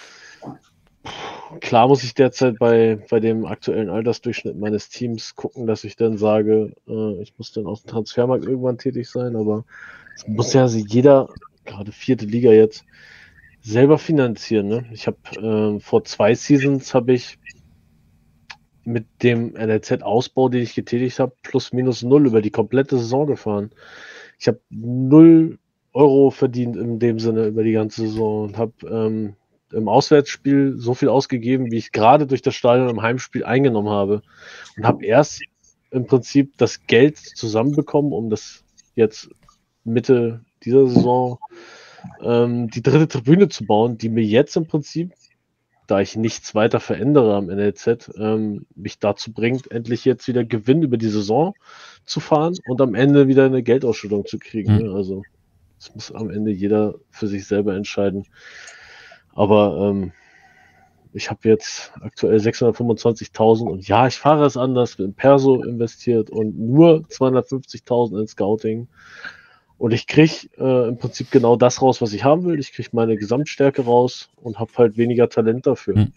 Klar muss ich derzeit bei, bei dem aktuellen Altersdurchschnitt meines Teams gucken, dass ich dann sage, äh, ich muss dann aus dem Transfermarkt irgendwann tätig sein, aber es muss ja jeder, gerade vierte Liga jetzt, selber finanzieren. Ne? Ich habe äh, vor zwei Seasons habe ich mit dem N L Z-Ausbau, den ich getätigt habe, plus minus null über die komplette Saison gefahren. Ich habe null Euro verdient in dem Sinne über die ganze Saison und habe ähm, im Auswärtsspiel so viel ausgegeben, wie ich gerade durch das Stadion im Heimspiel eingenommen habe. Und habe erst im Prinzip das Geld zusammenbekommen, um das jetzt Mitte dieser Saison ähm, die dritte Tribüne zu bauen, die mir jetzt im Prinzip, da ich nichts weiter verändere am N L Z, ähm, mich dazu bringt, endlich jetzt wieder Gewinn über die Saison zu fahren und am Ende wieder eine Geldausschüttung zu kriegen. Mhm. Ne? Also das muss am Ende jeder für sich selber entscheiden. Aber ähm, ich habe jetzt aktuell sechshundertfünfundzwanzigtausend und ja, ich fahre es anders, bin in Perso investiert und nur zweihundertfünfzigtausend in Scouting. Und ich kriege äh, im Prinzip genau das raus, was ich haben will. Ich kriege meine Gesamtstärke raus und habe halt weniger Talent dafür. Hm.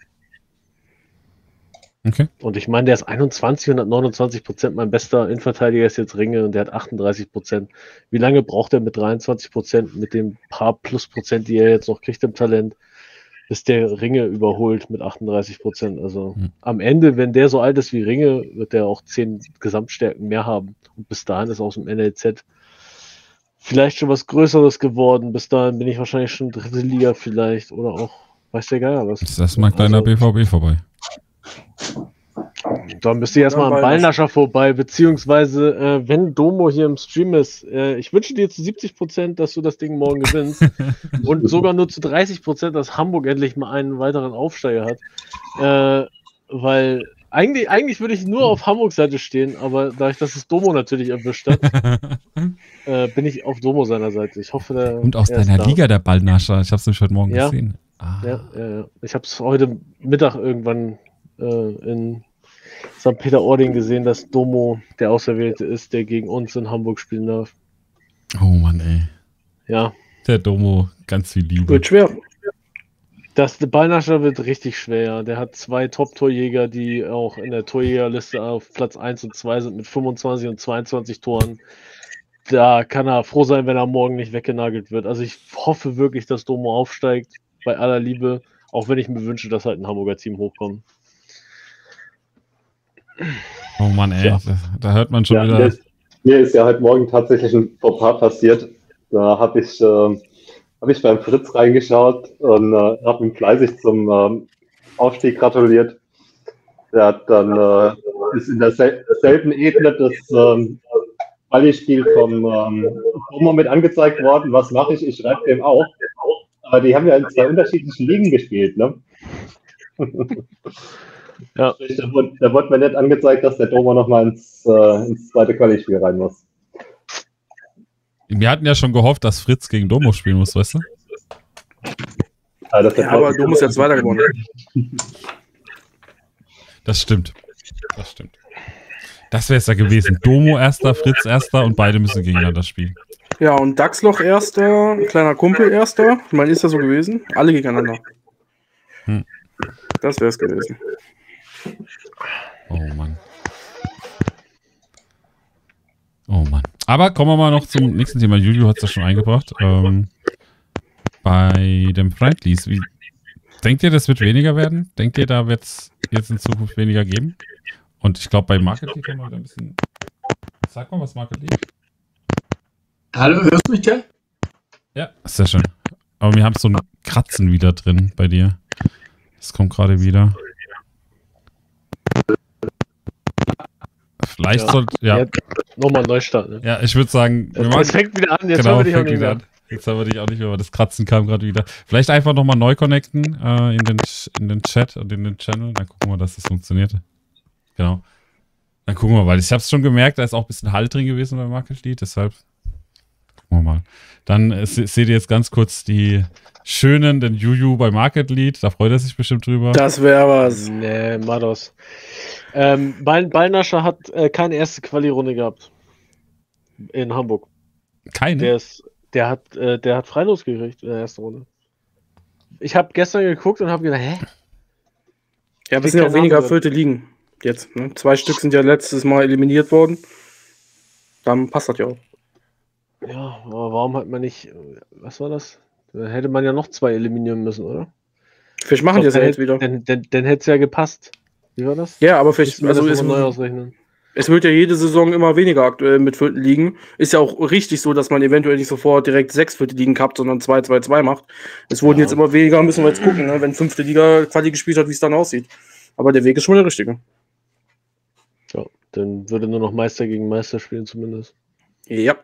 Okay. Und ich meine, der ist einundzwanzig und hat neunundzwanzig Prozent. Mein bester Innenverteidiger ist jetzt Ringe und der hat achtunddreißig Prozent. Wie lange braucht er mit dreiundzwanzig Prozent, mit dem paar plus Prozent, die er jetzt noch kriegt im Talent, bis der Ringe überholt mit achtunddreißig Prozent? Also Hm. am Ende, wenn der so alt ist wie Ringe, wird der auch zehn Gesamtstärken mehr haben. Und bis dahin ist aus dem N L Z vielleicht schon was Größeres geworden. Bis dahin bin ich wahrscheinlich schon dritte Liga vielleicht oder auch, weiß der Geier was. Das mag deiner Also- B V B vorbei. Da müsste ich erstmal am Ballnascher vorbei, beziehungsweise, äh, wenn Domo hier im Stream ist, äh, ich wünsche dir zu siebzig Prozent, dass du das Ding morgen gewinnst und sogar nur zu dreißig Prozent, dass Hamburg endlich mal einen weiteren Aufsteiger hat. Äh, weil eigentlich, eigentlich würde ich nur auf Hamburgs Seite stehen, aber dadurch, dass es Domo natürlich erwischt hat, äh, bin ich auf Domo seiner Seite. Ich hoffe, der Und aus er ist deiner da. Liga der Ballnascher. Ich habe es nämlich heute Morgen Ja. gesehen. Ah. Ja, ja, ja. Ich habe es heute Mittag irgendwann äh, in Sankt Peter-Ording gesehen, dass Domo der Auserwählte ist, der gegen uns in Hamburg spielen darf. Oh Mann, ey. Ja, Der Domo, ganz viel Liebe. Wird schwer. das Ballnascher wird richtig schwer. Der hat zwei Top-Torjäger, die auch in der Torjägerliste auf Platz eins und zwei sind mit fünfundzwanzig und zweiundzwanzig Toren. Da kann er froh sein, wenn er morgen nicht weggenagelt wird. Also ich hoffe wirklich, dass Domo aufsteigt, bei aller Liebe, auch wenn ich mir wünsche, dass halt ein Hamburger Team hochkommt. Oh Mann, ey. Ja. Da, da hört man schon Ja, wieder. das, mir ist ja heute Morgen tatsächlich ein Fauxpas passiert. Da habe ich, äh, hab ich beim Fritz reingeschaut und äh, habe ihm fleißig zum ähm, Aufstieg gratuliert. Der hat dann äh, ist in derselben Ebene das ähm, Volleyspiel vom ähm, Domo mit angezeigt worden. Was mache ich? Ich schreibe dem auch. Aber die haben ja in zwei unterschiedlichen Ligen gespielt, ne? Ja. Da wurde, da wurde mir nicht angezeigt, dass der Domo nochmal ins, äh, ins zweite Quali-Spiel rein muss. Wir hatten ja schon gehofft, dass Fritz gegen Domo spielen muss, weißt du? Also das Ja, aber du musst jetzt weiter gewonnen. Das stimmt. Das stimmt. Das wäre es ja gewesen. Domo erster, Fritz erster und beide müssen gegeneinander spielen. Ja, und Dachsloch erster, kleiner Kumpel erster. Ich meine, ist das so gewesen? Alle gegeneinander. Hm. Das wäre es gewesen. Oh Mann. Oh Mann. Aber kommen wir mal noch zum nächsten Thema. Julio hat es ja schon eingebracht. Ähm, bei dem Friendlies. Wie, denkt ihr, das wird weniger werden? Denkt ihr, da wird es jetzt in Zukunft weniger geben? Und ich glaube, bei Market League haben wir wieder ein bisschen. Sag mal, was Market League? Hallo, hörst du mich, Kell? Ja, sehr schön. Aber wir haben so ein Kratzen wieder drin bei dir. Das kommt gerade wieder. Vielleicht Ja. sollte. Ja. Ja, nochmal Neustart. Ne? Ja, ich würde sagen, wir Es fängt wieder an, jetzt genau, haben wir dich auch fängt nicht wieder mehr. an. Jetzt haben wir dich auch nicht mehr, aber das Kratzen kam gerade wieder. Vielleicht einfach nochmal neu connecten äh, in, den, in den Chat und in den Channel. Dann gucken wir, dass das funktioniert. Genau. Dann gucken wir, weil ich habe es schon gemerkt, da ist auch ein bisschen Halt drin gewesen bei Market Lead, deshalb gucken wir mal. Dann äh, se- seht ihr jetzt ganz kurz die schönen, den Juju bei Market Lead. Da freut er sich bestimmt drüber. Das wäre was. Nee, Mados. Ähm, Ball, Ballnascher hat äh, keine erste Quali-Runde gehabt. In Hamburg. Keine. Der ist, der hat, äh, der hat Freilos gekriegt in der ersten Runde. Ich habe gestern geguckt und habe gedacht, hä? Ja, wir sind ja auch Keine weniger Ahnung. erfüllte Ligen. Jetzt. Ne? Zwei Stück sind ja letztes Mal eliminiert worden. Dann passt das ja auch. Ja, aber warum hat man nicht, äh, was war das? Da hätte man ja noch zwei eliminieren müssen, oder? Vielleicht machen die das ja Dann jetzt hätte- wieder. Dann, dann, dann hätte es ja gepasst. Wie war das? Ja, aber vielleicht, Müssen wir also das es, nochmal neu ausrechnen. es wird ja jede Saison immer weniger aktuell mit vierten Ligen. Ist ja auch richtig so, dass man eventuell nicht sofort direkt sechs vierte Ligen gehabt, sondern zwei, zwei, zwei macht. Es wurden Ja. jetzt immer weniger, müssen wir jetzt gucken, ne? Wenn fünfte Liga Quali gespielt hat, wie es dann aussieht. Aber der Weg ist schon der richtige. Ja, dann würde nur noch Meister gegen Meister spielen zumindest. Ja.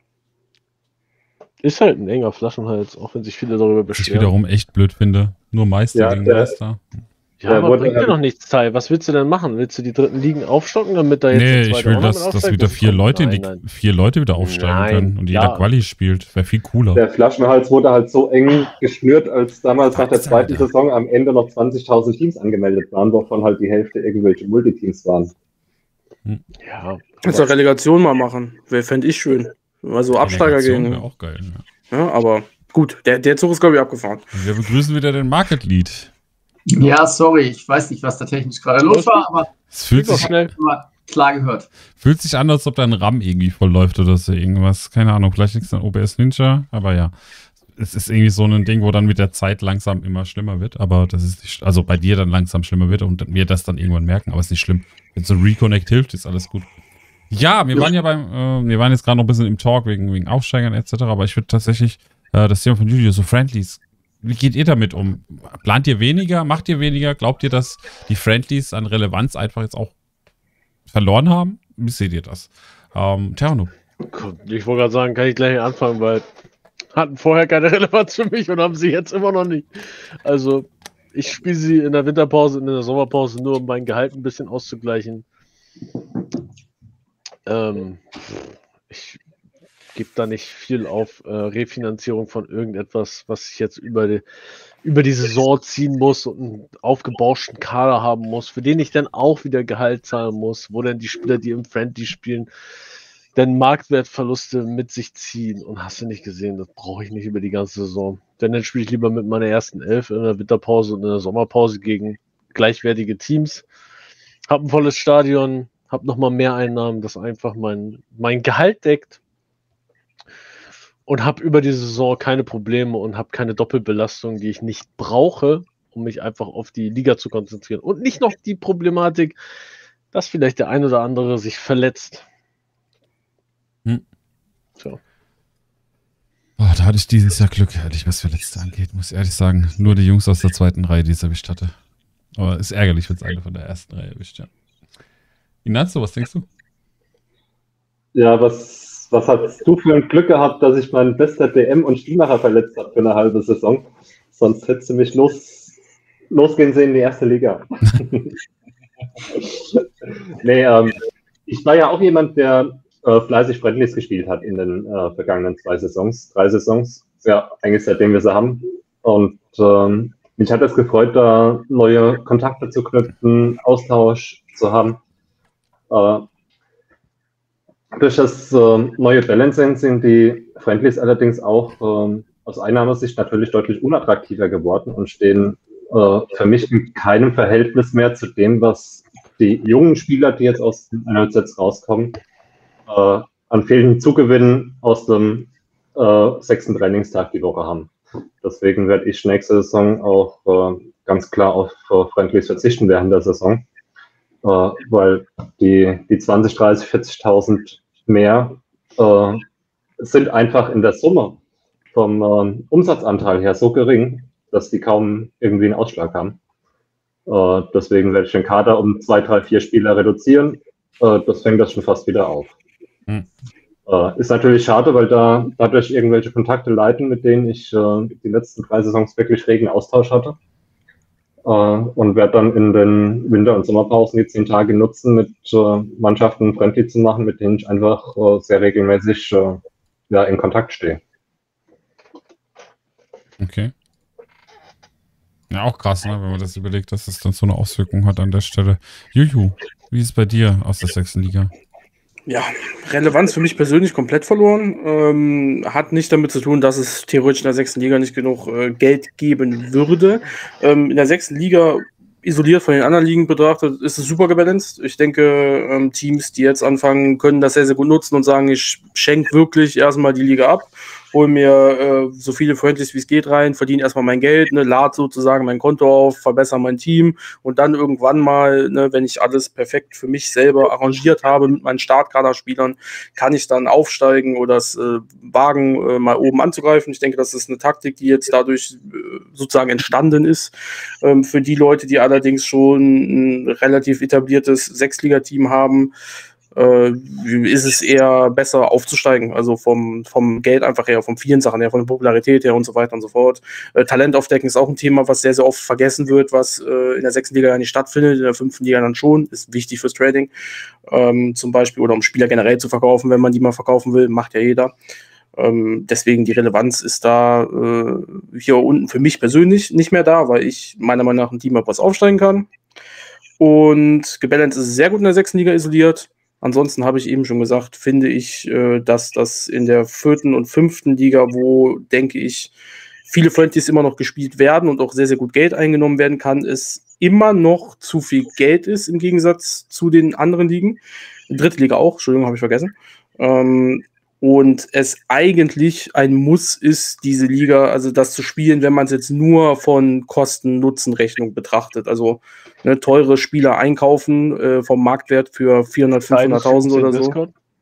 Ist halt ein enger Flaschenhals, auch wenn sich viele darüber Was ich beschweren. wiederum echt blöd finde. Nur Meister Ja, gegen der- Meister. Ja, Ja, aber wurde- bringt dir noch nichts, Tai. Was willst du denn machen? Willst du die dritten Ligen aufstocken, damit da jetzt Nee, eine ich zweite will, Runde dass, mit dass aufsteigt? wieder Das vier kommt- Leute, in die, nein, nein. vier Leute wieder aufsteigen Nein, können und jeder ja. Quali spielt. Wäre viel cooler. Der Flaschenhals wurde halt so eng geschnürt, als damals nach der Fuck, zweiten Alter. Saison am Ende noch zwanzigtausend Teams angemeldet waren, wovon halt die Hälfte irgendwelche Multiteams waren. Ja, Kannst du Relegation mal machen. Wer fände ich schön. Also Absteiger gehen. Wäre auch geil. Ja. Ja, aber gut, der, der Zug ist, glaube ich, abgefahren. Wir begrüßen wieder den Market Lead. Ja, sorry, ich weiß nicht, was da technisch gerade los war, aber es fühlt sich schnell klar gehört. Fühlt sich an, als ob dein RAM irgendwie voll läuft oder so irgendwas. Keine Ahnung, vielleicht liegt es an O B S Ninja, aber ja. Es ist irgendwie so ein Ding, wo dann mit der Zeit langsam immer schlimmer wird, aber das ist nicht, also bei dir dann langsam schlimmer wird und wir das dann irgendwann merken, aber es ist nicht schlimm. Wenn so ein Reconnect hilft, ist alles gut. Ja, wir waren ja beim, äh, wir waren jetzt gerade noch ein bisschen im Talk wegen, wegen Aufsteigern et cetera, aber ich würde tatsächlich äh, das Thema von Julio, so Friendlies, wie geht ihr damit um? Plant ihr weniger? Macht ihr weniger? Glaubt ihr, dass die Friendlies an Relevanz einfach jetzt auch verloren haben? Wie seht ihr das? Ähm, Terno. Ich wollte gerade sagen, kann ich gleich anfangen, weil hatten vorher keine Relevanz für mich und haben sie jetzt immer noch nicht. Also ich spiele sie in der Winterpause und in der Sommerpause nur, um mein Gehalt ein bisschen auszugleichen. Ähm, ich gebe da nicht viel auf äh, Refinanzierung von irgendetwas, was ich jetzt über die, über die Saison ziehen muss und einen aufgebauschten Kader haben muss, für den ich dann auch wieder Gehalt zahlen muss, wo dann die Spieler, die im Friendly spielen, dann Marktwertverluste mit sich ziehen. Und hast du nicht gesehen, das brauche ich nicht über die ganze Saison. Denn dann spiele ich lieber mit meiner ersten Elf in der Winterpause und in der Sommerpause gegen gleichwertige Teams. Hab ein volles Stadion, hab nochmal mehr Einnahmen, das einfach mein, mein Gehalt deckt. Und hab über die Saison keine Probleme und hab keine Doppelbelastung, die ich nicht brauche, um mich einfach auf die Liga zu konzentrieren. Und nicht noch die Problematik, dass vielleicht der ein oder andere sich verletzt. Hm. So. Oh, da hatte ich dieses Jahr Glück, ehrlich, was Verletzte angeht, muss ich ehrlich sagen. Nur die Jungs aus der zweiten Reihe, die es erwischt hatte. Aber ist ärgerlich, wenn es eine von der ersten Reihe erwischt, ja. Ignacio, was denkst du? Ja, was, was hast du für ein Glück gehabt, dass ich meinen bester D M und Spielmacher verletzt habe für eine halbe Saison? Sonst hättest du mich los, losgehen sehen in die erste Liga. Nee, ähm, ich war ja auch jemand, der äh, fleißig Friendlies gespielt hat in den äh, vergangenen zwei Saisons, drei Saisons, ja, eigentlich seitdem wir sie haben. Und ähm, mich hat es gefreut, da neue Kontakte zu knüpfen, Austausch zu haben. Äh, durch das äh, neue Balancing sind die Friendlies allerdings auch äh, aus Einnahmesicht natürlich deutlich unattraktiver geworden und stehen äh, für mich in keinem Verhältnis mehr zu dem, was die jungen Spieler, die jetzt aus den N L Zs rauskommen, äh, an fehlenden Zugewinnen aus dem äh, sechsten Trainingstag die Woche haben. Deswegen werde ich nächste Saison auch äh, ganz klar auf äh, Friendlies verzichten während der Saison, äh, weil die, die zwanzig, dreißig, vierzigtausend mehr äh, sind einfach in der Summe vom äh, Umsatzanteil her so gering, dass die kaum irgendwie einen Ausschlag haben. Äh, deswegen werde ich den Kader um zwei, drei, vier Spieler reduzieren. Äh, das fängt das schon fast wieder auf. Hm. Äh, ist natürlich schade, weil da dadurch irgendwelche Kontakte leiten, mit denen ich äh, die letzten drei Saisons wirklich regen Austausch hatte. Äh, und werde dann in den Winter- und Sommerpausen die zehn Tage nutzen, mit äh, Mannschaften friendly zu machen, mit denen ich einfach äh, sehr regelmäßig äh, ja, in Kontakt stehe. Okay. Ja, auch krass, ne, wenn man das überlegt, dass es dann so eine Auswirkung hat an der Stelle. Juju, wie ist es bei dir aus der sechsten Liga? Ja, Relevanz für mich persönlich komplett verloren. Ähm, hat nicht damit zu tun, dass es theoretisch in der sechsten Liga nicht genug äh, Geld geben würde. Ähm, in der sechsten Liga, isoliert von den anderen Ligen betrachtet, ist es super gebalanced. Ich denke, ähm, Teams, die jetzt anfangen, können das sehr, sehr gut nutzen und sagen, ich schenke wirklich erstmal die Liga ab, hol mir äh, so viele Friendlies wie es geht rein, verdiene erstmal mein Geld, ne, lade sozusagen mein Konto auf, verbessere mein Team und dann irgendwann mal, ne, wenn ich alles perfekt für mich selber arrangiert habe mit meinen Startkaderspielern, kann ich dann aufsteigen oder es äh, wagen, äh, mal oben anzugreifen. Ich denke, das ist eine Taktik, die jetzt dadurch äh, sozusagen entstanden ist. Ähm, für die Leute, die allerdings schon ein relativ etabliertes Sechsliga-Team haben, äh, ist es eher besser aufzusteigen, also vom, vom Geld einfach her, von vielen Sachen her, von der Popularität her und so weiter und so fort. Äh, Talent aufdecken ist auch ein Thema, was sehr, sehr oft vergessen wird, was äh, in der sechsten Liga ja nicht stattfindet, in der fünften Liga dann schon, ist wichtig fürs Trading, ähm, zum Beispiel, oder um Spieler generell zu verkaufen, wenn man die mal verkaufen will, macht ja jeder. Ähm, deswegen die Relevanz ist da äh, hier unten für mich persönlich nicht mehr da, weil ich meiner Meinung nach ein Team habe, was aufsteigen kann. Und gebalanced ist sehr gut in der sechsten Liga isoliert. Ansonsten habe ich eben schon gesagt, finde ich, äh, dass das in der vierten und fünften Liga, wo, denke ich, viele Friendlies immer noch gespielt werden und auch sehr, sehr gut Geld eingenommen werden kann, es immer noch zu viel Geld ist im Gegensatz zu den anderen Ligen. Dritte Liga auch, Entschuldigung, habe ich vergessen. Ähm, und es eigentlich ein Muss ist, diese Liga, also das zu spielen, wenn man es jetzt nur von Kosten-Nutzen-Rechnung betrachtet. Also ne, teure Spieler einkaufen äh, vom Marktwert für vierhundert, fünfhunderttausend oder so.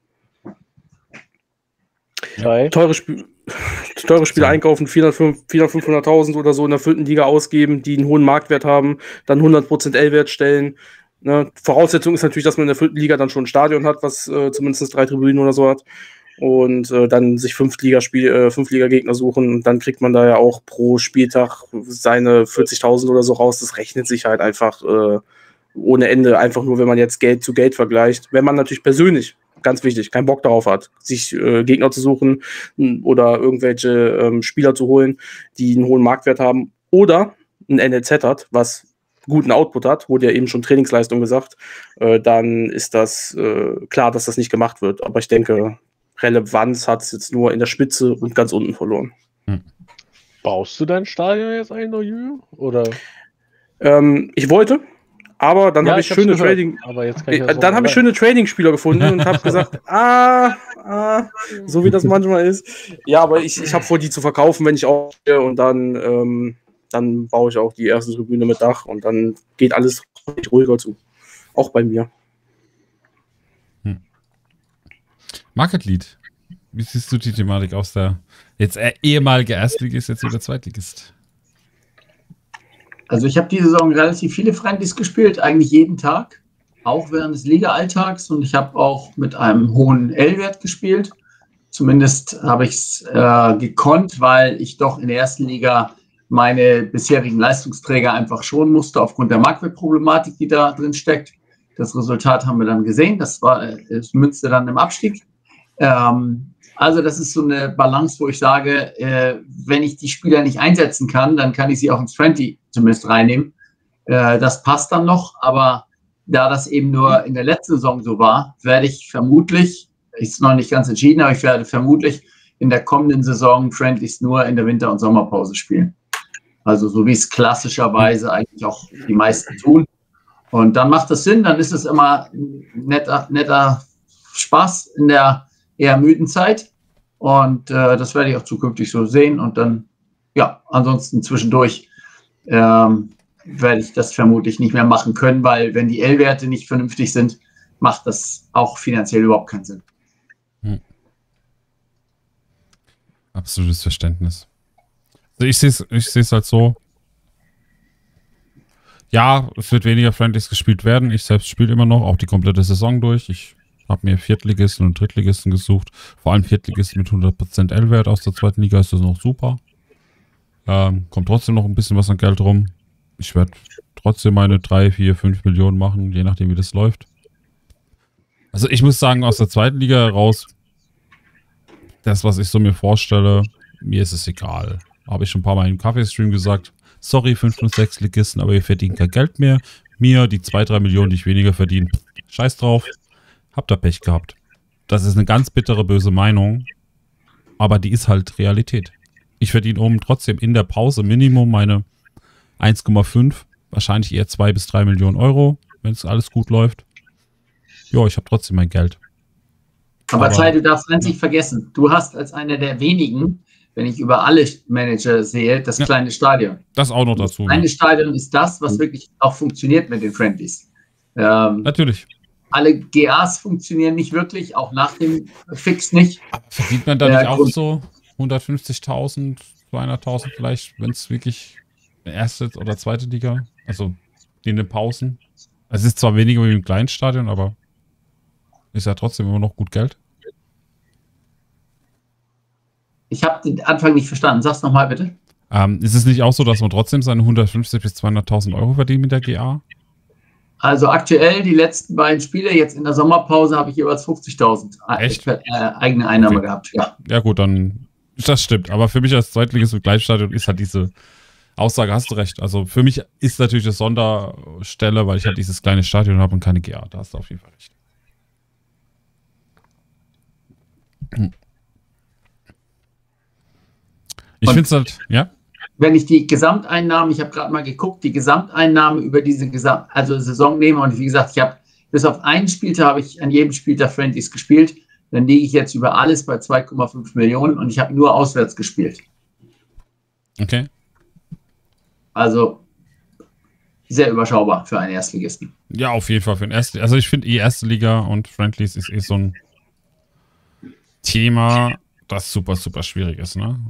Ja. Teure, Sp teure Spieler so. einkaufen, vierhundert, fünfhunderttausend oder so in der vierten Liga ausgeben, die einen hohen Marktwert haben, dann hundert Prozent L-Wert stellen. Ne? Voraussetzung ist natürlich, dass man in der vierten Liga dann schon ein Stadion hat, was äh, zumindest drei Tribünen oder so hat. Und äh, dann sich Fünftligaspiel, äh, Fünftliga-Gegner suchen und dann kriegt man da ja auch pro Spieltag seine vierzigtausend oder so raus. Das rechnet sich halt einfach äh, ohne Ende, einfach nur, wenn man jetzt Geld zu Geld vergleicht. Wenn man natürlich persönlich, ganz wichtig, keinen Bock darauf hat, sich äh, Gegner zu suchen oder irgendwelche ähm, Spieler zu holen, die einen hohen Marktwert haben oder ein N L Z hat, was guten Output hat, wurde ja eben schon Trainingsleistung gesagt, äh, dann ist das äh, klar, dass das nicht gemacht wird. Aber ich denke, Relevanz hat es jetzt nur in der Spitze und ganz unten verloren. Hm. Baust du dein Stadion jetzt eigentlich noch, Juju? Oder? Ähm, ich wollte, aber dann ja, habe ich, ich schöne gehört, Trading. Aber jetzt kann ich äh, dann habe ich schöne Trading-Spieler gefunden und habe gesagt, ah, ah, so wie das manchmal ist. Ja, aber ich, ich habe vor, die zu verkaufen, wenn ich auch und dann, ähm, dann baue ich auch die erste Tribüne mit Dach und dann geht alles ruhiger zu. Auch bei mir. Market Lead, wie siehst du die Thematik aus der jetzt ehemalige Erstligist, jetzt wieder Zweitligist? Also ich habe diese Saison relativ viele Friendlies gespielt, eigentlich jeden Tag, auch während des Liga-Alltags und ich habe auch mit einem hohen L-Wert gespielt. Zumindest habe ich es äh, gekonnt, weil ich doch in der ersten Liga meine bisherigen Leistungsträger einfach schonen musste aufgrund der Marktwertproblematik, die da drin steckt. Das Resultat haben wir dann gesehen, das war das münzte dann im Abstieg. Ähm, also das ist so eine Balance, wo ich sage, äh, wenn ich die Spieler nicht einsetzen kann, dann kann ich sie auch ins Friendly zumindest reinnehmen. Äh, das passt dann noch, aber da das eben nur in der letzten Saison so war, werde ich vermutlich, ist noch nicht ganz entschieden, aber ich werde vermutlich in der kommenden Saison Friendlies nur in der Winter- und Sommerpause spielen. Also so wie es klassischerweise eigentlich auch die meisten tun. Und dann macht das Sinn, dann ist es immer netter, netter Spaß in der eher müden Zeit. Und äh, das werde ich auch zukünftig so sehen. Und dann, ja, ansonsten zwischendurch ähm, werde ich das vermutlich nicht mehr machen können, weil wenn die L-Werte nicht vernünftig sind, macht das auch finanziell überhaupt keinen Sinn. Hm. Absolutes Verständnis. Also ich sehe es ich sehe es halt so, ja, es wird weniger Friendlies gespielt werden. Ich selbst spiele immer noch, auch die komplette Saison durch. Ich habe mir Viertligisten und Drittligisten gesucht. Vor allem Viertligisten mit hundert Prozent L-Wert aus der zweiten Liga ist das noch super. Ähm, kommt trotzdem noch ein bisschen was an Geld rum. Ich werde trotzdem meine drei, vier, fünf Millionen machen, je nachdem wie das läuft. Also ich muss sagen, aus der zweiten Liga heraus, das, was ich so mir vorstelle, mir ist es egal. Habe ich schon ein paar Mal im Kaffeestream gesagt. Sorry, fünf und sechs Ligisten, aber ihr verdient kein Geld mehr. Mir, die zwei, drei Millionen, die ich weniger verdiene, scheiß drauf. Habt ihr Pech gehabt. Das ist eine ganz bittere, böse Meinung, aber die ist halt Realität. Ich verdiene oben trotzdem in der Pause Minimum meine eins Komma fünf, wahrscheinlich eher zwei bis drei Millionen Euro, wenn es alles gut läuft. Ja, ich habe trotzdem mein Geld. Aber, aber Ty, du darfst eins nicht vergessen. Du hast als einer der wenigen, wenn ich über alle Manager sehe, das ja, kleine Stadion. Das auch noch dazu. Das kleine ja. Stadion ist das, was wirklich auch funktioniert mit den Friendlies. Ähm, Natürlich. Alle G As funktionieren nicht wirklich, auch nach dem Fix nicht. Aber verdient man da nicht auch so hundertfünfzigtausend, zweihunderttausend vielleicht, wenn es wirklich eine erste oder zweite Liga, also in den Pausen. Es ist zwar weniger wie im kleinen Stadion, aber ist ja trotzdem immer noch gut Geld. Ich habe den Anfang nicht verstanden. Sag's nochmal bitte. Ähm, ist es nicht auch so, dass man trotzdem seine hundertfünfzig bis zweihunderttausend Euro verdient mit der G A? Also aktuell die letzten beiden Spiele, jetzt in der Sommerpause habe ich jeweils fünfzigtausend äh, eigene Einnahme okay. gehabt. Ja. Ja gut, dann das stimmt. Aber für mich als Zweitligist mit Gleichstadion ist halt diese Aussage, hast du recht. Also für mich ist natürlich eine Sonderstelle, weil ich halt dieses kleine Stadion habe und keine G A. Da hast du auf jeden Fall recht. Ich finde es halt, ja. Wenn ich die Gesamteinnahmen, ich habe gerade mal geguckt, die Gesamteinnahmen über diese Gesam also Saison nehme und wie gesagt, ich habe bis auf einen Spieltag habe ich an jedem Spieltag Friendlies gespielt, dann liege ich jetzt über alles bei zwei Komma fünf Millionen und ich habe nur auswärts gespielt. Okay. Also sehr überschaubar für einen Erstligisten. Ja, auf jeden Fall für den Ersten. Also ich finde, eh erste Liga und Friendlies ist eh so ein Thema, das super, super schwierig ist, ne?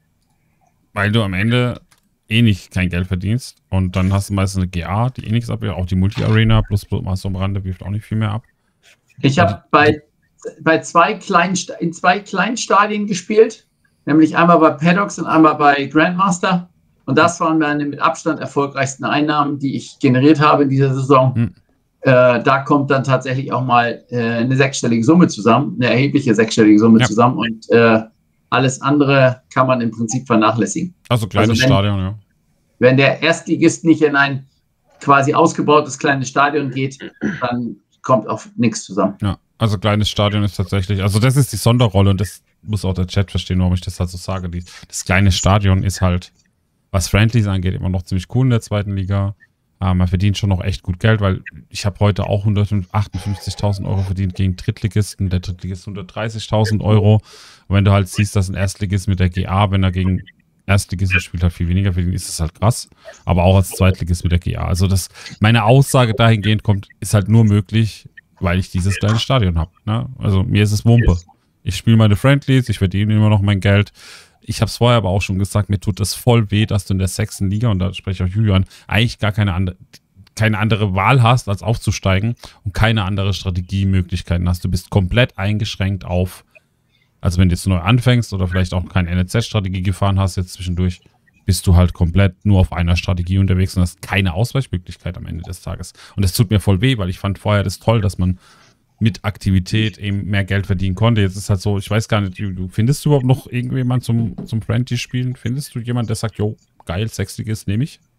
Weil du am Ende eh nicht kein Geld verdienst und dann hast du meistens eine G A, die eh nichts ab, auch die Multi-Arena plus plus am Rande wirft auch nicht viel mehr ab. Ich habe bei, bei zwei kleinen, in zwei kleinen Stadien gespielt, nämlich einmal bei Paddocks und einmal bei Grandmaster. Und das waren meine mit Abstand erfolgreichsten Einnahmen, die ich generiert habe in dieser Saison. Hm. Äh, da kommt dann tatsächlich auch mal äh, eine sechsstellige Summe zusammen, eine erhebliche sechsstellige Summe ja. zusammen. Und äh, alles andere kann man im Prinzip vernachlässigen. Also kleines also wenn, Stadion, ja. Wenn der Erstligist nicht in ein quasi ausgebautes kleines Stadion geht, dann kommt auf nichts zusammen. Ja, also kleines Stadion ist tatsächlich, also das ist die Sonderrolle und das muss auch der Chat verstehen, warum ich das halt so sage. Die, das kleine Stadion ist halt, was Friendlies angeht, immer noch ziemlich cool in der zweiten Liga. Uh, man verdient schon noch echt gut Geld, weil ich habe heute auch hundertachtundfünfzigtausend Euro verdient gegen Drittligisten. Der Drittligist hundertdreißigtausend Euro. Und wenn du halt siehst, dass ein Erstligist mit der G A, wenn er gegen Erstligisten spielt, halt viel weniger verdient, ist das halt krass. Aber auch als Zweitligist mit der G A. Also das, meine Aussage dahingehend kommt, ist halt nur möglich, weil ich dieses kleine Stadion habe. Ne? Also mir ist es Wumpe. Ich spiele meine Friendlies, ich verdiene immer noch mein Geld. Ich habe es vorher aber auch schon gesagt, mir tut das voll weh, dass du in der sechsten Liga, und da spreche ich auch Julian, eigentlich gar keine andere, keine andere Wahl hast, als aufzusteigen und keine andere Strategiemöglichkeiten hast. Du bist komplett eingeschränkt auf, also wenn du jetzt neu anfängst oder vielleicht auch keine N L Z-Strategie gefahren hast jetzt zwischendurch, bist du halt komplett nur auf einer Strategie unterwegs und hast keine Ausweichmöglichkeit am Ende des Tages. Und das tut mir voll weh, weil ich fand vorher das toll, dass man mit Aktivität eben mehr Geld verdienen konnte. Jetzt ist halt so, ich weiß gar nicht, du findest du überhaupt noch irgendjemand zum, zum Friendly spielen? Findest du jemanden, der sagt, jo, geil, Sechsligist, nehme ich?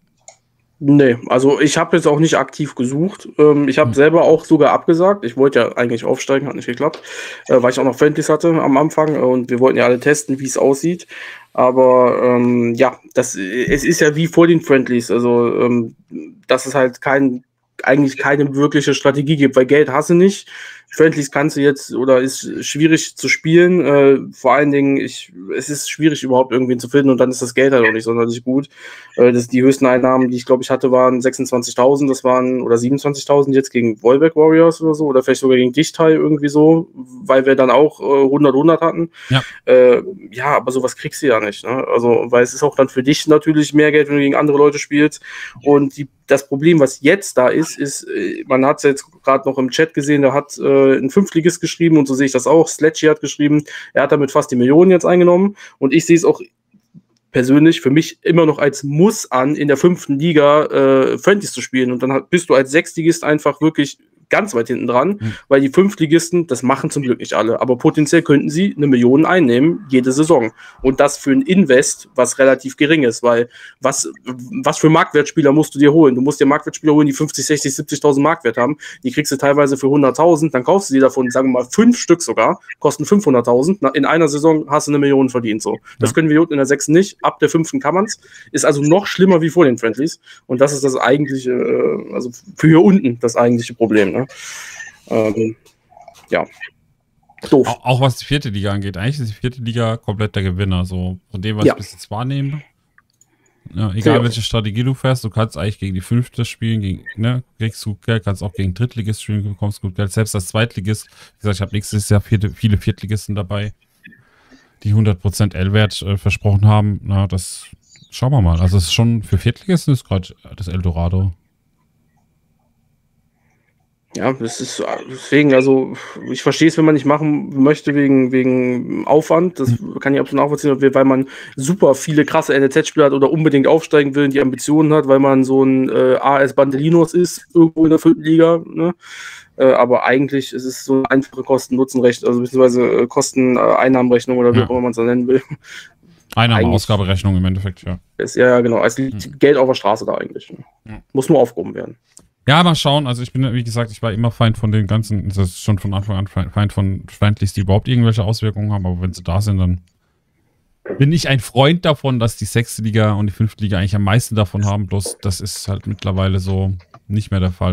Nee, also ich habe jetzt auch nicht aktiv gesucht. Ähm, ich habe hm. selber auch sogar abgesagt. Ich wollte ja eigentlich aufsteigen, hat nicht geklappt, äh, weil ich auch noch Friendlies hatte am Anfang äh, und wir wollten ja alle testen, wie es aussieht. Aber ähm, ja, das, es ist ja wie vor den Friendlies, also ähm, dass es halt kein eigentlich keine wirkliche Strategie gibt, weil Geld hast du nicht. Friendlies kannst du jetzt, oder ist schwierig zu spielen. Äh, vor allen Dingen, ich, es ist schwierig überhaupt irgendwen zu finden und dann ist das Geld halt auch nicht sonderlich gut. Äh, das, die höchsten Einnahmen, die ich glaube ich hatte, waren sechsundzwanzigtausend, das waren, oder siebenundzwanzigtausend jetzt gegen Wolbeck Warriors oder so, oder vielleicht sogar gegen Dichtai irgendwie so, weil wir dann auch äh, hundert hundert hatten. Ja. Äh, ja, aber sowas kriegst du ja nicht. Ne? Also, weil es ist auch dann für dich natürlich mehr Geld, wenn du gegen andere Leute spielst. Und die, das Problem, was jetzt da ist, ist, man hat es jetzt gerade noch im Chat gesehen, da hat äh, ein Fünftligist geschrieben und so sehe ich das auch. Sledgy hat geschrieben, er hat damit fast die Millionen jetzt eingenommen und ich sehe es auch persönlich für mich immer noch als Muss an, in der fünften Liga äh, Friendlies zu spielen und dann bist du als Sechstligist einfach wirklich ganz weit hinten dran, mhm. weil die Fünftligisten, das machen zum Glück nicht alle, aber potenziell könnten sie eine Million einnehmen, jede Saison. Und das für ein Invest, was relativ gering ist, weil was, was für Marktwertspieler musst du dir holen? Du musst dir Marktwertspieler holen, die fünfzig, sechzig, siebzigtausend Marktwert haben, die kriegst du teilweise für hunderttausend, dann kaufst du die davon, sagen wir mal, fünf Stück sogar, kosten fünfhunderttausend, in einer Saison hast du eine Million verdient, so. Das ja. können wir hier unten in der sechsten nicht, ab der fünften kann man's, ist also noch schlimmer wie vor den Friendlies und das ist das eigentliche, äh, also für hier unten das eigentliche Problem, ne? Ähm, ja. Doof. Auch, auch was die vierte Liga angeht. Eigentlich ist die vierte Liga komplett der Gewinner. So von dem, was ja. ich bis jetzt wahrnehme. Ja, egal ja. welche Strategie du fährst, du kannst eigentlich gegen die Fünfte spielen, gegen, ne, kriegst gut Geld, kannst auch gegen Drittligist spielen, bekommst gut Geld. Selbst als Zweitligist, wie gesagt, ich habe nächstes Jahr vierte, viele Viertligisten dabei, die hundert Prozent L-Wert äh, versprochen haben. Na, das schauen wir mal. Also es ist schon für Viertligisten ist gerade das Eldorado. Ja, das ist deswegen, also ich verstehe es, wenn man nicht machen möchte wegen, wegen Aufwand, das kann ich absolut nachvollziehen, weil man super viele krasse N L Z-Spieler hat oder unbedingt aufsteigen will, die Ambitionen hat, weil man so ein äh, A S Bandelinos ist, irgendwo in der vierten Liga, ne? Äh, aber eigentlich ist es so eine einfache Kosten-Nutzen-Rechnung, also beziehungsweise äh, Kosten-Einnahmenrechnung oder wie auch immer man es nennen will. Einnahme-Ausgaberechnung im Endeffekt, ja. Ist, ja, genau, es liegt hm. Geld auf der Straße da eigentlich. Ne? Ja. Muss nur aufgehoben werden. Ja, mal schauen. Also ich bin, wie gesagt, ich war immer Feind von den ganzen, das ist schon von Anfang an Feind von Friendlies, die überhaupt irgendwelche Auswirkungen haben. Aber wenn sie da sind, dann bin ich ein Freund davon, dass die sechste Liga und die fünfte Liga eigentlich am meisten davon haben. Bloß das ist halt mittlerweile so nicht mehr der Fall.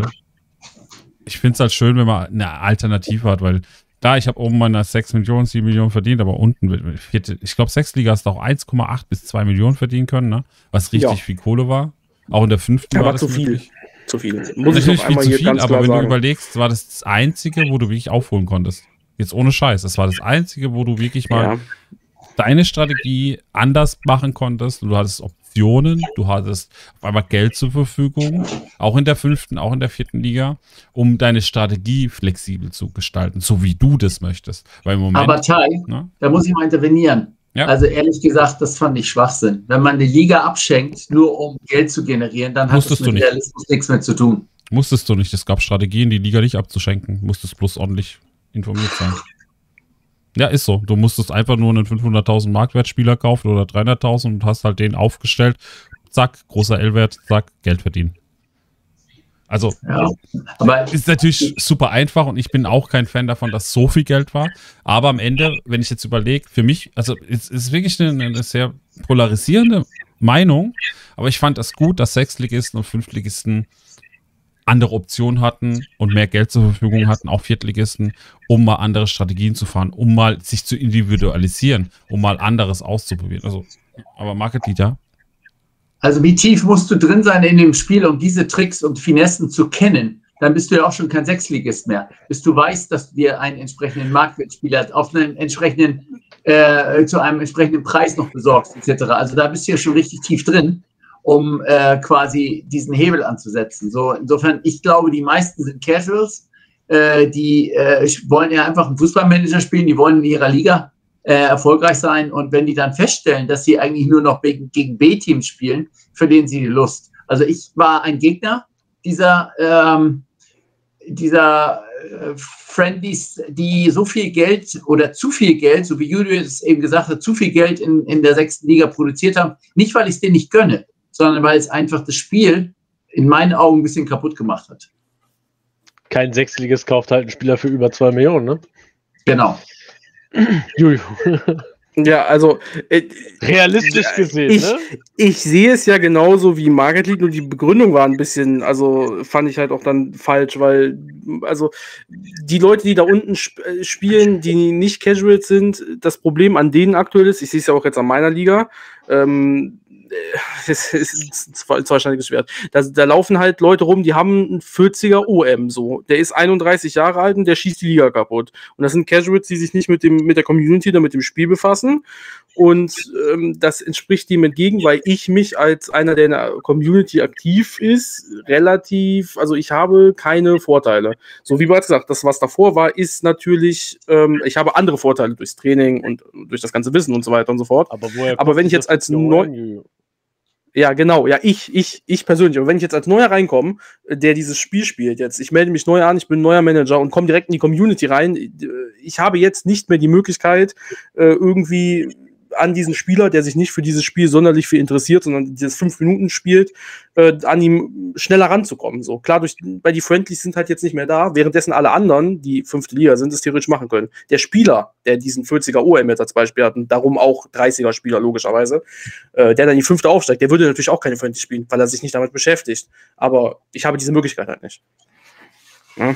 Ich finde es halt schön, wenn man eine Alternative hat, weil klar, ich habe oben meine sechs Millionen, sieben Millionen verdient, aber unten, ich glaube, sechste Liga hast du auch eins Komma acht bis zwei Millionen verdienen können, ne? Was richtig ja. viel Kohle war. Auch in der fünften ja, war das zu viel. Möglich. Zu viel. Muss Natürlich ich noch einmal viel zu viel, aber wenn sagen. du überlegst, war das das Einzige, wo du wirklich aufholen konntest. Jetzt ohne Scheiß. Das war das Einzige, wo du wirklich mal ja. deine Strategie anders machen konntest. Und du hattest Optionen, du hattest auf einmal Geld zur Verfügung, auch in der fünften, auch in der vierten Liga, um deine Strategie flexibel zu gestalten, so wie du das möchtest. Weil im Moment, aber Tai, ne? da muss ich mal intervenieren. Ja. Also ehrlich gesagt, das fand ich Schwachsinn. Wenn man eine Liga abschenkt, nur um Geld zu generieren, dann Musstest hat das mit Realismus nichts mehr zu tun. Musstest du nicht. Es gab Strategien, die Liga nicht abzuschenken. Musstest bloß ordentlich informiert sein. Ja, ist so. Du musstest einfach nur einen fünfhunderttausend Marktwertspieler kaufen oder dreihunderttausend und hast halt den aufgestellt. Zack, großer L-Wert, zack, Geld verdienen. Also, ja, aber ist natürlich super einfach und ich bin auch kein Fan davon, dass so viel Geld war. Aber am Ende, wenn ich jetzt überlege, für mich, also es ist wirklich eine, eine sehr polarisierende Meinung, aber ich fand das gut, dass Sechstligisten und Fünftligisten andere Optionen hatten und mehr Geld zur Verfügung hatten, auch Viertligisten, um mal andere Strategien zu fahren, um mal sich zu individualisieren, um mal anderes auszuprobieren. Also, aber Market Leader. Also wie tief musst du drin sein in dem Spiel, um diese Tricks und Finessen zu kennen? Dann bist du ja auch schon kein Sechsligist mehr. Bis du weißt, dass du dir einen entsprechenden Marktwertspieler auf einen entsprechenden, äh, zu einem entsprechenden Preis noch besorgst, et cetera. Also da bist du ja schon richtig tief drin, um äh, quasi diesen Hebel anzusetzen. So, insofern, ich glaube, die meisten sind Casuals, äh, die äh, wollen ja einfach einen Fußballmanager spielen, die wollen in ihrer Liga Äh, erfolgreich sein, und wenn die dann feststellen, dass sie eigentlich nur noch gegen B-Teams spielen, verlieren sie die Lust. Also ich war ein Gegner dieser, ähm, dieser äh, Friendlies, die so viel Geld oder zu viel Geld, so wie Julius es eben gesagt hat, zu viel Geld in, in der sechsten Liga produziert haben. Nicht, weil ich es denen nicht gönne, sondern weil es einfach das Spiel in meinen Augen ein bisschen kaputt gemacht hat. Kein Sechstligist kauft halt einen Spieler für über zwei Millionen, ne? Genau. Juju. Ja, also äh, realistisch gesehen, ich, ne? Ich sehe es ja genauso wie Market League, nur die Begründung war ein bisschen, also fand ich halt auch dann falsch, weil also die Leute, die da unten sp spielen, die nicht Casuals sind, das Problem an denen aktuell ist, ich sehe es ja auch jetzt an meiner Liga, ähm, es ist ein zweischneidiges Schwert. Da, da laufen halt Leute rum, die haben einen vierziger O M, so. Der ist einunddreißig Jahre alt und der schießt die Liga kaputt. Und das sind Casuals, die sich nicht mit dem, mit der Community oder mit dem Spiel befassen. Und ähm, das entspricht dem entgegen, weil ich mich als einer, der in der Community aktiv ist, relativ, also ich habe keine Vorteile. So wie bereits gesagt, das, was davor war, ist natürlich, ähm, ich habe andere Vorteile durchs Training und durch das ganze Wissen und so weiter und so fort. Aber, woher Aber wenn ich jetzt als neu... Ja, genau. Ja, ich, ich, ich persönlich. Aber wenn ich jetzt als Neuer reinkomme, der dieses Spiel spielt jetzt, ich melde mich neu an, ich bin ein neuer Manager und komme direkt in die Community rein. Ich habe jetzt nicht mehr die Möglichkeit, irgendwie an diesen Spieler, der sich nicht für dieses Spiel sonderlich viel interessiert, sondern dieses fünf Minuten spielt, äh, an ihm schneller ranzukommen. So klar, durch, weil die Friendlies sind halt jetzt nicht mehr da, währenddessen alle anderen, die fünfte Liga sind, es theoretisch machen können. Der Spieler, der diesen vierziger O M jetzt als Beispiel hat und darum auch dreißiger Spieler logischerweise, äh, der dann die fünfte aufsteigt, der würde natürlich auch keine Friendlies spielen, weil er sich nicht damit beschäftigt. Aber ich habe diese Möglichkeit halt nicht. Ja.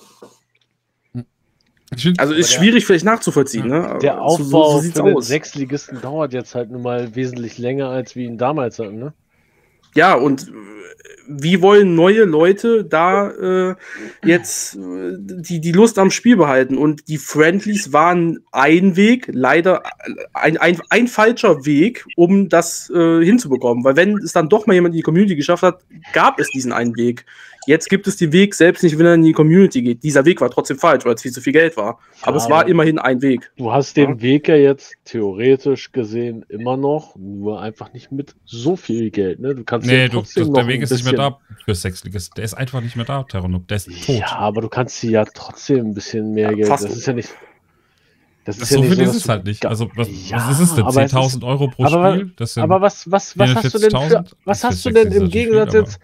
Also ist schwierig der, vielleicht nachzuvollziehen. Ne? Der Aufbau so, so für den Sechsligisten dauert jetzt halt nun mal wesentlich länger, als wir ihn damals hatten. Ne? Ja, und wie wollen neue Leute da äh, jetzt äh, die, die Lust am Spiel behalten? Und die Friendlies waren ein Weg, leider ein, ein, ein falscher Weg, um das äh, hinzubekommen. Weil wenn es dann doch mal jemand in die Community geschafft hat, gab es diesen einen Weg. Jetzt gibt es den Weg, selbst nicht, wenn er in die Community geht. Dieser Weg war trotzdem falsch, weil es viel zu viel Geld war. Aber ja, es war immerhin ein Weg. Du hast den ja. Weg ja jetzt theoretisch gesehen immer noch, nur einfach nicht mit so viel Geld. Ne? Du kannst nee, ja du, trotzdem du, noch der Weg ist nicht mehr da für Sechsligisten. Der ist einfach nicht mehr da, Terranub. Der ist tot. Ja, aber du kannst sie ja trotzdem ein bisschen mehr Geld. Fast das ist ja nicht. Das ist so ja viel so, ist es halt nicht. Also, was, ja, was ist es denn? zehntausend Euro pro aber, Spiel? Das sind aber was, was, was hast du denn, für, was hast du denn im Gegensatz viel, jetzt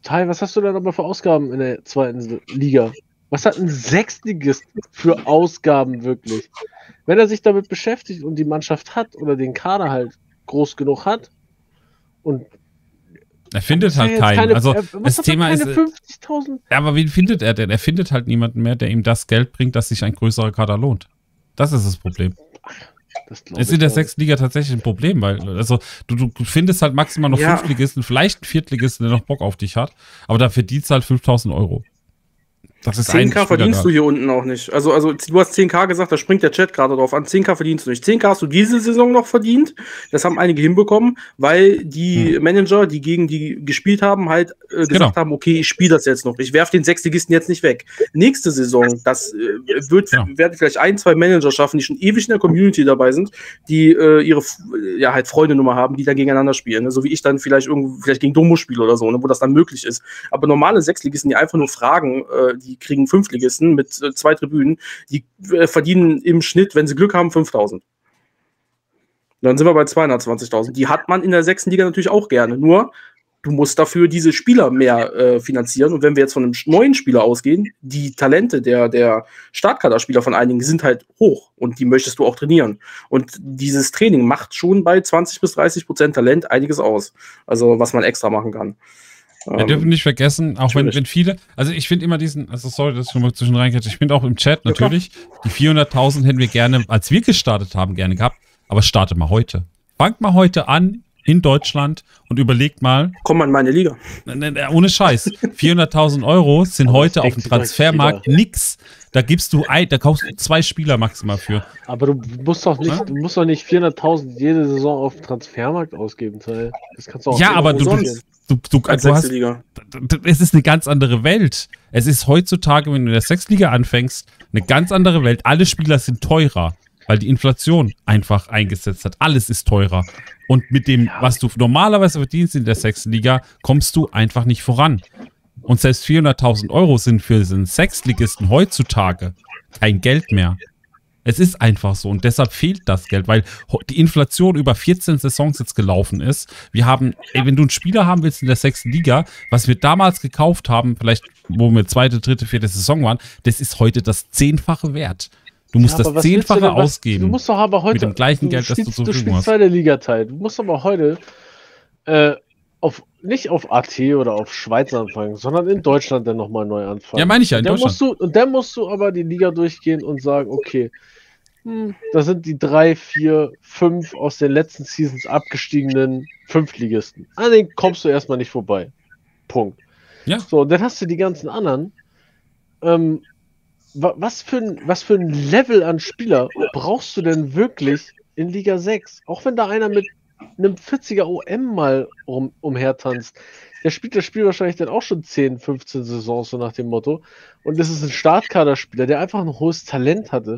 Tai, was hast du denn aber für Ausgaben in der zweiten Liga? Was hat ein Sechstligist für Ausgaben wirklich? Wenn er sich damit beschäftigt und die Mannschaft hat oder den Kader halt groß genug hat und er findet halt ja keinen. keine, Also das Thema ist. fünfzigtausend. Ja, aber wen findet er denn? Er findet halt niemanden mehr, der ihm das Geld bringt, dass sich ein größerer Kader lohnt. Das ist das Problem. Das ist in der sechsten Liga tatsächlich ein Problem, weil also du, du findest halt maximal noch Ja. Fünftligisten, vielleicht einen Viertligisten, der noch Bock auf dich hat, aber da verdienst du halt fünftausend Euro. Das ist zehn K ein Spieler verdienst da. du hier unten auch nicht. Also, also du hast zehn K gesagt, da springt der Chat gerade drauf an. zehn K verdienst du nicht. zehn K hast du diese Saison noch verdient. Das haben einige hinbekommen, weil die Hm. Manager, die gegen die gespielt haben, halt äh, gesagt Genau. haben, okay, ich spiele das jetzt noch. Ich werfe den Sechstligisten jetzt nicht weg. Nächste Saison, das äh, wird, Ja. werden vielleicht ein, zwei Manager schaffen, die schon ewig in der Community dabei sind, die äh, ihre ja halt Freunde-Nummer haben, die dann gegeneinander spielen. Ne? So wie ich dann vielleicht irgendwo vielleicht gegen Domo spiele oder so, ne? Wo das dann möglich ist. Aber normale Sechsligisten, die einfach nur fragen, äh, die kriegen Fünftligisten mit äh, zwei Tribünen, die äh, verdienen im Schnitt, wenn sie Glück haben, fünftausend. Dann sind wir bei zweihundertzwanzigtausend. Die hat man in der sechsten Liga natürlich auch gerne. Nur, du musst dafür diese Spieler mehr äh, finanzieren. Und wenn wir jetzt von einem neuen Spieler ausgehen, die Talente der, der Startkaderspieler von einigen sind halt hoch und die möchtest du auch trainieren. Und dieses Training macht schon bei zwanzig bis dreißig Prozent Talent einiges aus. Also, was man extra machen kann. Wir dürfen nicht vergessen, auch wenn, wenn viele, also ich finde immer diesen, also sorry, dass ich schon mal zwischen reingehört, ich finde auch im Chat natürlich, die vierhunderttausend hätten wir gerne, als wir gestartet haben, gerne gehabt, aber startet mal heute. Fangt mal heute an in Deutschland und überlegt mal. Komm mal in meine Liga. Ne, ne, ohne Scheiß. vierhunderttausend Euro sind Aber heute das auf dem denkt sich Transfermarkt nix. Da gibst du ein, da kaufst du zwei Spieler maximal für. Aber du musst doch nicht, Ja? du musst doch nicht vierhunderttausend jede Saison auf dem Transfermarkt ausgeben, Teil. Das kannst du auch Ja, immer aber du, du, umsonst. du, du, Als du hast, sechste Liga. es ist eine ganz andere Welt. Es ist heutzutage, wenn du in der Sechsliga anfängst, eine ganz andere Welt. Alle Spieler sind teurer, weil die Inflation einfach eingesetzt hat. Alles ist teurer. Und mit dem, Ja. was du normalerweise verdienst in der sechsten Liga, kommst du einfach nicht voran. Und selbst vierhunderttausend Euro sind für den Sechstligisten heutzutage kein Geld mehr. Es ist einfach so und deshalb fehlt das Geld, weil ho- die Inflation über vierzehn Saisons jetzt gelaufen ist. Wir haben, ey, wenn du einen Spieler haben willst in der sechsten Liga, was wir damals gekauft haben, vielleicht wo wir zweite, dritte, vierte Saison waren, das ist heute das Zehnfache wert. Du musst Ja, aber das was willst du Zehnfache denn, was- ausgeben. Du musst doch aber heute. mit dem gleichen Geld, das du spielst, zur Du Verfügung spielst hast. zweite Liga, Teil. Du musst aber heute äh, auf, nicht auf A T oder auf Schweiz anfangen, sondern in Deutschland dann nochmal neu anfangen. Ja, meine ich ja, in Und dann Deutschland. musst du, und dann musst du aber die Liga durchgehen und sagen, okay, hm, da sind die drei, vier, fünf aus den letzten Seasons abgestiegenen Fünftligisten. An denen kommst du erstmal nicht vorbei. Punkt. Ja. So, und dann hast du die ganzen anderen. Ähm, wa- was, für ein, was für ein Level an Spieler brauchst du denn wirklich in Liga sechs? Auch wenn da einer mit einem vierziger O M mal um, umhertanzt. Der spielt das Spiel wahrscheinlich dann auch schon zehn, fünfzehn Saisons, so nach dem Motto. Und das ist ein Startkaderspieler, der einfach ein hohes Talent hatte.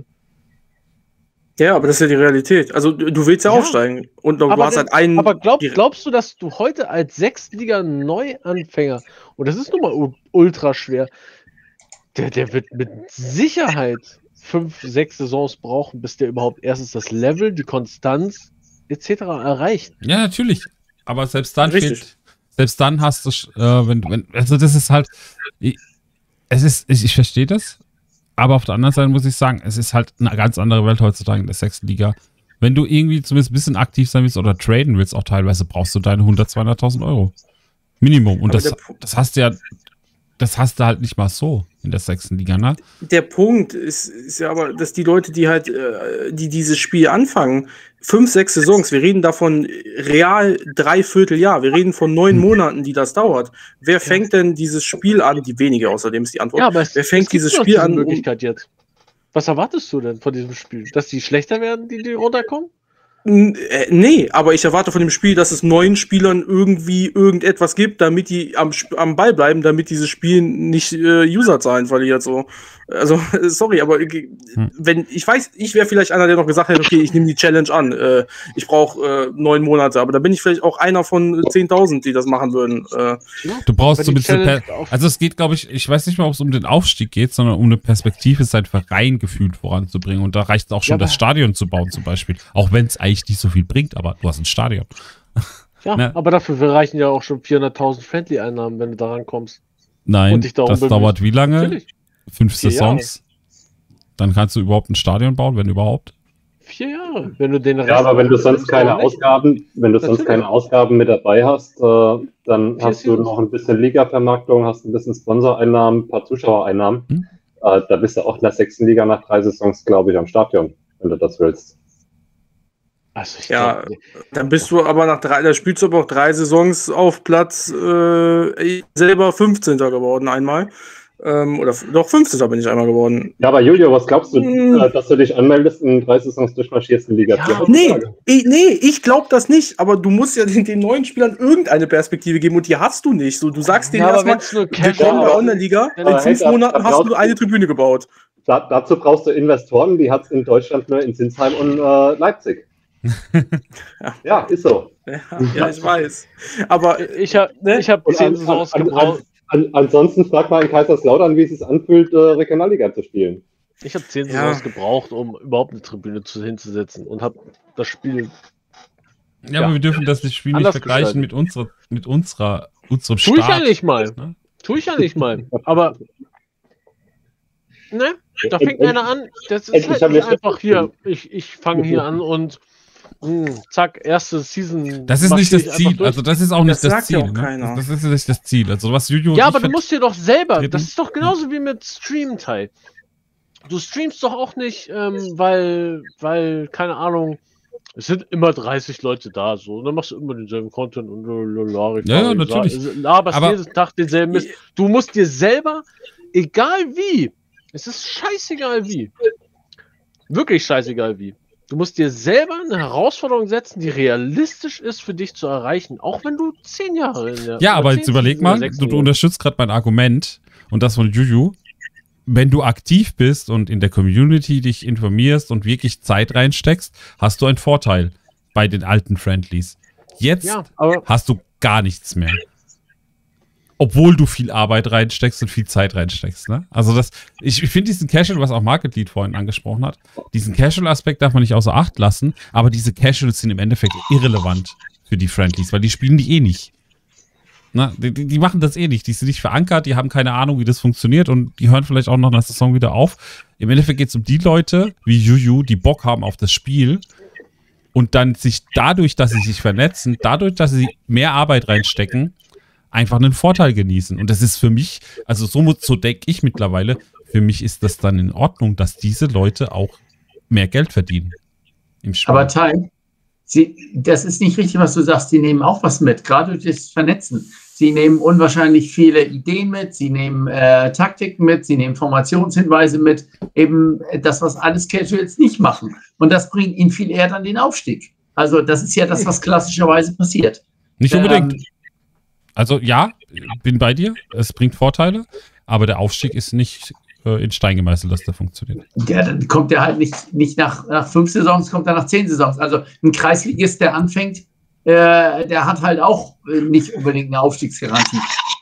Ja, aber das ist ja die Realität. Also du du willst ja, Ja. aufsteigen. Und du Aber hast denn- halt einen. Aber glaub, die- glaubst du, dass du heute als Sechstliga-Neuanfänger, und das ist nun mal u- ultra schwer, der, der wird mit Sicherheit fünf, sechs Saisons brauchen, bis der überhaupt erstens das Level, die Konstanz et cetera erreicht. Ja, natürlich. Aber selbst dann Richtig. fehlt, selbst dann hast du, äh, wenn, wenn, also das ist halt, ich, es ist, ich, ich verstehe das, aber auf der anderen Seite muss ich sagen, es ist halt eine ganz andere Welt heutzutage in der sechsten Liga. Wenn du irgendwie zumindest ein bisschen aktiv sein willst oder traden willst, auch teilweise brauchst du deine hundert, zweihunderttausend Euro. Minimum. Und Aber das, der Pu- das hast du ja, das hast du halt nicht mal so in der sechsten Liga, ne? Der Punkt ist, ist ja aber, dass die Leute, die halt, äh, die dieses Spiel anfangen, fünf, sechs Saisons, wir reden davon real drei Vierteljahr, wir reden von neun Monaten, die das dauert. Wer fängt denn dieses Spiel an? Die wenige außerdem ist die Antwort. Ja, aber es, Wer fängt es gibt dieses doch Spiel diese an, um- Möglichkeit jetzt. Was erwartest du denn von diesem Spiel? Dass die schlechter werden, die, die runterkommen? N- äh, Nee, aber ich erwarte von dem Spiel, dass es neuen Spielern irgendwie irgendetwas gibt, damit die am, Sp- am Ball bleiben, damit dieses Spiel nicht äh, Userzahlen verliert. So. Also, sorry, aber äh, Hm. wenn ich weiß, ich wäre vielleicht einer, der noch gesagt hätte, okay, ich nehme die Challenge an. Äh, ich brauche äh, neun Monate, aber da bin ich vielleicht auch einer von zehntausend, die das machen würden. Äh, Du brauchst Aber so ein die bisschen, Challenge per auf- also es geht, glaube ich, ich weiß nicht mal, ob es um den Aufstieg geht, sondern um eine Perspektive, seinen Verein gefühlt voranzubringen. Und da reicht es auch schon, Ja, aber- das Stadion zu bauen zum Beispiel. Auch wenn es eigentlich nicht so viel bringt, aber du hast ein Stadion. Ja, Na, aber dafür reichen ja auch schon vierhunderttausend Friendly-Einnahmen, wenn du daran kommst. nein, dich darum das bemühst. dauert wie lange? Natürlich. Fünf Vier Saisons. Dann kannst du überhaupt ein Stadion bauen, wenn überhaupt. Vier Jahre, wenn du den Rest Ja, aber wenn du sonst keine nicht. Ausgaben, wenn du sonst Natürlich. keine Ausgaben mit dabei hast, äh, dann Vier hast du Saisons. noch ein bisschen Liga-Vermarktung, hast ein bisschen Sponsoreinnahmen, ein paar Zuschauereinnahmen. Hm. Äh, da bist du auch in der sechsten Liga nach drei Saisons, glaube ich, am Stadion, wenn du das willst. Also ich Ja, glaub, dann bist du aber nach drei, da spielst du aber auch drei Saisons auf Platz äh, selber fünfzehnter geworden einmal. Ähm, oder f- doch fünfzehnter bin ich einmal geworden. Ja, aber Julio, was glaubst du, Hm. äh, dass du dich anmeldest und in drei Saisons durchmarschierst in Liga Ja, vier? Nee, ich, nee, ich glaube das nicht, aber du musst ja den, den neuen Spielern irgendeine Perspektive geben und die hast du nicht. So, du sagst denen ja, aber erstmal, wenn es nur willkommen bei Casual der Online-Liga, Ja, in aber fünf hey, da- Monaten da hast brauchst du eine du- Tribüne gebaut. Da, dazu brauchst du Investoren, die hat es in Deutschland nur in Sinsheim und äh, Leipzig. Ja. Ja, ist so. Ja, ja, ich weiß. Aber Ich habe Ne? ich hab Und zehn an, Saisons an, an, gebraucht. an, ansonsten frag mal in Kaiserslautern, wie es sich anfühlt, äh, Regionalliga zu spielen. Ich habe zehn Ja. Saisons gebraucht, um überhaupt eine Tribüne zu, hinzusetzen und habe das Spiel. Ja, Ja. aber wir dürfen das Spiel nicht Anders vergleichen gestalten. mit unserer, mit unserer, unserem Tue ich Start. ja nicht mal. Ne? Tue ich ja nicht mal. Aber. Ne? Da fängt End- einer an. Das ist endlich halt haben nicht wir- einfach hier. Ich, ich fange hier an und. Mh, zack, erste Season. Das ist nicht marschiere ich das einfach Ziel. durch. Also das ist auch nicht Das das, sagt ja Ziel. auch ne? keiner. Das, das ist nicht das Ziel. Also was Juju und Ja, ich aber du vert- musst dir doch selber, vertreten. das ist doch genauso wie mit Stream Teil. Du streamst doch auch nicht, ähm, weil, weil, keine Ahnung, es sind immer dreißig Leute da, so, und dann machst du immer denselben Content und lalala, Ja, ja, natürlich. laberst Aber- jeden Tag denselben Mist. Du musst dir selber, egal wie, es ist scheißegal wie, wirklich scheißegal wie, du musst dir selber eine Herausforderung setzen, die realistisch ist für dich zu erreichen, auch wenn du zehn Jahre in der Ja, oder aber zehn jetzt überleg Seasons in der mal, sechsten du, du Liga- unterstützt gerade mein Argument und das von Juju. Wenn du aktiv bist und in der Community dich informierst und wirklich Zeit reinsteckst, hast du einen Vorteil bei den alten Friendlies. Jetzt Ja, aber hast du gar nichts mehr. Obwohl du viel Arbeit reinsteckst und viel Zeit reinsteckst. Ne? Also das, ich, ich finde diesen Casual, was auch Market Lead vorhin angesprochen hat, diesen Casual-Aspekt darf man nicht außer Acht lassen, aber diese Casuals sind im Endeffekt irrelevant für die Friendlies, weil die spielen die eh nicht. Na, die, die die machen das eh nicht. Die sind nicht verankert, die haben keine Ahnung, wie das funktioniert und die hören vielleicht auch nach einer Saison wieder auf. Im Endeffekt geht es um die Leute wie Juju, die Bock haben auf das Spiel und dann sich dadurch, dass sie sich vernetzen, dadurch, dass sie mehr Arbeit reinstecken, einfach einen Vorteil genießen. Und das ist für mich, also so, mu- so denke ich mittlerweile, für mich ist das dann in Ordnung, dass diese Leute auch mehr Geld verdienen im Spiel. Aber Teil, Sie, das ist nicht richtig, was du sagst. Sie nehmen auch was mit, gerade durch das Vernetzen. Sie nehmen unwahrscheinlich viele Ideen mit, sie nehmen äh, Taktiken mit, sie nehmen Formationshinweise mit, eben das, was alles Casuals nicht machen. Und das bringt ihnen viel eher dann den Aufstieg. Also das ist ja das, was klassischerweise passiert. Nicht unbedingt. Ähm, Also ja, bin bei dir, es bringt Vorteile, aber der Aufstieg ist nicht äh, in Stein gemeißelt, dass der funktioniert. Ja, dann kommt er halt nicht, nicht nach, nach fünf Saisons, kommt er nach zehn Saisons. Also ein Kreisligist, der anfängt, äh, der hat halt auch äh, nicht unbedingt eine Aufstiegsgarantie.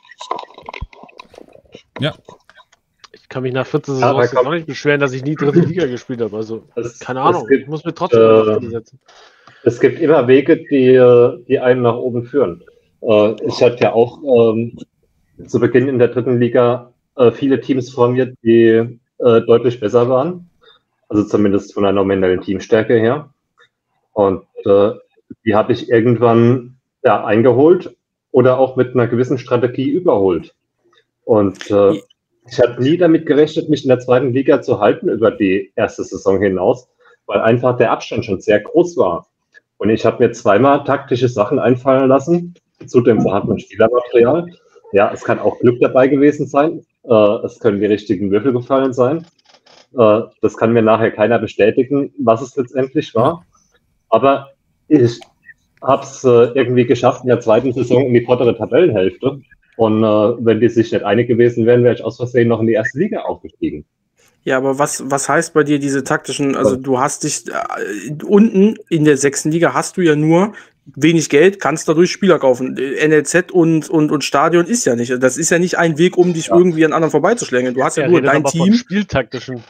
Ja, ich kann mich nach vierzehn Ja, Saisons da jetzt kommt- auch nicht beschweren, dass ich nie dritte Liga gespielt habe. Also, Es- keine es Ahnung, gibt, ich muss mir trotzdem äh, eine Ziele setzen. Es gibt immer Wege, die, äh, die einen nach oben führen. Äh, Ich hatte ja auch ähm, zu Beginn in der dritten Liga äh, viele Teams vor mir, die äh, deutlich besser waren. Also zumindest von der nominellen Teamstärke her. Und äh, die habe ich irgendwann ja, eingeholt oder auch mit einer gewissen Strategie überholt. Und äh, ich habe nie damit gerechnet, mich in der zweiten Liga zu halten über die erste Saison hinaus, weil einfach der Abstand schon sehr groß war. Und ich habe mir zweimal taktische Sachen einfallen lassen zu dem vorhandenen Spielermaterial. Ja, es kann auch Glück dabei gewesen sein. Äh, es können die richtigen Würfel gefallen sein. Äh, das kann mir nachher keiner bestätigen, was es letztendlich war. Aber ich habe es äh, irgendwie geschafft in der zweiten Saison in die vordere Tabellenhälfte. Und äh, wenn die sich nicht einig gewesen wären, wäre ich aus Versehen noch in die erste Liga aufgestiegen. Ja, aber was, was heißt bei dir diese taktischen, also du hast dich äh, unten in der sechsten Liga hast du ja nur wenig Geld, kannst dadurch Spieler kaufen. N L Z und, und, und Stadion ist ja nicht. Das ist ja nicht ein Weg, um dich Ja. irgendwie an anderen vorbeizuschlängeln. Du hast ja Er nur redet dein aber von Team. spieltaktischen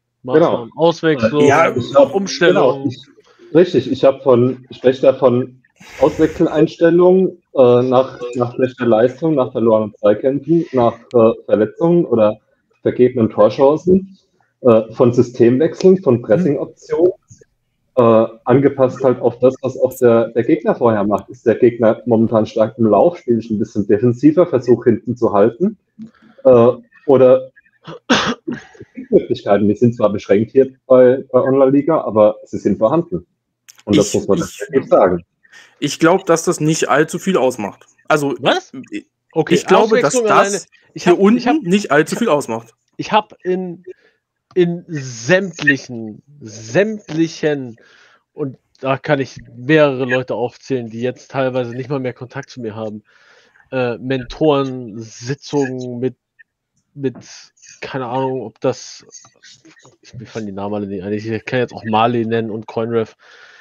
Maßnahmen, Auswechslung, Ja, Ich hab- Umstellung. Genau, ich, richtig, ich habe von, ich spreche da von Auswechseleinstellungen äh, nach, nach schlechter Leistung, nach verlorenen Zweikämpfen, nach äh, Verletzungen oder vergebenen Torchancen, äh, von Systemwechseln, von Pressingoptionen, äh, angepasst halt auf das, was auch der, der Gegner vorher macht. Ist der Gegner momentan stark im Lauf, spiele ich ein bisschen defensiver, versuche hinten zu halten, äh, oder Möglichkeiten, die sind zwar beschränkt hier bei, bei Online-Liga, aber sie sind vorhanden. Und das Ich- muss man ich- tatsächlich sagen. Ich glaube, dass das nicht allzu viel ausmacht. Also, Was? ich- Okay, ich glaube, dass Auswechslung das alleine- ich hier hab, unten ich hab, nicht allzu viel ausmacht. ich habe in, in sämtlichen, sämtlichen, und da kann ich mehrere Leute aufzählen, die jetzt teilweise nicht mal mehr Kontakt zu mir haben, äh, Mentoren, Sitzungen mit, mit, keine Ahnung, ob das, ich, mir fallen die Namen alle nicht ein, ich kann jetzt auch Marley nennen und CoinRef.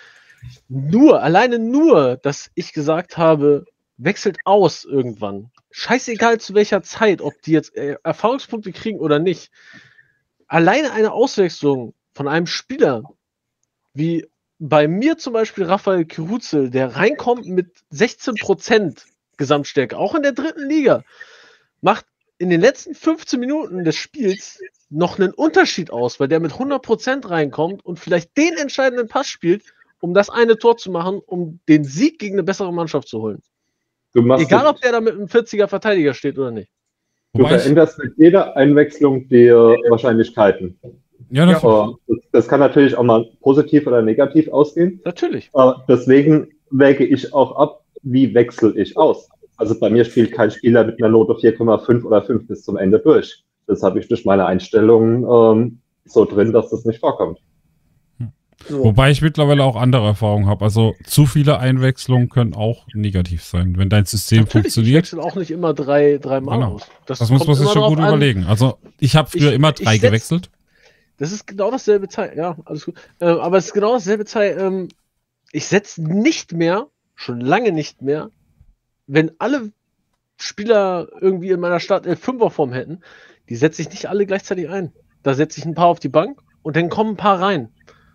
Nur, alleine nur, dass ich gesagt habe, wechselt aus irgendwann. Scheißegal zu welcher Zeit, ob die jetzt äh, Erfahrungspunkte kriegen oder nicht. Alleine eine Auswechslung von einem Spieler, wie bei mir zum Beispiel Raphael Kiruzel, der reinkommt mit sechzehn Prozent Gesamtstärke, auch in der dritten Liga, macht in den letzten fünfzehn Minuten des Spiels noch einen Unterschied aus, weil der mit hundert Prozent reinkommt und vielleicht den entscheidenden Pass spielt, um das eine Tor zu machen, um den Sieg gegen eine bessere Mannschaft zu holen. Du, machst Egal, es- ob der da mit einem vierziger Verteidiger steht oder nicht. du Wobei ich, veränderst mit jeder Einwechslung die äh, Wahrscheinlichkeiten. ja, das, Äh, das, das kann natürlich auch mal positiv oder negativ ausgehen. Natürlich. Äh, deswegen wäge ich auch ab, wie wechsle ich aus. Also bei mir spielt kein Spieler mit einer Note vier Komma fünf oder fünf bis zum Ende durch. Das habe ich durch meine Einstellungen ähm, so drin, dass das nicht vorkommt. So. wobei ich mittlerweile auch andere Erfahrungen habe. Also zu viele Einwechslungen können auch negativ sein, wenn dein System Natürlich, ich funktioniert. wechsle auch nicht immer drei, drei Mal Genau. aus. Das muss man kommt sich immer schon drauf gut an. überlegen. Also ich habe früher Ich- immer ich drei setz- gewechselt. Das ist genau dasselbe Zeit, ja, alles gut. Äh, aber es ist genau dasselbe Zeit. Ähm, ich setze nicht mehr, schon lange nicht mehr, wenn alle Spieler irgendwie in meiner Startelf Fünferform hätten, die setze ich nicht alle gleichzeitig ein. Da setze ich ein paar auf die Bank und dann kommen ein paar rein.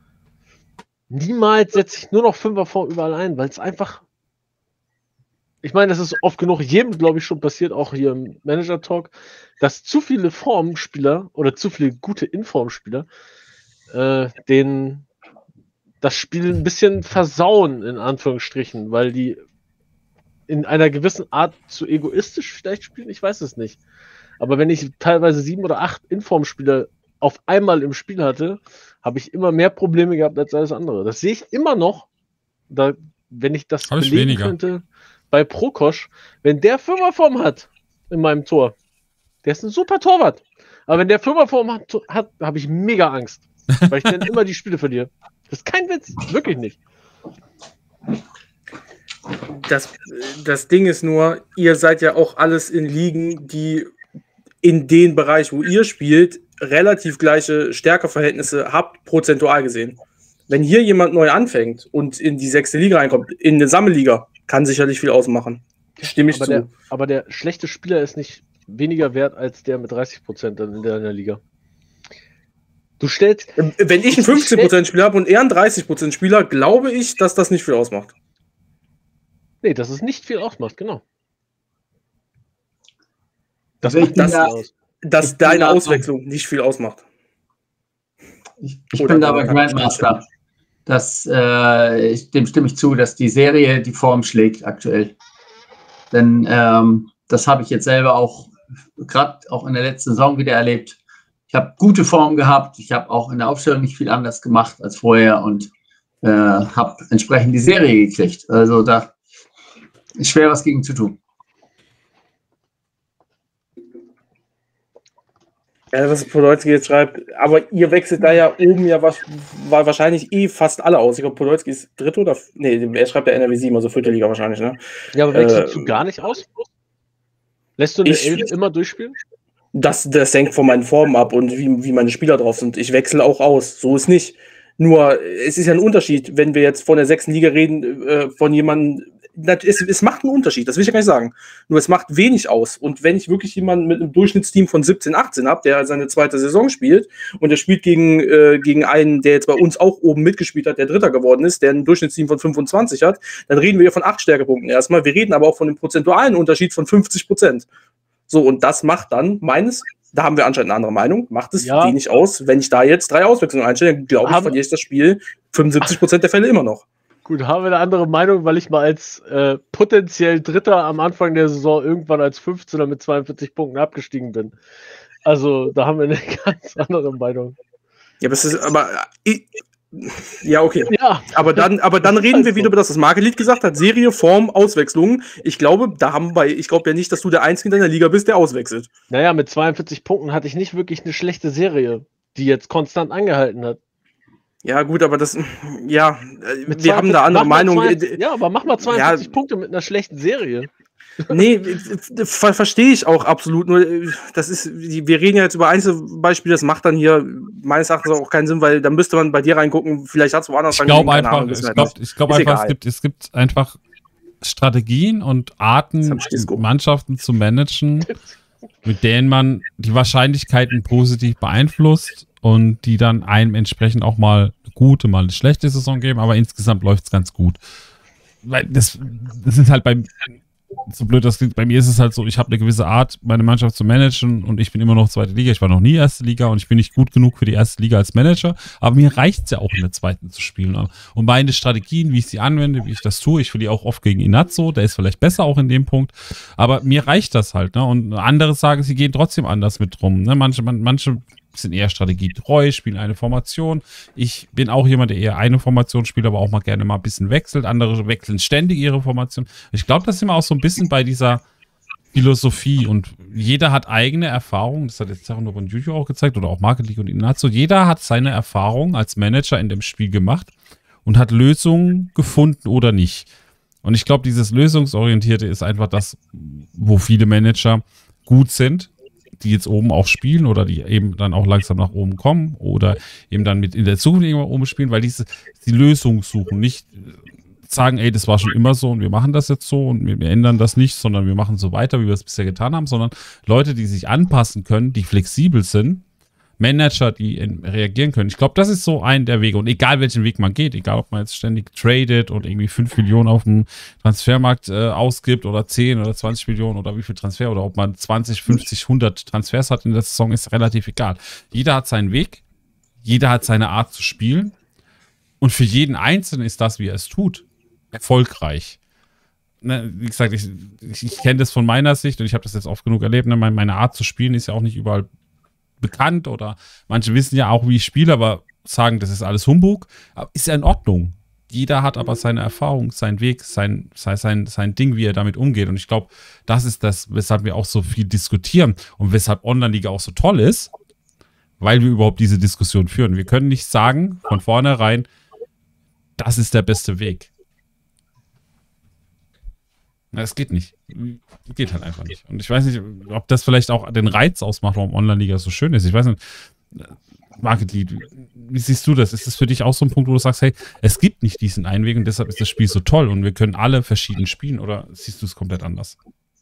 Niemals setze ich nur noch Fünferform überall ein, weil es einfach. Ich meine, das ist oft genug jedem, glaube ich, schon passiert, auch hier im Manager-Talk, dass zu viele Formspieler oder zu viele gute Informspieler äh, den das Spiel ein bisschen versauen, in Anführungsstrichen, weil die in einer gewissen Art zu egoistisch vielleicht spielen, ich weiß es nicht. Aber wenn ich teilweise sieben oder acht Informspieler auf einmal im Spiel hatte, habe ich immer mehr Probleme gehabt als alles andere. Das sehe ich immer noch, da, wenn ich das Hab ich belegen weniger. könnte, bei Prokosch, wenn der Fünferform hat in meinem Tor, der ist ein super Torwart. Aber wenn der Fünferform hat, hat habe ich mega Angst, weil ich dann immer die Spiele verliere. Das ist kein Witz, wirklich nicht. Das, das Ding ist nur, ihr seid ja auch alles in Ligen, die in den Bereich, wo ihr spielt, relativ gleiche Stärkeverhältnisse habt, prozentual gesehen. Wenn hier jemand neu anfängt und in die sechste Liga reinkommt, in eine Sammelliga, kann sicherlich viel ausmachen. Stimme ich Aber zu. der, aber der schlechte Spieler ist nicht weniger wert als der mit dreißig Prozent in der, in der Liga. Du stellst, Wenn ich einen fünfzehn Prozent Spieler habe und er einen dreißig Prozent Spieler, glaube ich, dass das nicht viel ausmacht. nee, dass es nicht viel ausmacht, genau. Das Also ich macht bin das da- aus. Dass Ich bin deine da- Auswechslung nicht viel ausmacht. Ich, ich Oder bin da bei man kann- Grandmaster. Das, äh, ich, dem stimme ich zu, dass die Serie die Form schlägt aktuell. Denn ähm, das habe ich jetzt selber auch gerade auch in der letzten Saison wieder erlebt. Ich habe gute Form gehabt. Ich habe auch in der Aufstellung nicht viel anders gemacht als vorher und äh, habe entsprechend die Serie gekriegt. Also da ist schwer was gegen zu tun. Ja, was Podolski jetzt schreibt, aber ihr wechselt da ja oben ja was, war wahrscheinlich eh fast alle aus. Ich glaube, Podolski ist dritte oder, nee, er schreibt ja N R W sieben, also vierte Liga wahrscheinlich, ne? Ja, aber wechselst Äh, du gar nicht aus? Lässt du eine ich- Elf immer durchspielen? Das, das hängt von meinen Formen ab und wie, wie meine Spieler drauf sind. Ich wechsle auch aus, so ist nicht. Nur, es ist ja ein Unterschied, wenn wir jetzt von der sechsten Liga reden, äh, von jemandem, es, es macht einen Unterschied, das will ich ja gar nicht sagen. Nur es macht wenig aus. Und wenn ich wirklich jemanden mit einem Durchschnittsteam von siebzehn, achtzehn habe, der seine zweite Saison spielt und der spielt gegen, äh, gegen einen, der jetzt bei uns auch oben mitgespielt hat, der Dritter geworden ist, der ein Durchschnittsteam von fünfundzwanzig hat, dann reden wir von acht Stärkepunkten erstmal. Wir reden aber auch von dem prozentualen Unterschied von fünfzig Prozent. So, und das macht dann meines, da haben wir anscheinend eine andere Meinung, macht es ja wenig aus. Wenn ich da jetzt drei Auswechslungen einstelle, dann glaube ich, verliere ich das Spiel fünfundsiebzig Prozent der Fälle immer noch. Gut, haben wir eine andere Meinung, weil ich mal als äh, potenziell Dritter am Anfang der Saison irgendwann als fünfzehner mit zweiundvierzig Punkten abgestiegen bin. Also, da haben wir eine ganz andere Meinung. Ja, aber es ist, aber, ich, ja, okay. Ja. Aber dann, aber dann reden wir wieder über das, was Market-Lead gesagt hat. Serie, Form, Auswechslungen. Ich glaube, da haben wir, ich glaube ja nicht, dass du der Einzige in deiner Liga bist, der auswechselt. Naja, mit zweiundvierzig Punkten hatte ich nicht wirklich eine schlechte Serie, die jetzt konstant angehalten hat. Ja, gut, aber das, ja, Mit wir haben da andere Meinungen. Ja, aber mach mal zweiundvierzig ja, Punkte mit einer schlechten Serie. Nee, ver verstehe ich auch absolut. Nur, das ist, wir reden ja jetzt über Einzelbeispiele, das macht dann hier meines Erachtens auch keinen Sinn, weil dann müsste man bei dir reingucken, vielleicht hat es woanders ich glaube einfach, Ahnung, ich glaube glaub einfach, es gibt, es gibt einfach Strategien und Arten, Mannschaften zu managen, mit denen man die Wahrscheinlichkeiten positiv beeinflusst und die dann einem entsprechend auch mal eine gute, mal eine schlechte Saison geben, aber insgesamt läuft es ganz gut. Weil das, das ist halt beim so blöd das klingt, bei mir ist es halt so, ich habe eine gewisse Art, meine Mannschaft zu managen und ich bin immer noch zweite Liga, ich war noch nie erste Liga und ich bin nicht gut genug für die erste Liga als Manager, aber mir reicht es ja auch in der zweiten zu spielen. Und meine Strategien, wie ich sie anwende, wie ich das tue, ich verliere auch oft gegen Inazzo, der ist vielleicht besser auch in dem Punkt, aber mir reicht das halt, ne? Und andere sagen, sie gehen trotzdem anders mit rum, ne? Manche, man, manche sind eher strategietreu, spielen eine Formation. Ich bin auch jemand, der eher eine Formation spielt, aber auch mal gerne mal ein bisschen wechselt. Andere wechseln ständig ihre Formation. Ich glaube, das sind wir auch so ein bisschen bei dieser Philosophie und jeder hat eigene Erfahrungen. Das hat jetzt Terranov und Juju auch gezeigt oder auch Market League und Inazzo. Jeder hat seine Erfahrungen als Manager in dem Spiel gemacht und hat Lösungen gefunden oder nicht. Und ich glaube, dieses Lösungsorientierte ist einfach das, wo viele Manager gut sind, die jetzt oben auch spielen oder die eben dann auch langsam nach oben kommen oder eben dann mit in der Zukunft irgendwann oben spielen, weil diese die Lösung suchen, nicht sagen, ey, das war schon immer so und wir machen das jetzt so und wir, wir ändern das nicht, sondern wir machen so weiter, wie wir es bisher getan haben, sondern Leute, die sich anpassen können, die flexibel sind, Manager, die in, reagieren können. Ich glaube, das ist so ein der Wege. Und egal, welchen Weg man geht, egal, ob man jetzt ständig tradet und irgendwie fünf Millionen auf dem Transfermarkt äh, ausgibt oder zehn oder zwanzig Millionen oder wie viel Transfer oder ob man zwanzig, fünfzig, hundert Transfers hat in der Saison, ist relativ egal. Jeder hat seinen Weg, jeder hat seine Art zu spielen und für jeden Einzelnen ist das, wie er es tut, erfolgreich. Ne, wie gesagt, ich, ich, ich kenne das von meiner Sicht und ich habe das jetzt oft genug erlebt. Ne? Meine, meine Art zu spielen ist ja auch nicht überall bekannt oder manche wissen ja auch, wie ich spiele, aber sagen, das ist alles Humbug. Ist ja in Ordnung. Jeder hat aber seine Erfahrung, seinen Weg, sein, sein, sein Ding, wie er damit umgeht. Und ich glaube, das ist das, weshalb wir auch so viel diskutieren und weshalb Online-Liga auch so toll ist, weil wir überhaupt diese Diskussion führen. Wir können nicht sagen, von vornherein, das ist der beste Weg. Es geht nicht. Geht halt einfach nicht. Und ich weiß nicht, ob das vielleicht auch den Reiz ausmacht, warum Online-Liga so schön ist. Ich weiß nicht, Market Lead, wie siehst du das? Ist das für dich auch so ein Punkt, wo du sagst, hey, es gibt nicht diesen einen Weg und deshalb ist das Spiel so toll und wir können alle verschieden spielen, oder siehst du es komplett anders?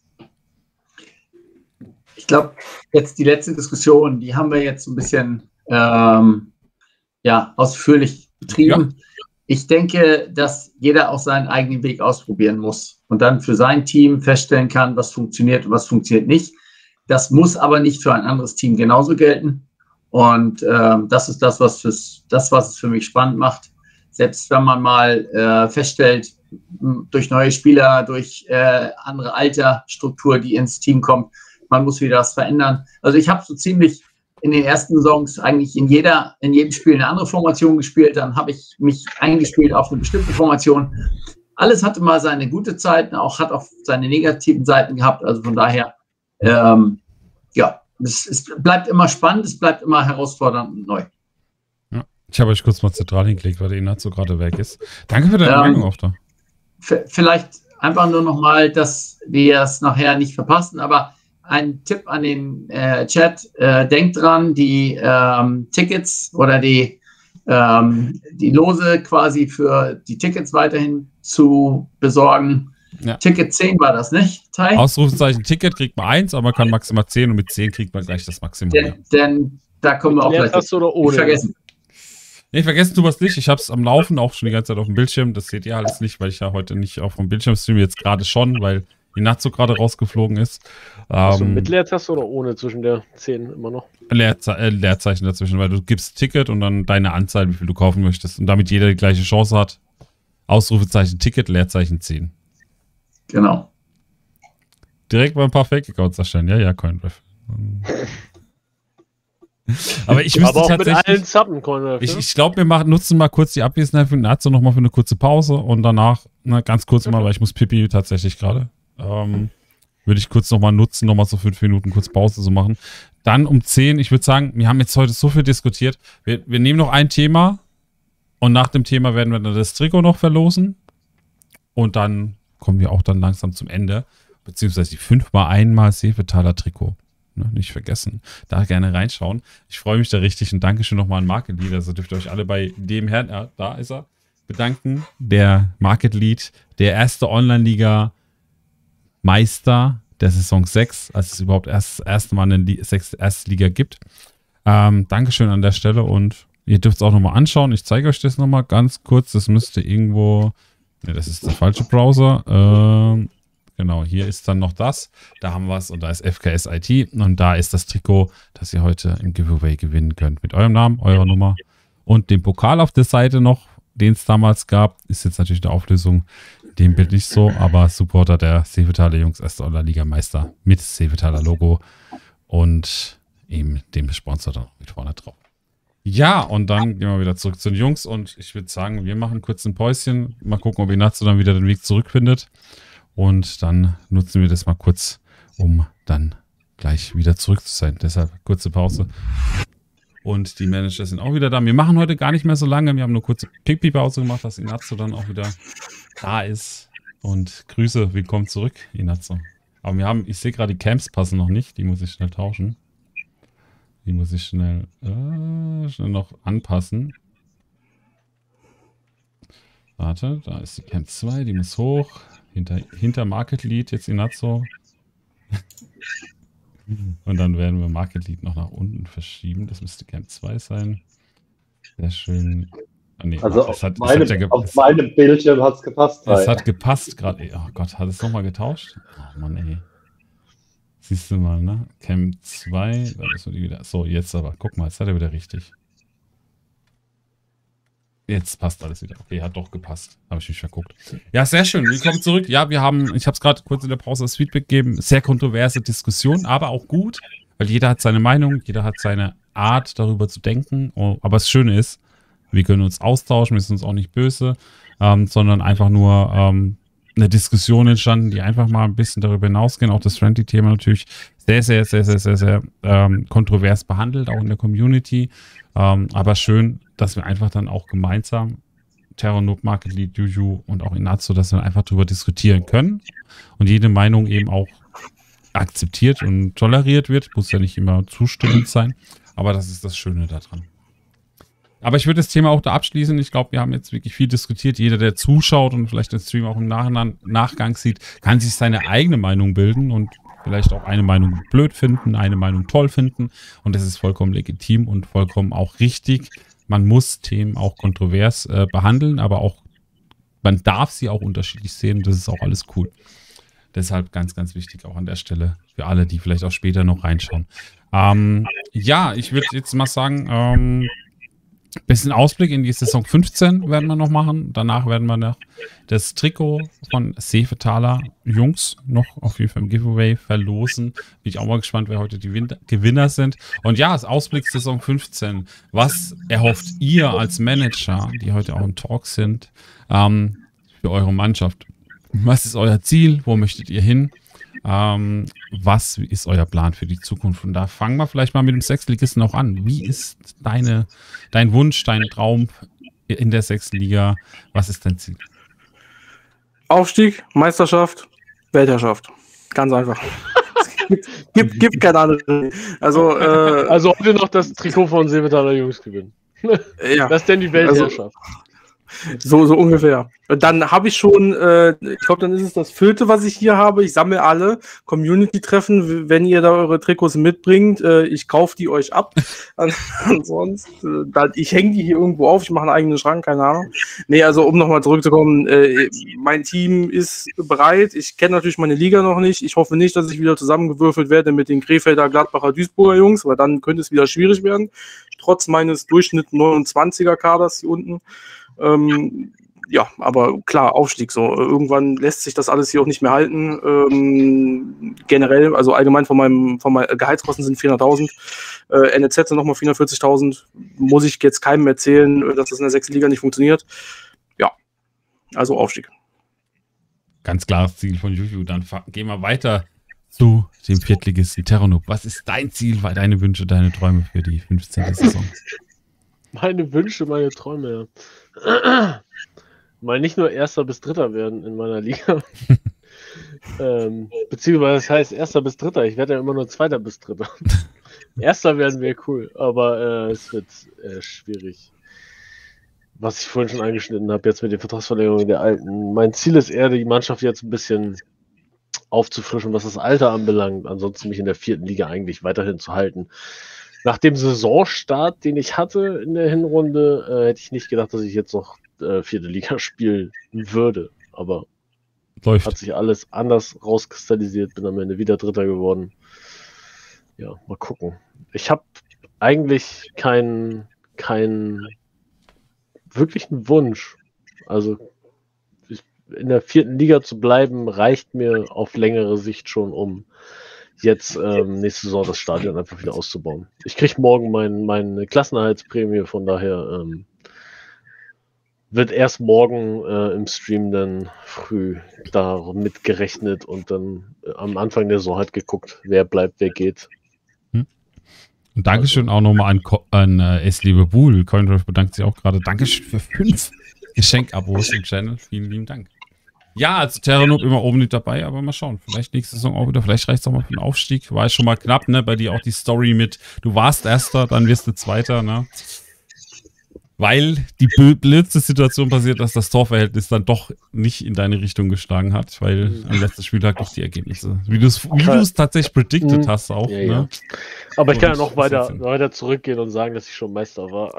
Ich glaube, jetzt die letzte Diskussion, die haben wir jetzt ein bisschen ähm, ja, ausführlich betrieben. Ja. Ich denke, dass jeder auch seinen eigenen Weg ausprobieren muss und dann für sein Team feststellen kann, was funktioniert und was funktioniert nicht. Das muss aber nicht für ein anderes Team genauso gelten. Und äh, das ist das, was, fürs, das, was es für mich spannend macht. Selbst wenn man mal äh, feststellt, durch neue Spieler, durch äh, andere Altersstruktur, die ins Team kommt, man muss wieder was verändern. Also ich habe so ziemlich in den ersten Saisons eigentlich in jeder, in jedem Spiel eine andere Formation gespielt. Dann habe ich mich eingespielt auf eine bestimmte Formation. Alles hatte mal seine gute Zeiten, auch hat auch seine negativen Seiten gehabt. Also von daher, ähm, ja, es, es bleibt immer spannend, es bleibt immer herausfordernd und neu. Ja, ich habe euch kurz mal zentral hingelegt, weil der Inazzo gerade weg ist. Danke für deine Meinung, ähm, auch da. Vielleicht einfach nur noch mal, dass wir es nachher nicht verpassen, aber ein Tipp an den äh, Chat, äh, denkt dran, die ähm, Tickets oder die, ähm, die Lose quasi für die Tickets weiterhin zu besorgen. Ja. Ticket zehn war das, nicht? Tai? Ausrufezeichen Ticket kriegt man eins, aber man kann maximal zehn und mit zehn kriegt man gleich das Maximum. Ja. Denn, denn da kommen wir auch gleich. Hast du oder ohne? Nicht vergessen. Nee, vergessen du was nicht. Ich habe es am Laufen, auch schon die ganze Zeit auf dem Bildschirm. Das seht ihr alles nicht, weil ich ja heute nicht auf dem Bildschirm streame. Jetzt gerade schon, weil Inazzo gerade rausgeflogen ist. Hast du Ähm, mit Leertaste oder ohne zwischen der zehn immer noch? Leerze äh, Leerzeichen dazwischen, weil du gibst Ticket und dann deine Anzahl, wie viel du kaufen möchtest. Und damit jeder die gleiche Chance hat. Ausrufezeichen Ticket, Leerzeichen zehn. Genau. Direkt mal ein paar Fake-Accounts erstellen. Ja, ja, CoinRef. Aber ich müsste Aber auch tatsächlich... mit allen Zappen, CoinRef, Ich, ne? ich glaube, wir machen, nutzen mal kurz die Abwesenheit von Natzo nochmal für eine kurze Pause und danach, na, ganz kurz mal, weil ich muss Pipi tatsächlich gerade, ähm, würde ich kurz nochmal nutzen, nochmal so fünf Minuten kurz Pause zu machen. Dann um zehn, ich würde sagen, wir haben jetzt heute so viel diskutiert. Wir, wir nehmen noch ein Thema und nach dem Thema werden wir dann das Trikot noch verlosen und dann kommen wir auch dann langsam zum Ende, beziehungsweise die fünfmal einmal Seefetaler Trikot. Ne, nicht vergessen. Da gerne reinschauen. Ich freue mich da richtig und Dankeschön nochmal an Market Lead. Also dürft ihr euch alle bei dem Herrn, ja, da ist er, bedanken. Der Market Lead, der erste Online-Liga Meister der Saison sechs, als es überhaupt erst das erste Mal eine erste Liga gibt. Ähm, Dankeschön an der Stelle und ihr dürft es auch nochmal anschauen. Ich zeige euch das nochmal ganz kurz. Das müsste irgendwo, ne, das ist der falsche Browser. Ähm, Genau, hier ist dann noch das. Da haben wir es und da ist F K S I T und da ist das Trikot, das ihr heute im Giveaway gewinnen könnt. Mit eurem Namen, eurer Nummer und dem Pokal auf der Seite noch, den es damals gab. Ist jetzt natürlich eine Auflösung in dem Bild nicht so, aber Supporter der Seefetaler Jungs, erste Online-Liga-Meister mit Seefetaler Logo und eben dem Sponsor dann mit vorne drauf. Ja, und dann gehen wir wieder zurück zu den Jungs und ich würde sagen, wir machen kurz ein Päuschen. Mal gucken, ob Inazzo dann wieder den Weg zurückfindet. Und dann nutzen wir das mal kurz, um dann gleich wieder zurück zu sein. Deshalb kurze Pause. Und die Manager sind auch wieder da. Wir machen heute gar nicht mehr so lange. Wir haben nur kurze Pipi-Pause gemacht, dass Inazzo dann auch wieder da ist. Und Grüße, willkommen zurück, Inazzo. Aber wir haben, ich sehe gerade, die Camps passen noch nicht. Die muss ich schnell tauschen. Die muss ich schnell, äh, schnell noch anpassen. Warte, da ist die Camp zwei, die muss hoch. Hinter, hinter Market Lead jetzt Inazzo. Und dann werden wir Market Lead noch nach unten verschieben. Das müsste Camp zwei sein. Sehr schön. Oh, nee, also das hat, auf, meine, das hat ja auf meinem Bildschirm hat es gepasst. Es hat gepasst gerade. Oh Gott, hat es nochmal getauscht? Oh Mann, ey. Siehst du mal, ne? Camp zwei. Da müssen wir die wieder. So, jetzt aber. Guck mal, jetzt hat er wieder richtig. Jetzt passt alles wieder. Okay, hat doch gepasst. Habe ich mich verguckt. Ja, sehr schön. Willkommen zurück. Ja, wir haben, ich habe es gerade kurz in der Pause das Feedback gegeben, sehr kontroverse Diskussion, aber auch gut, weil jeder hat seine Meinung, jeder hat seine Art, darüber zu denken. Oh, aber das Schöne ist, wir können uns austauschen, wir sind uns auch nicht böse, ähm, sondern einfach nur ähm, eine Diskussion entstanden, die einfach mal ein bisschen darüber hinausgehen. Auch das Friendly-Thema natürlich sehr, sehr, sehr, sehr, sehr, sehr ähm, kontrovers behandelt, auch in der Community. Ähm, aber schön, dass wir einfach dann auch gemeinsam, Terranoob, Market Lead, Juju und auch Inazzo, dass wir einfach darüber diskutieren können und jede Meinung eben auch akzeptiert und toleriert wird. Muss ja nicht immer zustimmend sein, aber das ist das Schöne daran. Aber ich würde das Thema auch da abschließen. Ich glaube, wir haben jetzt wirklich viel diskutiert. Jeder, der zuschaut und vielleicht den Stream auch im Nachhinein, Nachgang sieht, kann sich seine eigene Meinung bilden und vielleicht auch eine Meinung blöd finden, eine Meinung toll finden. Und das ist vollkommen legitim und vollkommen auch richtig. Man muss Themen auch kontrovers äh, behandeln, aber auch man darf sie auch unterschiedlich sehen. Das ist auch alles cool. Deshalb ganz, ganz wichtig auch an der Stelle für alle, die vielleicht auch später noch reinschauen. Ähm, ja, ich würde jetzt mal sagen, ähm, bisschen Ausblick in die Saison fünfzehn werden wir noch machen. Danach werden wir noch das Trikot von Seefetaler Jungs noch auf jeden Fall im Giveaway verlosen. Bin ich auch mal gespannt, wer heute die Win- Gewinner sind. Und ja, das Ausblick Saison fünfzehn. Was erhofft ihr als Manager, die heute auch im Talk sind, ähm, für eure Mannschaft? Was ist euer Ziel? Wo möchtet ihr hin? Ähm, was ist euer Plan für die Zukunft? Und da fangen wir vielleicht mal mit dem Sechsligisten auch an. Wie ist deine, dein Wunsch, dein Traum in der sechsten Liga? Was ist dein Ziel? Aufstieg, Meisterschaft, Weltherrschaft. Ganz einfach. gibt, gibt, gibt keine andere. Also, äh, also heute noch das Trikot von Seefetaler Jungs gewinnen. Ja. Das ist denn die Weltherrschaft. So, so ungefähr. Und dann habe ich schon, äh, ich glaube, dann ist es das vierte, was ich hier habe. Ich sammle alle Community-Treffen, wenn ihr da eure Trikots mitbringt. Äh, ich kaufe die euch ab. An ansonsten, äh, dann, ich hänge die hier irgendwo auf. Ich mache einen eigenen Schrank, keine Ahnung. Nee, also um nochmal zurückzukommen, äh, mein Team ist bereit. Ich kenne natürlich meine Liga noch nicht. Ich hoffe nicht, dass ich wieder zusammengewürfelt werde mit den Krefelder, Gladbacher, Duisburger Jungs, weil dann könnte es wieder schwierig werden. Trotz meines Durchschnitt neunundzwanziger Kaders hier unten. Ähm, ja, aber klar, Aufstieg so. Irgendwann lässt sich das alles hier auch nicht mehr halten. Ähm, generell, also allgemein von meinem, von meinen Gehaltskosten sind vierhunderttausend. Äh, N L Z sind nochmal vierhundertvierzigtausend. Muss ich jetzt keinem erzählen, dass das in der sechsten Liga nicht funktioniert. Ja, also Aufstieg. Ganz klares Ziel von Juju. Dann gehen wir weiter zu dem Viertligisten Terranub. Was ist dein Ziel, deine Wünsche, deine Träume für die fünfzehnte Saison? Meine Wünsche, meine Träume. Ja. Mal nicht nur Erster bis Dritter werden in meiner Liga. ähm, beziehungsweise das heißt Erster bis Dritter. Ich werde ja immer nur Zweiter bis Dritter. Erster werden wäre cool, aber äh, es wird äh, schwierig. Was ich vorhin schon angeschnitten habe, jetzt mit den Vertragsverlängerungen der Alten. Mein Ziel ist eher, die Mannschaft jetzt ein bisschen aufzufrischen, was das Alter anbelangt. Ansonsten mich in der vierten Liga eigentlich weiterhin zu halten. Nach dem Saisonstart, den ich hatte in der Hinrunde, äh, hätte ich nicht gedacht, dass ich jetzt noch äh, vierte Liga spielen würde. Aber läuft. Hat sich alles anders rauskristallisiert, bin am Ende wieder Dritter geworden. Ja, mal gucken. Ich habe eigentlich keinen keinen wirklichen Wunsch. Also ich, in der vierten Liga zu bleiben, reicht mir auf längere Sicht schon, um jetzt ähm, nächste Saison das Stadion einfach wieder auszubauen. Ich kriege morgen mein, meine Klassenerhaltsprämie, von daher ähm, wird erst morgen äh, im Stream dann früh damit gerechnet und dann äh, am Anfang der Saison halt geguckt, wer bleibt, wer geht. Hm. Und Dankeschön auch nochmal an, an äh, S. Liebe Buhl. Coindrive bedankt sich auch gerade. Dankeschön für fünf Geschenkabos im Channel. Vielen lieben Dank. Ja, also Terranub immer oben nicht dabei, aber mal schauen. Vielleicht nächste Saison auch wieder. Vielleicht reicht es auch mal für den Aufstieg. War schon mal knapp, ne? Bei dir auch die Story mit, du warst Erster, dann wirst du Zweiter, ne? Weil die blödste Situation passiert, dass das Torverhältnis dann doch nicht in deine Richtung geschlagen hat, weil am letzten Spieltag doch die Ergebnisse, wie du es wie du es tatsächlich predicted hast auch. Ja, ne? ja. Aber ich Und kann ja noch weiter, weiter zurückgehen und sagen, dass ich schon Meister war.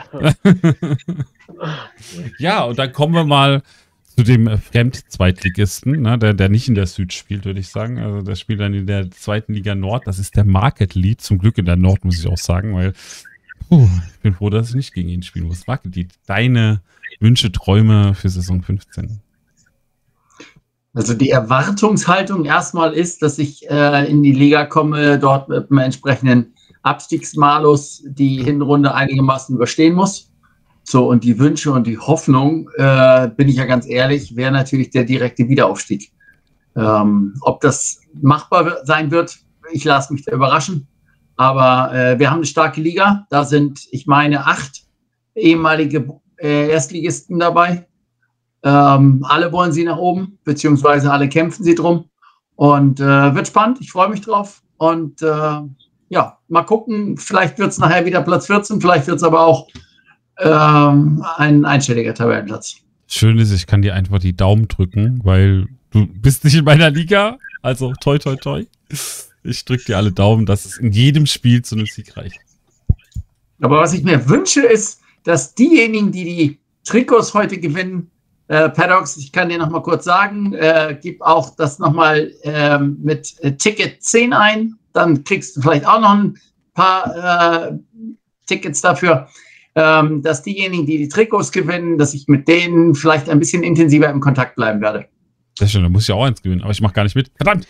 Ja, und dann kommen wir mal zu dem Fremd-Zweitligisten, ne, der, der nicht in der Süd spielt, würde ich sagen. Also der spielt dann in der zweiten Liga Nord. Das ist der Market Lead. Zum Glück in der Nord, muss ich auch sagen, weil puh, ich bin froh, dass ich nicht gegen ihn spielen muss. Market Lead, deine Wünsche, Träume für Saison fünfzehn? Also die Erwartungshaltung erstmal ist, dass ich äh, in die Liga komme, dort mit einem entsprechenden Abstiegsmalus die Hinrunde einigermaßen überstehen muss. So, und die Wünsche und die Hoffnung, äh, bin ich ja ganz ehrlich, wäre natürlich der direkte Wiederaufstieg. Ähm, ob das machbar sein wird, ich lasse mich da überraschen. Aber äh, wir haben eine starke Liga. Da sind, ich meine, acht ehemalige äh, Erstligisten dabei. Ähm, alle wollen sie nach oben, beziehungsweise alle kämpfen sie drum. Und äh, wird spannend. Ich freue mich drauf. Und äh, ja, mal gucken. Vielleicht wird es nachher wieder Platz vierzehn. Vielleicht wird es aber auch ähm, ein einstelliger Tabellenplatz. Schön ist, ich kann dir einfach die Daumen drücken, weil du bist nicht in meiner Liga. Also toi, toi, toi. Ich drücke dir alle Daumen, dass es in jedem Spiel zu einem Sieg reicht. Aber was ich mir wünsche, ist, dass diejenigen, die die Trikots heute gewinnen, äh, Paddocks, ich kann dir noch mal kurz sagen, äh, gib auch das noch mal äh, mit äh, Ticket zehn ein, dann kriegst du vielleicht auch noch ein paar äh, Tickets dafür, ähm, dass diejenigen, die die Trikots gewinnen, dass ich mit denen vielleicht ein bisschen intensiver im Kontakt bleiben werde. Sehr schön, da muss ich auch eins gewinnen, aber ich mache gar nicht mit. Verdammt!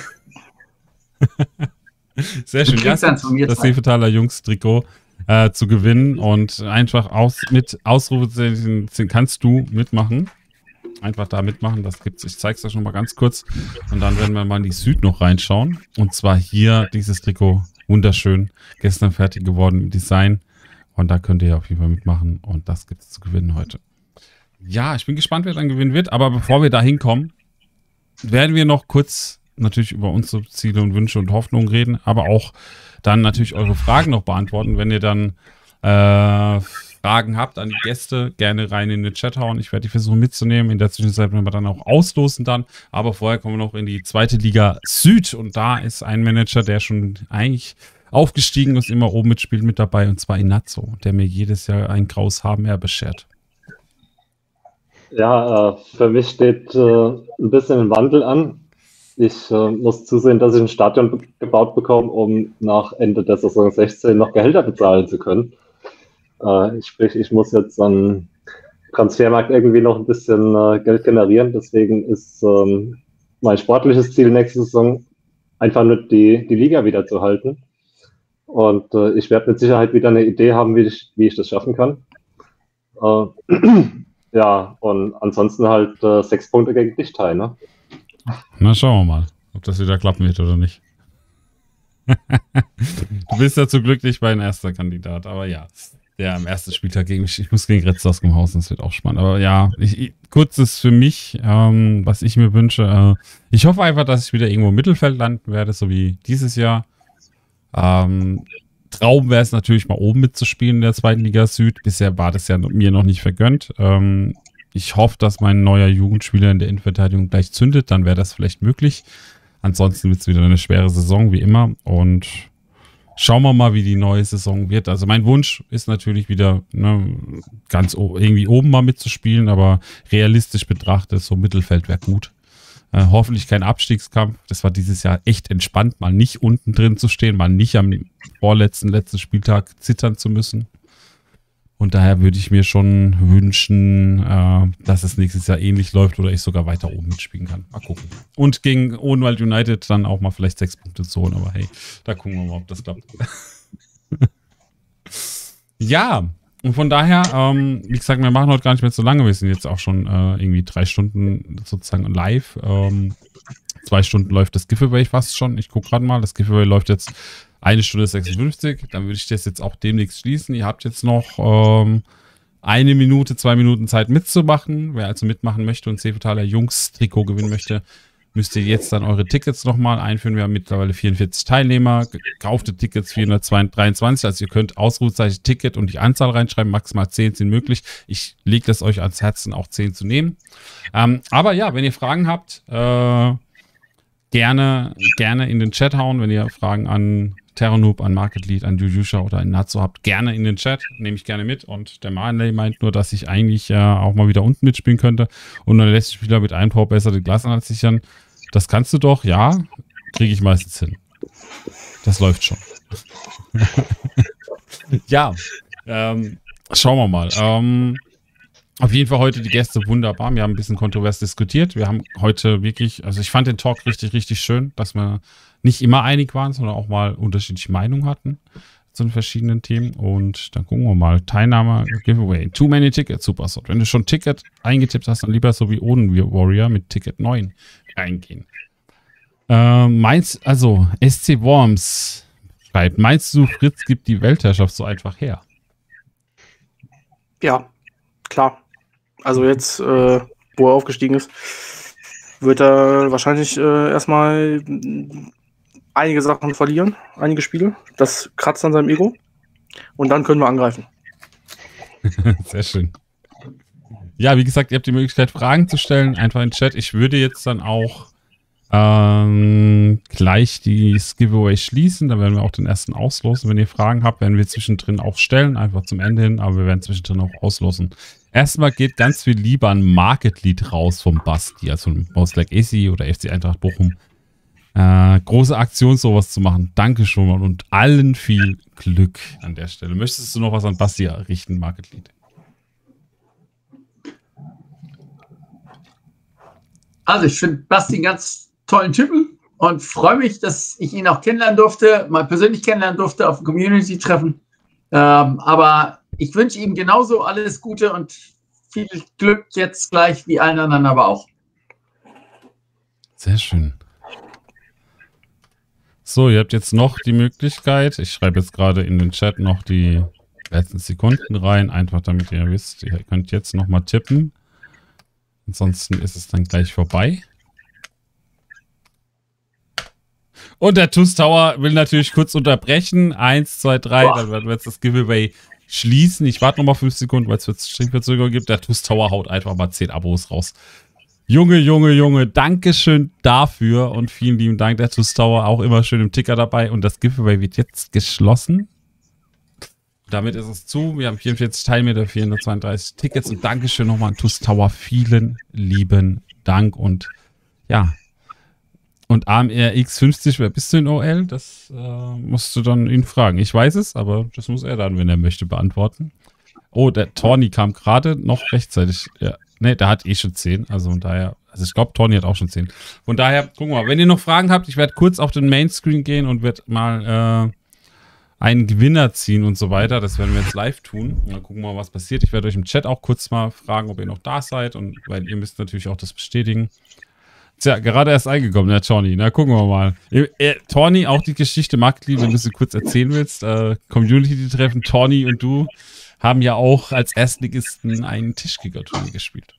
Sehr schön, ja, das Seefetaler Jungs-Trikot äh, zu gewinnen und einfach aus, mit Ausrufezeichen kannst du mitmachen. Einfach da mitmachen, das gibt's. Ich zeige es euch noch mal ganz kurz und dann werden wir mal in die Süd noch reinschauen. Und zwar hier dieses Trikot, wunderschön, gestern fertig geworden im Design und da könnt ihr auf jeden Fall mitmachen und das gibt es zu gewinnen heute. Ja, ich bin gespannt, wer dann gewinnen wird, aber bevor wir da hinkommen, werden wir noch kurz natürlich über unsere Ziele und Wünsche und Hoffnungen reden, aber auch dann natürlich eure Fragen noch beantworten, wenn ihr dann äh, Fragen habt an die Gäste, gerne rein in den Chat hauen. Ich werde die versuchen mitzunehmen. In der Zwischenzeit werden wir dann auch auslosen dann. Aber vorher kommen wir noch in die zweite Liga Süd. Und da ist ein Manager, der schon eigentlich aufgestiegen ist, immer oben mitspielt, mit dabei. Und zwar Inazzo, der mir jedes Jahr ein graues Haar mehr beschert. Ja, äh, für mich steht äh, ein bisschen ein Wandel an. Ich äh, muss zusehen, dass ich ein Stadion be gebaut bekomme, um nach Ende der Saison sechzehn noch Gehälter bezahlen zu können. Äh, sprich, ich muss jetzt am Transfermarkt irgendwie noch ein bisschen äh, Geld generieren. Deswegen ist ähm, mein sportliches Ziel nächste Saison einfach nur die, die Liga wieder zu halten. Und äh, ich werde mit Sicherheit wieder eine Idee haben, wie ich, wie ich das schaffen kann. Äh, ja, und ansonsten halt äh, sechs Punkte gegen Dichtei, ne? Na, schauen wir mal, ob das wieder klappen wird oder nicht. Du bist ja zu glücklich bei ein erster Kandidat, aber ja, der am ersten Spieltag gegen mich, ich muss gegen Retzlaus kommen Haus, das wird auch spannend. Aber ja, ich, ich, kurzes für mich, ähm, was ich mir wünsche, äh, ich hoffe einfach, dass ich wieder irgendwo im Mittelfeld landen werde, so wie dieses Jahr. Ähm, Traum wäre es natürlich mal oben mitzuspielen in der zweiten Liga Süd. Bisher war das ja mir noch nicht vergönnt. Ähm, Ich hoffe, dass mein neuer Jugendspieler in der Innenverteidigung gleich zündet, dann wäre das vielleicht möglich. Ansonsten wird es wieder eine schwere Saison, wie immer. Und schauen wir mal, wie die neue Saison wird. Also mein Wunsch ist natürlich wieder ne, ganz irgendwie oben mal mitzuspielen, aber realistisch betrachtet, so Mittelfeld wäre gut. Äh, hoffentlich kein Abstiegskampf. Das war dieses Jahr echt entspannt, mal nicht unten drin zu stehen, mal nicht am vorletzten, letzten Spieltag zittern zu müssen. Und daher würde ich mir schon wünschen, äh, dass es nächstes Jahr ähnlich läuft oder ich sogar weiter oben mitspielen kann. Mal gucken. Und gegen Odenwald United dann auch mal vielleicht sechs Punkte zu holen. Aber hey, da gucken wir mal, ob das klappt. Ja, und von daher, ähm, wie gesagt, wir machen heute gar nicht mehr so lange. Wir sind jetzt auch schon äh, irgendwie drei Stunden sozusagen live. Ähm, zwei Stunden läuft das Giveaway fast schon. Ich gucke gerade mal, das Giveaway läuft jetzt eine Stunde sechsundfünfzig, dann würde ich das jetzt auch demnächst schließen. Ihr habt jetzt noch ähm, eine Minute, zwei Minuten Zeit mitzumachen. Wer also mitmachen möchte und Seefetaler Jungs Trikot gewinnen möchte, müsst ihr jetzt dann eure Tickets nochmal einführen. Wir haben mittlerweile vierundvierzig Teilnehmer, gekaufte Tickets vierhundertdreiundzwanzig. Also ihr könnt Ausrufezeichen Ticket und die Anzahl reinschreiben, maximal zehn sind möglich. Ich lege das euch ans Herzen, auch zehn zu nehmen. Ähm, aber ja, wenn ihr Fragen habt, äh, gerne, gerne in den Chat hauen. Wenn ihr Fragen an Terranoob, an Market Lead, an Jujusha oder an Natsu habt, gerne in den Chat, nehme ich gerne mit. Und der Marley meint nur, dass ich eigentlich äh, auch mal wieder unten mitspielen könnte und der letzte Spieler mit einem Tor besser den Glasanhalt sichern. Das kannst du doch, ja, kriege ich meistens hin. Das läuft schon. Ja, ähm, schauen wir mal. Ähm, auf jeden Fall heute die Gäste wunderbar. Wir haben ein bisschen kontrovers diskutiert. Wir haben heute wirklich, also ich fand den Talk richtig, richtig schön, dass wir nicht immer einig waren, sondern auch mal unterschiedliche Meinungen hatten zu den verschiedenen Themen. Und dann gucken wir mal. Teilnahme, Giveaway. Too many tickets, Supersort. Wenn du schon Ticket eingetippt hast, dann lieber so wie Oden Warrior mit Ticket neun reingehen. Äh, meinst, also S C Worms schreibt, meinst du, Fritz gibt die Weltherrschaft so einfach her? Ja, klar. Also jetzt, äh, wo er aufgestiegen ist, wird er wahrscheinlich äh, erstmal einige Sachen verlieren, einige Spiele. Das kratzt an seinem Ego. Und dann können wir angreifen. Sehr schön. Ja, wie gesagt, ihr habt die Möglichkeit, Fragen zu stellen. Einfach in den Chat. Ich würde jetzt dann auch ähm, gleich die Giveaway schließen. Da werden wir auch den ersten auslosen. Wenn ihr Fragen habt, werden wir zwischendrin auch stellen. Einfach zum Ende hin. Aber wir werden zwischendrin auch auslosen. Erstmal geht ganz viel lieber ein Market Lead raus vom Basti. Also aus Like A C oder F C Eintracht Bochum. Äh, große Aktion, sowas zu machen. Danke schon mal und allen viel Glück an der Stelle. Möchtest du noch was an Basti richten, Market Lead? Also ich finde Basti einen ganz tollen Typen und freue mich, dass ich ihn auch kennenlernen durfte, mal persönlich kennenlernen durfte auf dem Community-Treffen. Ähm, aber ich wünsche ihm genauso alles Gute und viel Glück jetzt gleich wie allen anderen aber auch. Sehr schön. So, ihr habt jetzt noch die Möglichkeit, ich schreibe jetzt gerade in den Chat noch die letzten Sekunden rein, einfach damit ihr wisst, ihr könnt jetzt nochmal tippen. Ansonsten ist es dann gleich vorbei. Und der Tuss Tower will natürlich kurz unterbrechen. Eins, zwei, drei, dann werden wir jetzt das Giveaway schließen. Ich warte nochmal fünf Sekunden, weil es Strickverzögerung gibt. Der TuS Tower haut einfach mal zehn Abos raus. Junge, Junge, Junge, Dankeschön dafür und vielen lieben Dank. Der TuS Tower auch immer schön im Ticker dabei und das Giveaway wird jetzt geschlossen. Damit ist es zu. Wir haben vierundvierzig Teilnehmer, vierhundertzweiunddreißig Tickets und Dankeschön nochmal an TuS Tower. Vielen lieben Dank und ja. Und A M R X fünfzig, wer bist du in O L? Das äh, musst du dann ihn fragen. Ich weiß es, aber das muss er dann, wenn er möchte, beantworten. Oh, der Tawny kam gerade noch rechtzeitig. Ja, ne, der hat eh schon zehn. Also von daher, also ich glaube, Tawny hat auch schon zehn. Von daher, gucken wir mal. Wenn ihr noch Fragen habt, ich werde kurz auf den Mainscreen gehen und werde mal äh, einen Gewinner ziehen und so weiter. Das werden wir jetzt live tun. Und dann gucken wir mal, was passiert. Ich werde euch im Chat auch kurz mal fragen, ob ihr noch da seid. Und weil ihr müsst natürlich auch das bestätigen. Tja, gerade erst eingekommen, der Tawny. Na, gucken wir mal. Äh, Tawny, auch die Geschichte, Marktliebe, wenn du sie kurz erzählen willst. Äh, Community-Treffen, Tawny und du haben ja auch als Erstligisten einen Tischkicker-Turnier gespielt.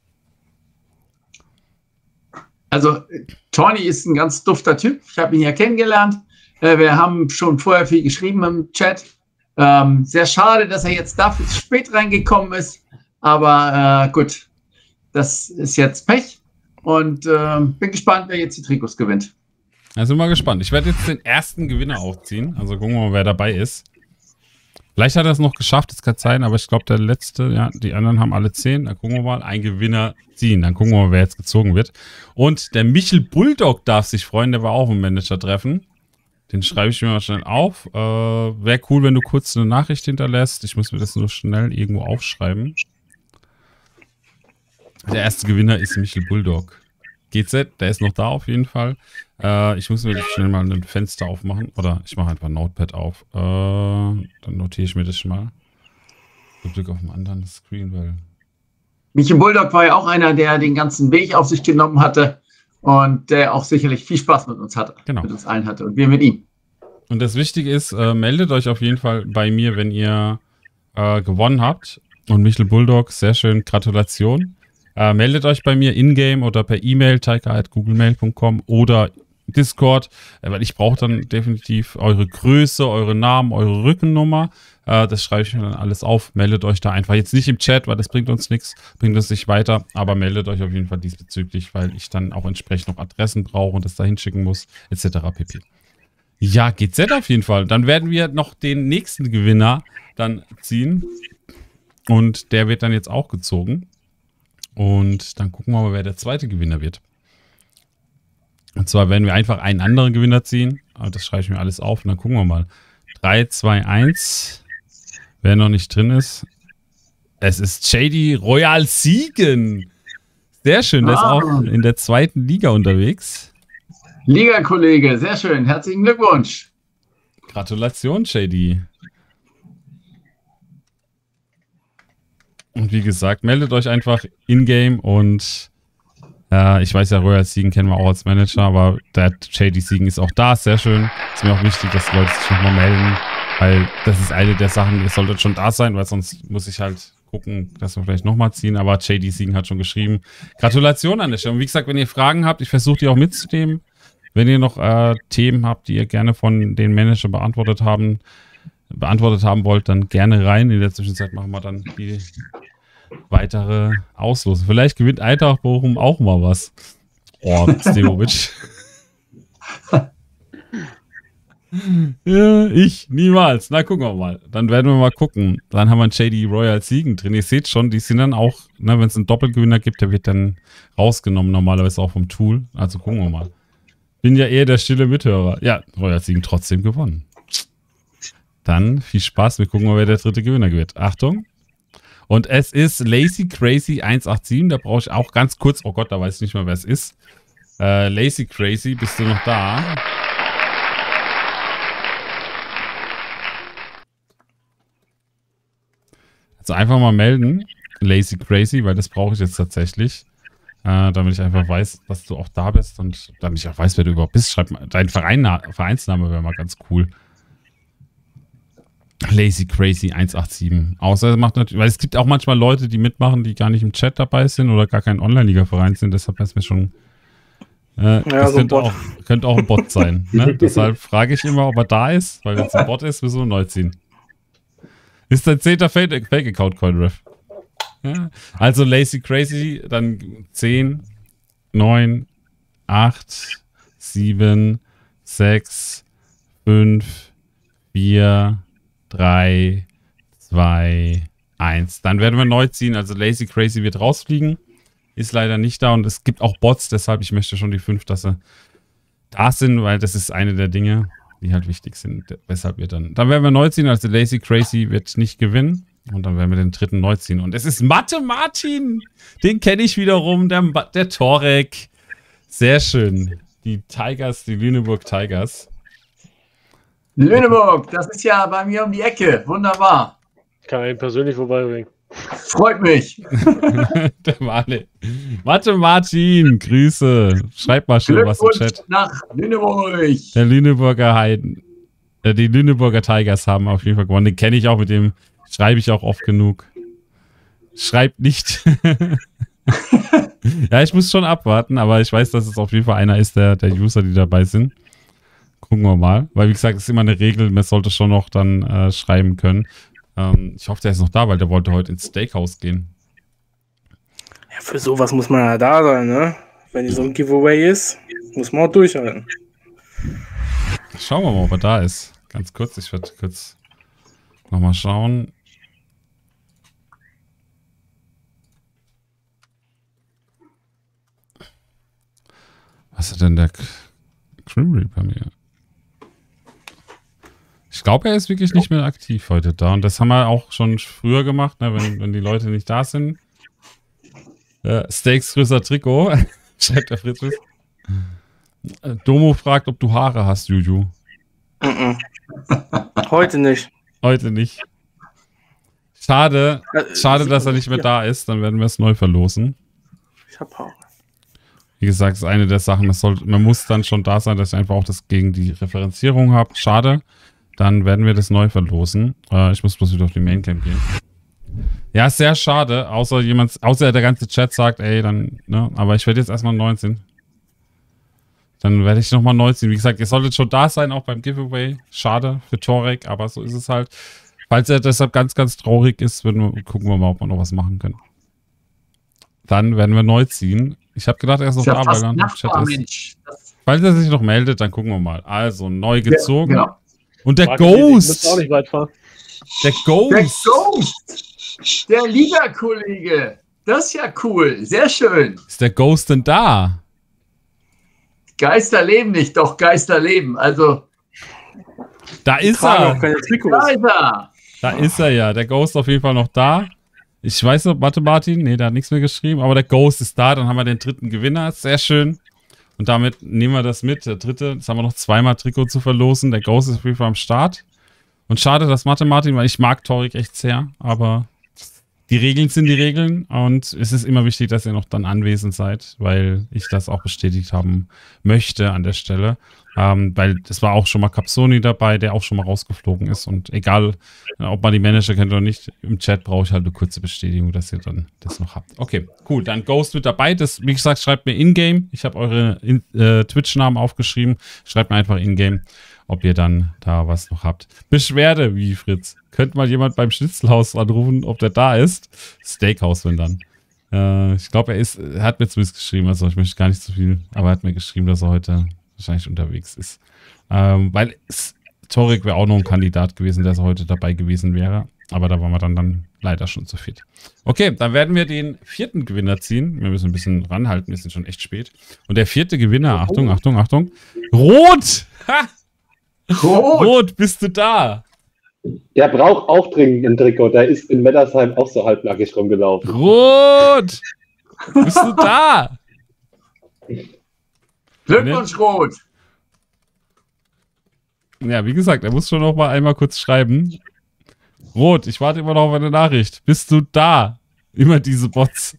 Also, Tawny ist ein ganz dufter Typ. Ich habe ihn ja kennengelernt. Äh, wir haben schon vorher viel geschrieben im Chat. Ähm, sehr schade, dass er jetzt dafür zu spät reingekommen ist. Aber äh, gut, das ist jetzt Pech. Und äh, bin gespannt, wer jetzt die Trikots gewinnt. Also mal gespannt. Ich werde jetzt den ersten Gewinner aufziehen. Also gucken wir mal, wer dabei ist. Vielleicht hat er es noch geschafft, das kann sein, aber ich glaube, der letzte, ja, die anderen haben alle zehn. Dann gucken wir mal, ein Gewinner ziehen. Dann gucken wir mal, wer jetzt gezogen wird. Und der Michel Bulldog darf sich freuen, der war auch im Manager-Treffen. Den schreibe ich mir mal schnell auf. Äh, Wäre cool, wenn du kurz eine Nachricht hinterlässt. Ich muss mir das nur schnell irgendwo aufschreiben. Der erste Gewinner ist Michel Bulldog. G Z, der ist noch da auf jeden Fall. Äh, ich muss mir jetzt schnell mal ein Fenster aufmachen. Oder ich mache einfach ein Notepad auf. Äh, dann notiere ich mir das schon mal. Ich Blick auf einen anderen Screen, weil... Michel Bulldog war ja auch einer, der den ganzen Weg auf sich genommen hatte und der auch sicherlich viel Spaß mit uns hatte. Genau. Mit uns allen hatte und wir mit ihm. Und das Wichtige ist, äh, meldet euch auf jeden Fall bei mir, wenn ihr äh, gewonnen habt. Und Michel Bulldog, sehr schön, Gratulation. Äh, meldet euch bei mir in-game oder per E-Mail, taika at googlemail punkt com oder Discord, äh, weil ich brauche dann definitiv eure Größe, eure Namen, eure Rückennummer. Äh, das schreibe ich mir dann alles auf. Meldet euch da einfach. Jetzt nicht im Chat, weil das bringt uns nichts, bringt uns nicht weiter, aber meldet euch auf jeden Fall diesbezüglich, weil ich dann auch entsprechend noch Adressen brauche und das da hinschicken muss, et cetera pp. Ja, G Z auf jeden Fall. Dann werden wir noch den nächsten Gewinner dann ziehen und der wird dann jetzt auch gezogen. Und dann gucken wir mal, wer der zweite Gewinner wird. Und zwar werden wir einfach einen anderen Gewinner ziehen. Aber das schreibe ich mir alles auf und dann gucken wir mal. drei, zwei, eins. Wer noch nicht drin ist. Es ist J D Royal Siegen. Sehr schön, der ist auch in der zweiten Liga unterwegs. Liga-Kollege, sehr schön. Herzlichen Glückwunsch. Gratulation, J D. Und wie gesagt, meldet euch einfach in-game und äh, ich weiß ja, Royal Siegen kennen wir auch als Manager, aber der J D Siegen ist auch da, sehr schön. Ist mir auch wichtig, dass die Leute sich nochmal melden, weil das ist eine der Sachen, ihr solltet schon da sein, weil sonst muss ich halt gucken, dass wir vielleicht nochmal ziehen, aber J D Siegen hat schon geschrieben. Gratulation an der Stelle. Und wie gesagt, wenn ihr Fragen habt, ich versuche die auch mitzunehmen. Wenn ihr noch äh, Themen habt, die ihr gerne von den Manager beantwortet haben, beantwortet haben wollt, dann gerne rein. In der Zwischenzeit machen wir dann die weitere Auslosung. Vielleicht gewinnt Eintracht Bochum auch mal was. Oh, Stevovic. Ja, ich niemals. Na, gucken wir mal. Dann werden wir mal gucken. Dann haben wir einen J D Royal Siegen drin. Ihr seht schon, die sind dann auch, ne, wenn es einen Doppelgewinner gibt, der wird dann rausgenommen, normalerweise auch vom Tool. Also gucken wir mal. Bin ja eher der stille Mithörer. Ja, Royal Siegen trotzdem gewonnen. Dann viel Spaß. Wir gucken mal, wer der dritte Gewinner wird. Achtung. Und es ist Lazy Crazy eins acht sieben. Da brauche ich auch ganz kurz. Oh Gott, da weiß ich nicht mehr, wer es ist. Äh, Lazy Crazy, bist du noch da? Also einfach mal melden. Lazy Crazy, weil das brauche ich jetzt tatsächlich. Äh, damit ich einfach weiß, dass du auch da bist und damit ich auch weiß, wer du überhaupt bist. Schreib mal, dein Verein, Vereinsname wäre mal ganz cool. Lazy Crazy eins acht sieben. Außer macht natürlich, weil es gibt auch manchmal Leute, die mitmachen, die gar nicht im Chat dabei sind oder gar kein Online-Liga-Verein sind. Deshalb ist mir schon. Äh, ja, das so könnte, auch, könnte auch ein Bot sein. Ne? Deshalb frage ich immer, ob er da ist, weil wenn es ein Bot ist, müssen wir neu ziehen. Ist dein zehnter Fake-Account, Coinref. Ja. Also Lazy Crazy, dann zehn, neun, acht, sieben, sechs, fünf, vier, drei, zwei, eins. Dann werden wir neu ziehen. Also Lazy Crazy wird rausfliegen. Ist leider nicht da und es gibt auch Bots, deshalb ich möchte schon die fünf, dass sie da sind, weil das ist eine der Dinge, die halt wichtig sind. Weshalb wir dann. Dann werden wir neu ziehen, also Lazy Crazy wird nicht gewinnen. Und dann werden wir den dritten neu ziehen. Und es ist Mathe Martin. Den kenne ich wiederum, der, der Torek. Sehr schön. Die Tigers, die Lüneburg Tigers. Lüneburg, das ist ja bei mir um die Ecke. Wunderbar. Kann ihn persönlich vorbeibringen. Freut mich. Der Male. Mathe Martin, Grüße. Schreib mal schön was im Chat. Nach Lüneburg. Der Lüneburger Heiden. Äh, die Lüneburger Tigers haben auf jeden Fall gewonnen. Den kenne ich auch, mit dem schreibe ich auch oft genug. Schreibt nicht. Ja, ich muss schon abwarten, aber ich weiß, dass es auf jeden Fall einer ist, der, der User, die dabei sind. Gucken wir mal. Weil, wie gesagt, es ist immer eine Regel, man sollte schon noch dann äh, schreiben können. Ähm, ich hoffe, der ist noch da, weil der wollte heute ins Steakhouse gehen. Ja, für sowas muss man ja da sein, ne? Wenn so ein Giveaway ist, muss man auch durchhalten. Schauen wir mal, ob er da ist. Ganz kurz, ich werde kurz nochmal schauen. Was hat denn der Grim Reaper mir? Ich glaube, er ist wirklich nicht mehr aktiv heute da. Und das haben wir auch schon früher gemacht, ne, wenn, wenn die Leute nicht da sind. Äh, Steaks größer Trikot, schreibt der Fritz. Äh, Domo fragt, ob du Haare hast, Juju. Mm -mm. Heute nicht. Heute nicht. Schade, schade, dass er nicht mehr da ist. Dann werden wir es neu verlosen. Ich hab Haare. Wie gesagt, ist eine der Sachen, das soll, man muss dann schon da sein, dass ich einfach auch das gegen die Referenzierung habe. Schade. Dann werden wir das neu verlosen. Äh, ich muss bloß wieder auf die Maincam gehen. Ja, sehr schade. Außer jemand, außer der ganze Chat sagt, ey, dann, ne, aber ich werde jetzt erstmal neunzehn. Dann werde ich nochmal neunzehn. Wie gesagt, ihr solltet schon da sein, auch beim Giveaway. Schade für Torek, aber so ist es halt. Falls er deshalb ganz, ganz traurig ist, wir, gucken wir mal, ob wir noch was machen können. Dann werden wir neu ziehen. Ich habe gedacht, er ist noch da, weil er im Chat ist. Falls er sich noch meldet, dann gucken wir mal. Also, neu gezogen. Ja, genau. Und der Martin, Ghost. Auch nicht weit fahren. Der Ghost. Der Ghost. Der Liga-Kollege. Das ist ja cool. Sehr schön. Ist der Ghost denn da? Geister leben nicht, doch Geister leben. Also. Da ist er. Da ist er. Da ist er ja. Der Ghost auf jeden Fall noch da. Ich weiß noch, warte Martin, nee, der hat nichts mehr geschrieben, aber der Ghost ist da, dann haben wir den dritten Gewinner, sehr schön. Und damit nehmen wir das mit, der dritte, jetzt haben wir noch zweimal Trikot zu verlosen, der Ghost ist auf jeden Fall am Start. Und schade, dass Mathe Martin, weil ich mag Torek echt sehr, aber die Regeln sind die Regeln und es ist immer wichtig, dass ihr noch dann anwesend seid, weil ich das auch bestätigt haben möchte an der Stelle. Ähm, weil es war auch schon mal Capsoni dabei, der auch schon mal rausgeflogen ist und egal, ob man die Manager kennt oder nicht, im Chat brauche ich halt eine kurze Bestätigung, dass ihr dann das noch habt. Okay, cool, dann Ghost mit dabei, das, wie gesagt, schreibt mir in-game, ich habe eure in, äh, Twitch-Namen aufgeschrieben, schreibt mir einfach in-game, ob ihr dann da was noch habt. Beschwerde, wie Fritz, könnte mal jemand beim Schnitzelhaus anrufen, ob der da ist? Steakhouse, wenn dann. Äh, ich glaube, er ist, er hat mir zumindest geschrieben, also ich möchte gar nicht so viel, aber er hat mir geschrieben, dass er heute wahrscheinlich unterwegs ist. Ähm, weil es, Torek wäre auch noch ein Kandidat gewesen, der so heute dabei gewesen wäre. Aber da waren wir dann, dann leider schon zu fit. Okay, dann werden wir den vierten Gewinner ziehen. Wir müssen ein bisschen ranhalten, wir sind schon echt spät. Und der vierte Gewinner, Achtung, Achtung, Achtung. Rot! Ha! Rot! Rot, bist du da? Der braucht auch dringend ein Trikot. Der ist in Meddersheim auch so halbnackig rumgelaufen. Rot! Bist du da? Glückwunsch, Rot! Ja, wie gesagt, er muss schon noch mal einmal kurz schreiben. Rot, ich warte immer noch auf eine Nachricht. Bist du da? Immer diese Bots.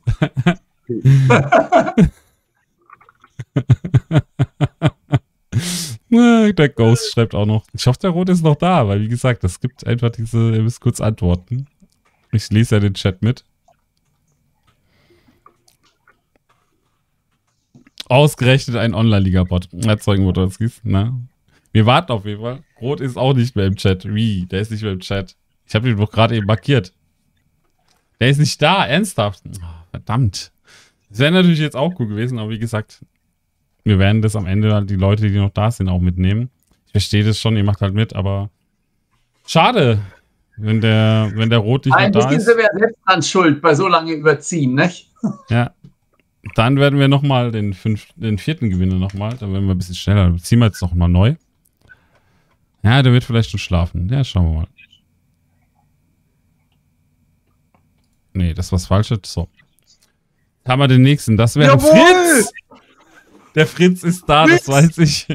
Der Ghost schreibt auch noch. Ich hoffe, der Rot ist noch da, weil wie gesagt, es gibt einfach diese, ihr müsst kurz antworten. Ich lese ja den Chat mit. Ausgerechnet ein Online-Liga-Bot. Erzeugen Motorskis, ne? Wir warten auf jeden Fall. Rot ist auch nicht mehr im Chat. Wie? Der ist nicht mehr im Chat. Ich habe ihn doch gerade eben markiert. Der ist nicht da, ernsthaft. Oh, verdammt. Das wäre natürlich jetzt auch cool gewesen, aber wie gesagt, wir werden das am Ende halt die Leute, die noch da sind, auch mitnehmen. Ich verstehe das schon, ihr macht halt mit, aber schade, wenn der, wenn der Rot nicht Ein mehr da bisschen ist. sind wir selbst dran schuld bei so lange Überziehen, nicht? Ja. Dann werden wir nochmal den, fünf, den vierten Gewinner nochmal. Dann werden wir ein bisschen schneller. Ziehen wir jetzt nochmal neu. Ja, der wird vielleicht schon schlafen. Ja, schauen wir mal. Nee, das war was Falsches. So. Haben wir den nächsten. Das wäre Fritz. Der Fritz ist da, Fritz. Das weiß ich.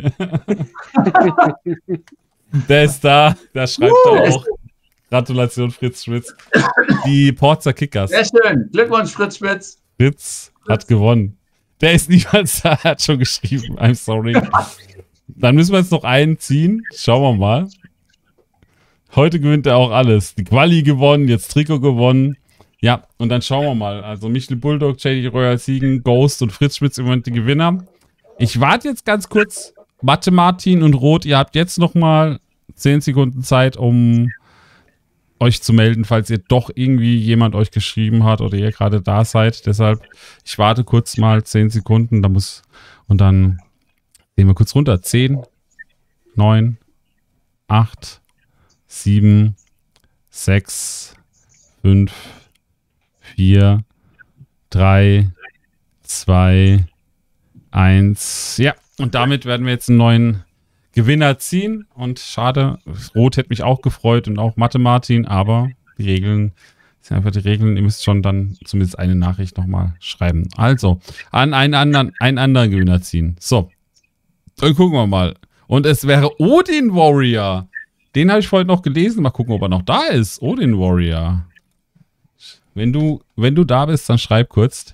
Der ist da. Da schreibt uh, er auch. Gratulation, Fritz Schmitz. Die Porzer Kickers. Sehr schön. Glückwunsch, Fritz Schmitz. Fritz hat gewonnen. Der ist niemals da, hat schon geschrieben. I'm sorry. Dann müssen wir jetzt noch einen ziehen. Schauen wir mal. Heute gewinnt er auch alles. Die Quali gewonnen, jetzt Trikot gewonnen. Ja, und dann schauen wir mal. Also Michel Bulldog, J D Royal Siegen, Ghost und Fritz Schmitz im Moment die Gewinner. Ich warte jetzt ganz kurz. Mathe Martin und Rot, ihr habt jetzt noch mal zehn Sekunden Zeit, um euch zu melden, falls ihr doch irgendwie jemand euch geschrieben hat oder ihr gerade da seid. Deshalb, ich warte kurz mal zehn Sekunden, da muss, und dann gehen wir kurz runter. zehn, neun, acht, sieben, sechs, fünf, vier, drei, zwei, eins. Ja, und damit werden wir jetzt einen neuen Gewinner ziehen. Und schade, Rot hätte mich auch gefreut und auch Mathe Martin, aber die Regeln sind einfach die Regeln. Ihr müsst schon dann zumindest eine Nachricht nochmal schreiben. Also, an einen anderen, einen anderen Gewinner ziehen. So, dann gucken wir mal. Und es wäre Odin Warrior. Den habe ich vorhin noch gelesen. Mal gucken, ob er noch da ist. Odin Warrior. Wenn du, wenn du da bist, dann schreib kurz.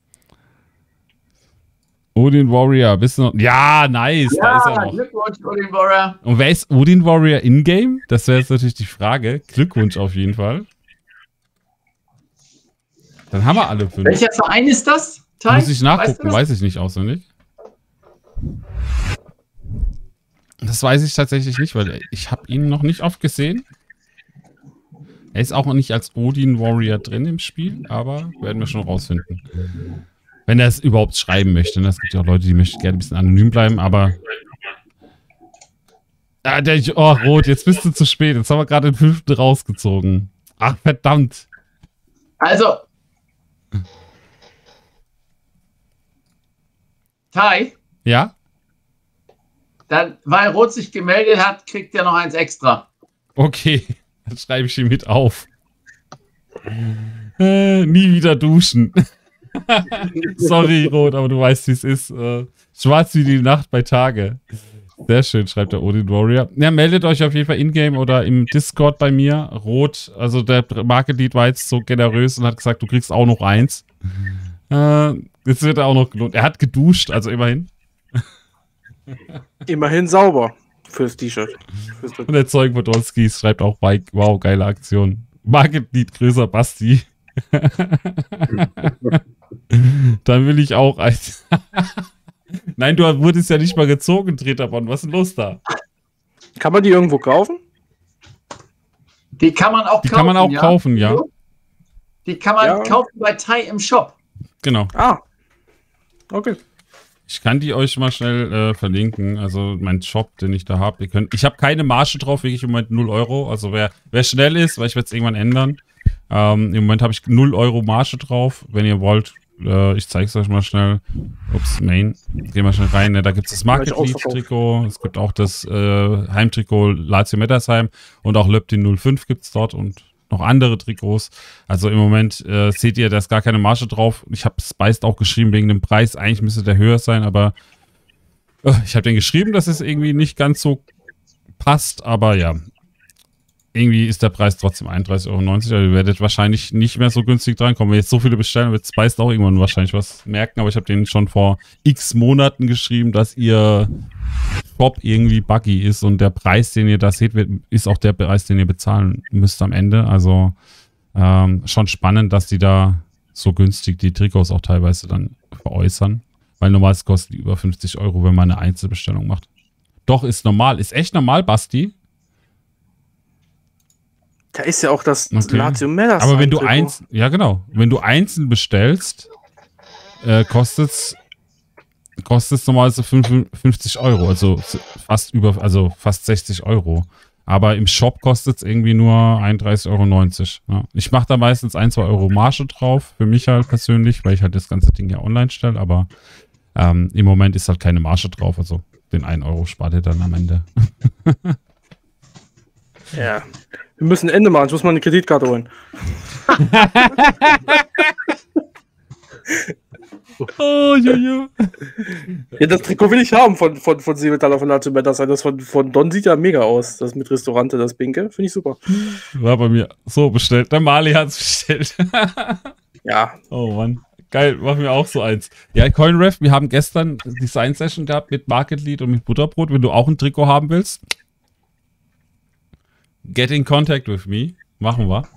Odin Warrior, bist du noch? Ja, nice, ja, da ist er noch. Glückwunsch, Odin Warrior. Und wer ist Odin Warrior in-game? Das wäre jetzt natürlich die Frage. Glückwunsch auf jeden Fall. Dann haben wir alle fünf. Welcher Verein ist das? Tai? Muss ich nachgucken, weißt du weiß ich nicht auswendig. Das weiß ich tatsächlich nicht, weil ich habe ihn noch nicht oft gesehen. Er ist auch noch nicht als Odin Warrior drin im Spiel, aber werden wir schon rausfinden. Wenn er es überhaupt schreiben möchte. Ne? Es gibt ja auch Leute, die möchten gerne ein bisschen anonym bleiben, aber... Ah, der, oh, Rot, jetzt bist du zu spät. Jetzt haben wir gerade den fünften rausgezogen. Ach, verdammt. Also... Tai? Ja? Dann, weil Rot sich gemeldet hat, kriegt er noch eins extra. Okay, dann schreibe ich ihn mit auf. Äh, nie wieder duschen. Sorry, Rot, aber du weißt, wie es ist. Äh, schwarz wie die Nacht bei Tage. Sehr schön, schreibt der Odin Warrior. Ja, meldet euch auf jeden Fall in-game oder im Discord bei mir. Rot, also der Market Lead war jetzt so generös und hat gesagt, du kriegst auch noch eins. Äh, jetzt wird er auch noch gelohnt. Er hat geduscht, also immerhin. Immerhin sauber fürs T-Shirt. Und der Zeug Podolski schreibt auch, wow, geile Aktion. Market Lead größer Basti. Dann will ich auch eins. Nein, du wurdest ja nicht mal gezogen, Treterbon. Was ist denn los da? Kann man die irgendwo kaufen? Die kann man auch die kaufen. Kann man auch ja? kaufen, ja. Die kann man ja. kaufen bei Tai im Shop. Genau. Ah. Okay. Ich kann die euch mal schnell äh, verlinken. Also mein Shop, den ich da habe. Ihr könnt. Ich habe keine Marge drauf, wirklich im Moment null Euro. Also wer, wer schnell ist, weil ich werde es irgendwann ändern. Ähm, Im Moment habe ich null Euro Marge drauf. Wenn ihr wollt, äh, ich zeige es euch mal schnell. Ups, Main. Gehen wir schnell rein. Ne? Da gibt es das Market Lead Trikot. Es gibt auch das äh, Heimtrikot Lazio Mettersheim. Und auch Löptin null fünf gibt es dort. Und noch andere Trikots. Also im Moment äh, seht ihr, da ist gar keine Marge drauf. Ich habe Spiced auch geschrieben wegen dem Preis. Eigentlich müsste der höher sein, aber äh, ich habe den geschrieben, dass es irgendwie nicht ganz so passt. Aber ja, irgendwie ist der Preis trotzdem einunddreißig Euro neunzig. Also ihr werdet wahrscheinlich nicht mehr so günstig drankommen. Wenn jetzt so viele bestellen, wird Spiced auch irgendwann wahrscheinlich was merken. Aber ich habe denen schon vor x Monaten geschrieben, dass ihr Shop irgendwie buggy ist und der Preis, den ihr da seht, wird, ist auch der Preis, den ihr bezahlen müsst am Ende. Also ähm, schon spannend, dass die da so günstig die Trikots auch teilweise dann veräußern. Weil normalerweise kostet die über fünfzig Euro, wenn man eine Einzelbestellung macht. Doch, ist normal. Ist echt normal, Basti. Da ist ja auch das Okay. Lazio Medas. Aber wenn du eins, ja genau, wenn du einzeln bestellst, äh, kostet's kostet's normalerweise fünfundfünfzig Euro, also fast über, also fast sechzig Euro. Aber im Shop kostet es irgendwie nur einunddreißig Euro neunzig. Ja. Ich mache da meistens ein, zwei Euro Marge drauf, für mich halt persönlich, weil ich halt das ganze Ding ja online stelle, aber ähm, im Moment ist halt keine Marge drauf, also den einen Euro spart ihr dann am Ende. Ja. Wir müssen ein Ende machen, ich muss mal eine Kreditkarte holen. Oh, ja, ja. Ja, das Trikot will ich haben von, von, von Seebetaler von Lazio Medas. Das von, von Don sieht ja mega aus. Das mit Restaurante, das Pinke. Finde ich super. War bei mir so bestellt. Der Mali hat es bestellt. Ja. Oh Mann. Geil, machen wir auch so eins. Ja, CoinRef, wir haben gestern Design-Session gehabt mit Market Lead und mit Butterbrot. Wenn du auch ein Trikot haben willst, get in contact with me. Machen wir.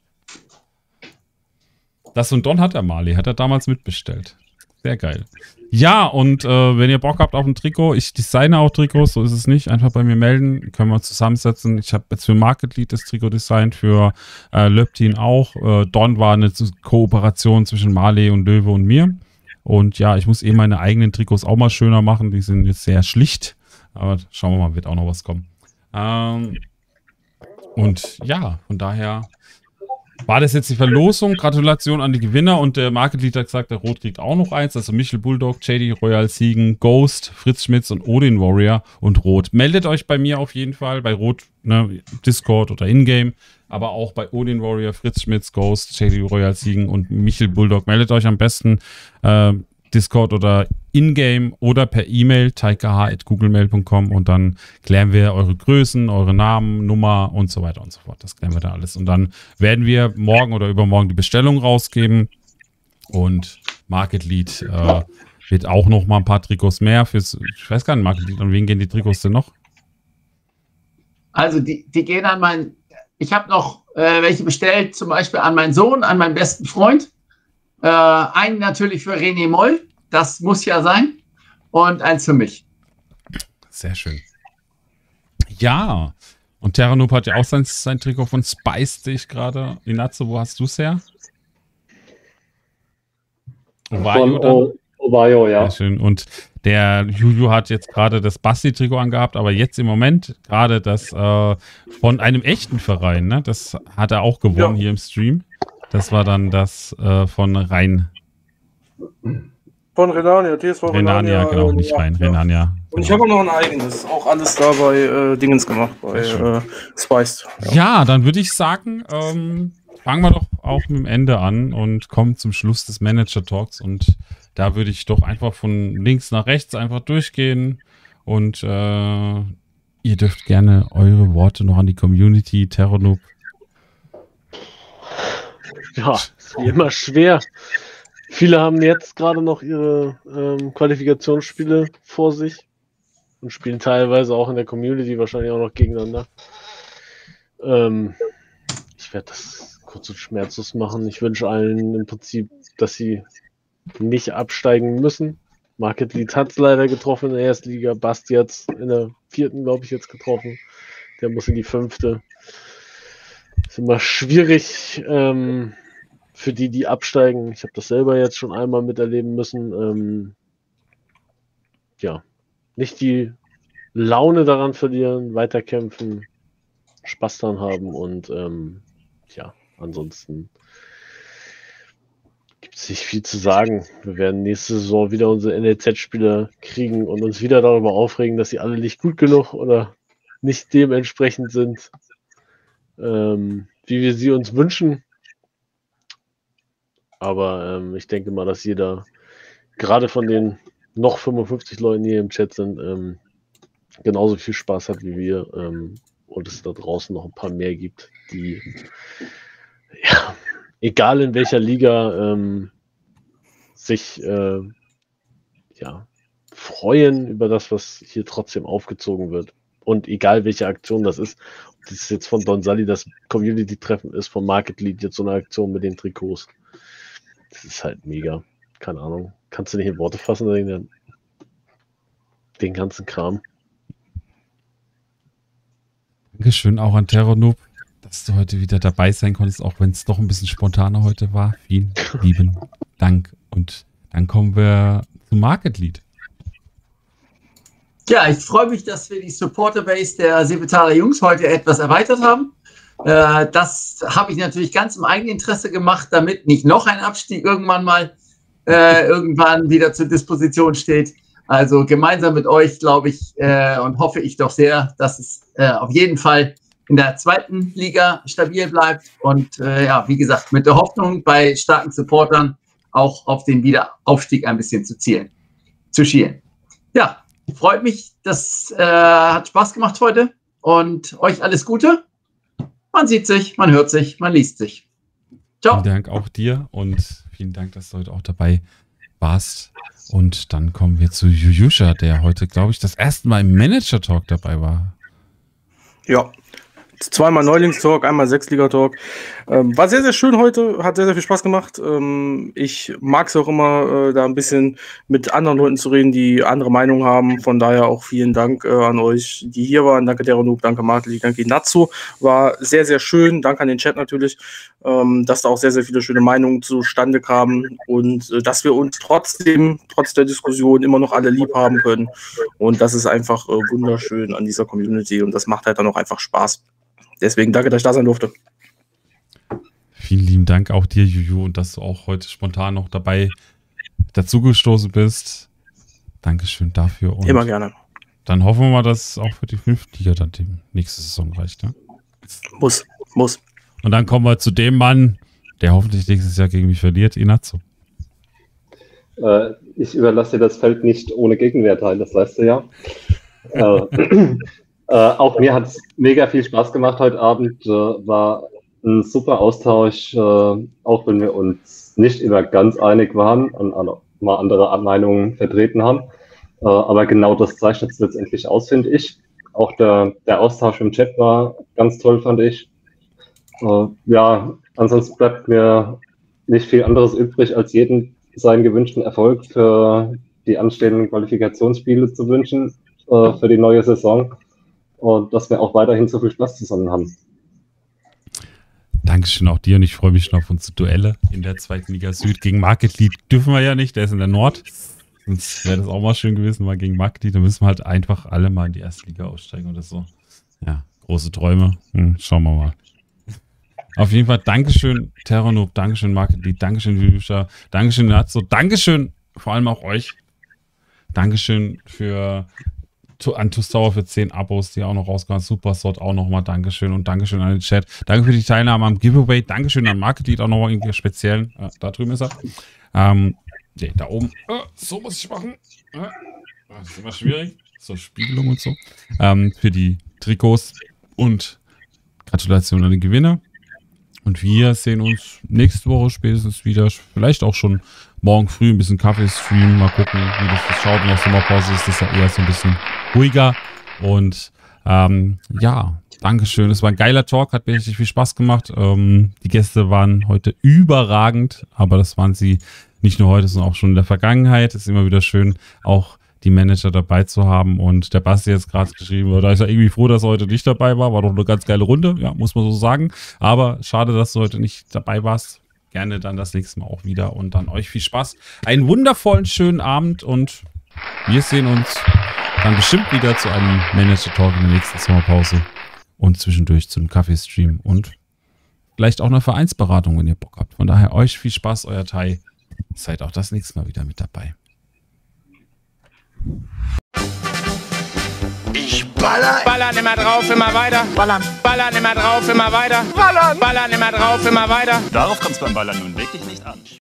Das und Don hat der Mali, hat er damals mitbestellt. Sehr geil. Ja, und äh, wenn ihr Bock habt auf ein Trikot, ich designe auch Trikots, so ist es nicht. Einfach bei mir melden, können wir zusammensetzen. Ich habe jetzt für Market Lead das Trikot designt, für äh, Löptin auch. Äh, Don war eine Kooperation zwischen Marley und Löwe und mir. Und ja, ich muss eh meine eigenen Trikots auch mal schöner machen. Die sind jetzt sehr schlicht. Aber schauen wir mal, wird auch noch was kommen. Ähm, und ja, von daher war das jetzt die Verlosung. Gratulation an die Gewinner. Und der Market Lead hat gesagt, der Rot kriegt auch noch eins. Also Michel Bulldog, J D Royal Siegen, Ghost, Fritz Schmitz und Odin Warrior und Rot. Meldet euch bei mir auf jeden Fall. Bei Rot, ne, Discord oder Ingame. Aber auch bei Odin Warrior, Fritz Schmitz, Ghost, J D Royal Siegen und Michel Bulldog. Meldet euch am besten äh, Discord oder Ingame oder per E-Mail taikah at googlemail punkt com und dann klären wir eure Größen, eure Namen, Nummer und so weiter und so fort. Das klären wir da alles. Und dann werden wir morgen oder übermorgen die Bestellung rausgeben und Market Lead äh, wird auch noch mal ein paar Trikots mehr fürs, ich weiß gar nicht, Market Lead, an wen gehen die Trikots denn noch? Also die, die gehen an meinen, ich habe noch äh, welche bestellt, zum Beispiel an meinen Sohn, an meinen besten Freund. Äh, einen natürlich für René Moll, das muss ja sein. Und eins für mich. Sehr schön. Ja, und Terranoob hat ja auch sein, sein Trikot von Spice, sehe ich gerade. Inazzo, wo hast du es her? Von o Ovayo, ja. Sehr schön. Und der Juju hat jetzt gerade das Basti-Trikot angehabt, aber jetzt im Moment gerade das äh, von einem echten Verein, ne? Das hat er auch gewonnen ja. Hier im Stream. Das war dann das äh, von Rhein. Von Renania, T S V Renania. Renania, genau, nicht ja, Rhein, ja. Renania. Und genau. ich habe auch noch ein eigenes, auch alles da bei äh, Dingens gemacht, bei äh, Spiced. Ja. ja, dann würde ich sagen, ähm, fangen wir doch auch mit dem Ende an und kommen zum Schluss des Manager-Talks. Und da würde ich doch einfach von links nach rechts einfach durchgehen. Und äh, ihr dürft gerne eure Worte noch an die Community, Terranoob. Ja, ist wie immer schwer. Viele haben jetzt gerade noch ihre ähm, Qualifikationsspiele vor sich und spielen teilweise auch in der Community wahrscheinlich auch noch gegeneinander. Ähm, ich werde das kurz und schmerzlos machen. Ich wünsche allen im Prinzip, dass sie nicht absteigen müssen. Market Lead hat es leider getroffen in der ersten Liga. Basti hat es in der vierten, glaube ich, jetzt getroffen. Der muss in die fünfte. Ist immer schwierig ähm, für die, die absteigen. Ich habe das selber jetzt schon einmal miterleben müssen. Ähm, ja, nicht die Laune daran verlieren, weiterkämpfen, Spaß dran haben und ähm, ja, ansonsten gibt es nicht viel zu sagen. Wir werden nächste Saison wieder unsere N L Z-Spieler kriegen und uns wieder darüber aufregen, dass sie alle nicht gut genug oder nicht dementsprechend sind, ähm, wie wir sie uns wünschen. Aber ähm, ich denke mal, dass jeder, gerade von den noch fünfundfünfzig Leuten, die hier im Chat sind, ähm, genauso viel Spaß hat wie wir ähm, und es da draußen noch ein paar mehr gibt, die, ja, egal in welcher Liga, ähm, sich äh, ja, freuen über das, was hier trotzdem aufgezogen wird. Und egal welche Aktion das ist, ob das jetzt von Don Sally das Community-Treffen ist, von Market Lead jetzt so eine Aktion mit den Trikots. Das ist halt mega. Keine Ahnung. Kannst du nicht in Worte fassen, den, den ganzen Kram. Dankeschön auch an Terranoob, dass du heute wieder dabei sein konntest, auch wenn es doch ein bisschen spontaner heute war. Vielen lieben Dank. Und dann kommen wir zum Market Lead. Ja, ich freue mich, dass wir die Supporter-Base der Seebetaler Jungs heute etwas erweitert haben. Äh, das habe ich natürlich ganz im Eigeninteresse gemacht, damit nicht noch ein Abstieg irgendwann mal äh, irgendwann wieder zur Disposition steht. Also gemeinsam mit euch glaube ich äh, und hoffe ich doch sehr, dass es äh, auf jeden Fall in der zweiten Liga stabil bleibt und äh, ja, wie gesagt, mit der Hoffnung bei starken Supportern auch auf den Wiederaufstieg ein bisschen zu zielen, zu schielen. Ja, freut mich, das äh, hat Spaß gemacht heute und euch alles Gute. Man sieht sich, man hört sich, man liest sich. Ciao. Vielen Dank auch dir und vielen Dank, dass du heute auch dabei warst. Und dann kommen wir zu Jujusha, der heute, glaube ich, das erste Mal im Manager-Talk dabei war. Ja, zweimal Neulings-Talk, einmal Sechsliga-Talk. Ähm, war sehr, sehr schön heute, hat sehr, sehr viel Spaß gemacht. Ähm, ich mag es auch immer, äh, da ein bisschen mit anderen Leuten zu reden, die andere Meinungen haben. Von daher auch vielen Dank äh, an euch, die hier waren. Danke Teronuk, danke Martli, danke Natsu. War sehr, sehr schön. Danke an den Chat natürlich, ähm, dass da auch sehr, sehr viele schöne Meinungen zustande kamen und äh, dass wir uns trotzdem, trotz der Diskussion immer noch alle lieb haben können. Und das ist einfach äh, wunderschön an dieser Community und das macht halt dann auch einfach Spaß. Deswegen danke, dass ich da sein durfte. Vielen lieben Dank auch dir, Juju, und dass du auch heute spontan noch dabei dazugestoßen bist. Dankeschön dafür. Und immer gerne. Dann hoffen wir mal, dass es auch für die fünfte Liga dann die nächste Saison reicht. Ne? Muss, muss. Und dann kommen wir zu dem Mann, der hoffentlich nächstes Jahr gegen mich verliert, Inazzo. Äh, ich überlasse dir das Feld nicht ohne Gegenwehrteil, das weißt du ja. äh, Äh, auch mir hat es mega viel Spaß gemacht heute Abend. Äh, war ein super Austausch, äh, auch wenn wir uns nicht immer ganz einig waren und alle mal andere Meinungen vertreten haben. Äh, aber genau das zeichnet es letztendlich aus, finde ich. Auch der, der Austausch im Chat war ganz toll, fand ich. Äh, ja, ansonsten bleibt mir nicht viel anderes übrig, als jedem seinen gewünschten Erfolg für die anstehenden Qualifikationsspiele zu wünschen, äh, für die neue Saison. Und dass wir auch weiterhin so viel Spaß zusammen haben. Dankeschön auch dir und ich freue mich schon auf unsere Duelle in der zweiten Liga Süd. Gegen Market Lead dürfen wir ja nicht, der ist in der Nord. Sonst wäre das auch mal schön gewesen, mal gegen Market Lead. Da müssen wir halt einfach alle mal in die erste Liga aussteigen oder so. Ja, große Träume. Hm, schauen wir mal. Auf jeden Fall Dankeschön, Terranoob, Dankeschön, Market Lead, Dankeschön, Jujusha, Dankeschön, Natsu, Dankeschön vor allem auch euch. Dankeschön für an Tustauer für zehn Abos, die auch noch rauskommen. Supersort auch nochmal Dankeschön und Dankeschön an den Chat. Danke für die Teilnahme am Giveaway. Dankeschön an Market Lead auch nochmal irgendwie speziellen. Äh, da drüben ist er. Ähm, nee, da oben. Äh, so muss ich machen. Äh, das ist immer schwierig. So Spiegelung und so. Ähm, für die Trikots und Gratulation an den Gewinner. Und wir sehen uns nächste Woche spätestens wieder. Vielleicht auch schon morgen früh ein bisschen Kaffee-Stream. Mal gucken, wie das das schaut. In der Sommerpause ist das ja eher so ein bisschen ruhiger. Und ähm, ja, Dankeschön. Es war ein geiler Talk, hat mir richtig viel Spaß gemacht. Ähm, die Gäste waren heute überragend, aber das waren sie nicht nur heute, sondern auch schon in der Vergangenheit. Es ist immer wieder schön, auch die Manager dabei zu haben. Und der Basti jetzt gerade geschrieben, da ist er irgendwie froh, dass er heute nicht dabei war. War doch eine ganz geile Runde, ja, muss man so sagen. Aber schade, dass du heute nicht dabei warst. Gerne dann das nächste Mal auch wieder. Und dann euch viel Spaß. Einen wundervollen, schönen Abend und wir sehen uns dann bestimmt wieder zu einem Manager-Talk in der nächsten Sommerpause und zwischendurch zum Kaffeestream und vielleicht auch eine Vereinsberatung, wenn ihr Bock habt. Von daher euch viel Spaß, euer Tai. Seid auch das nächste Mal wieder mit dabei. Ich baller. Ballern immer drauf, immer weiter. Ballern. Ballern immer drauf, immer weiter. Ballern. Ballern immer drauf, immer weiter. Darauf kommt es beim Ballern nun wirklich nicht an.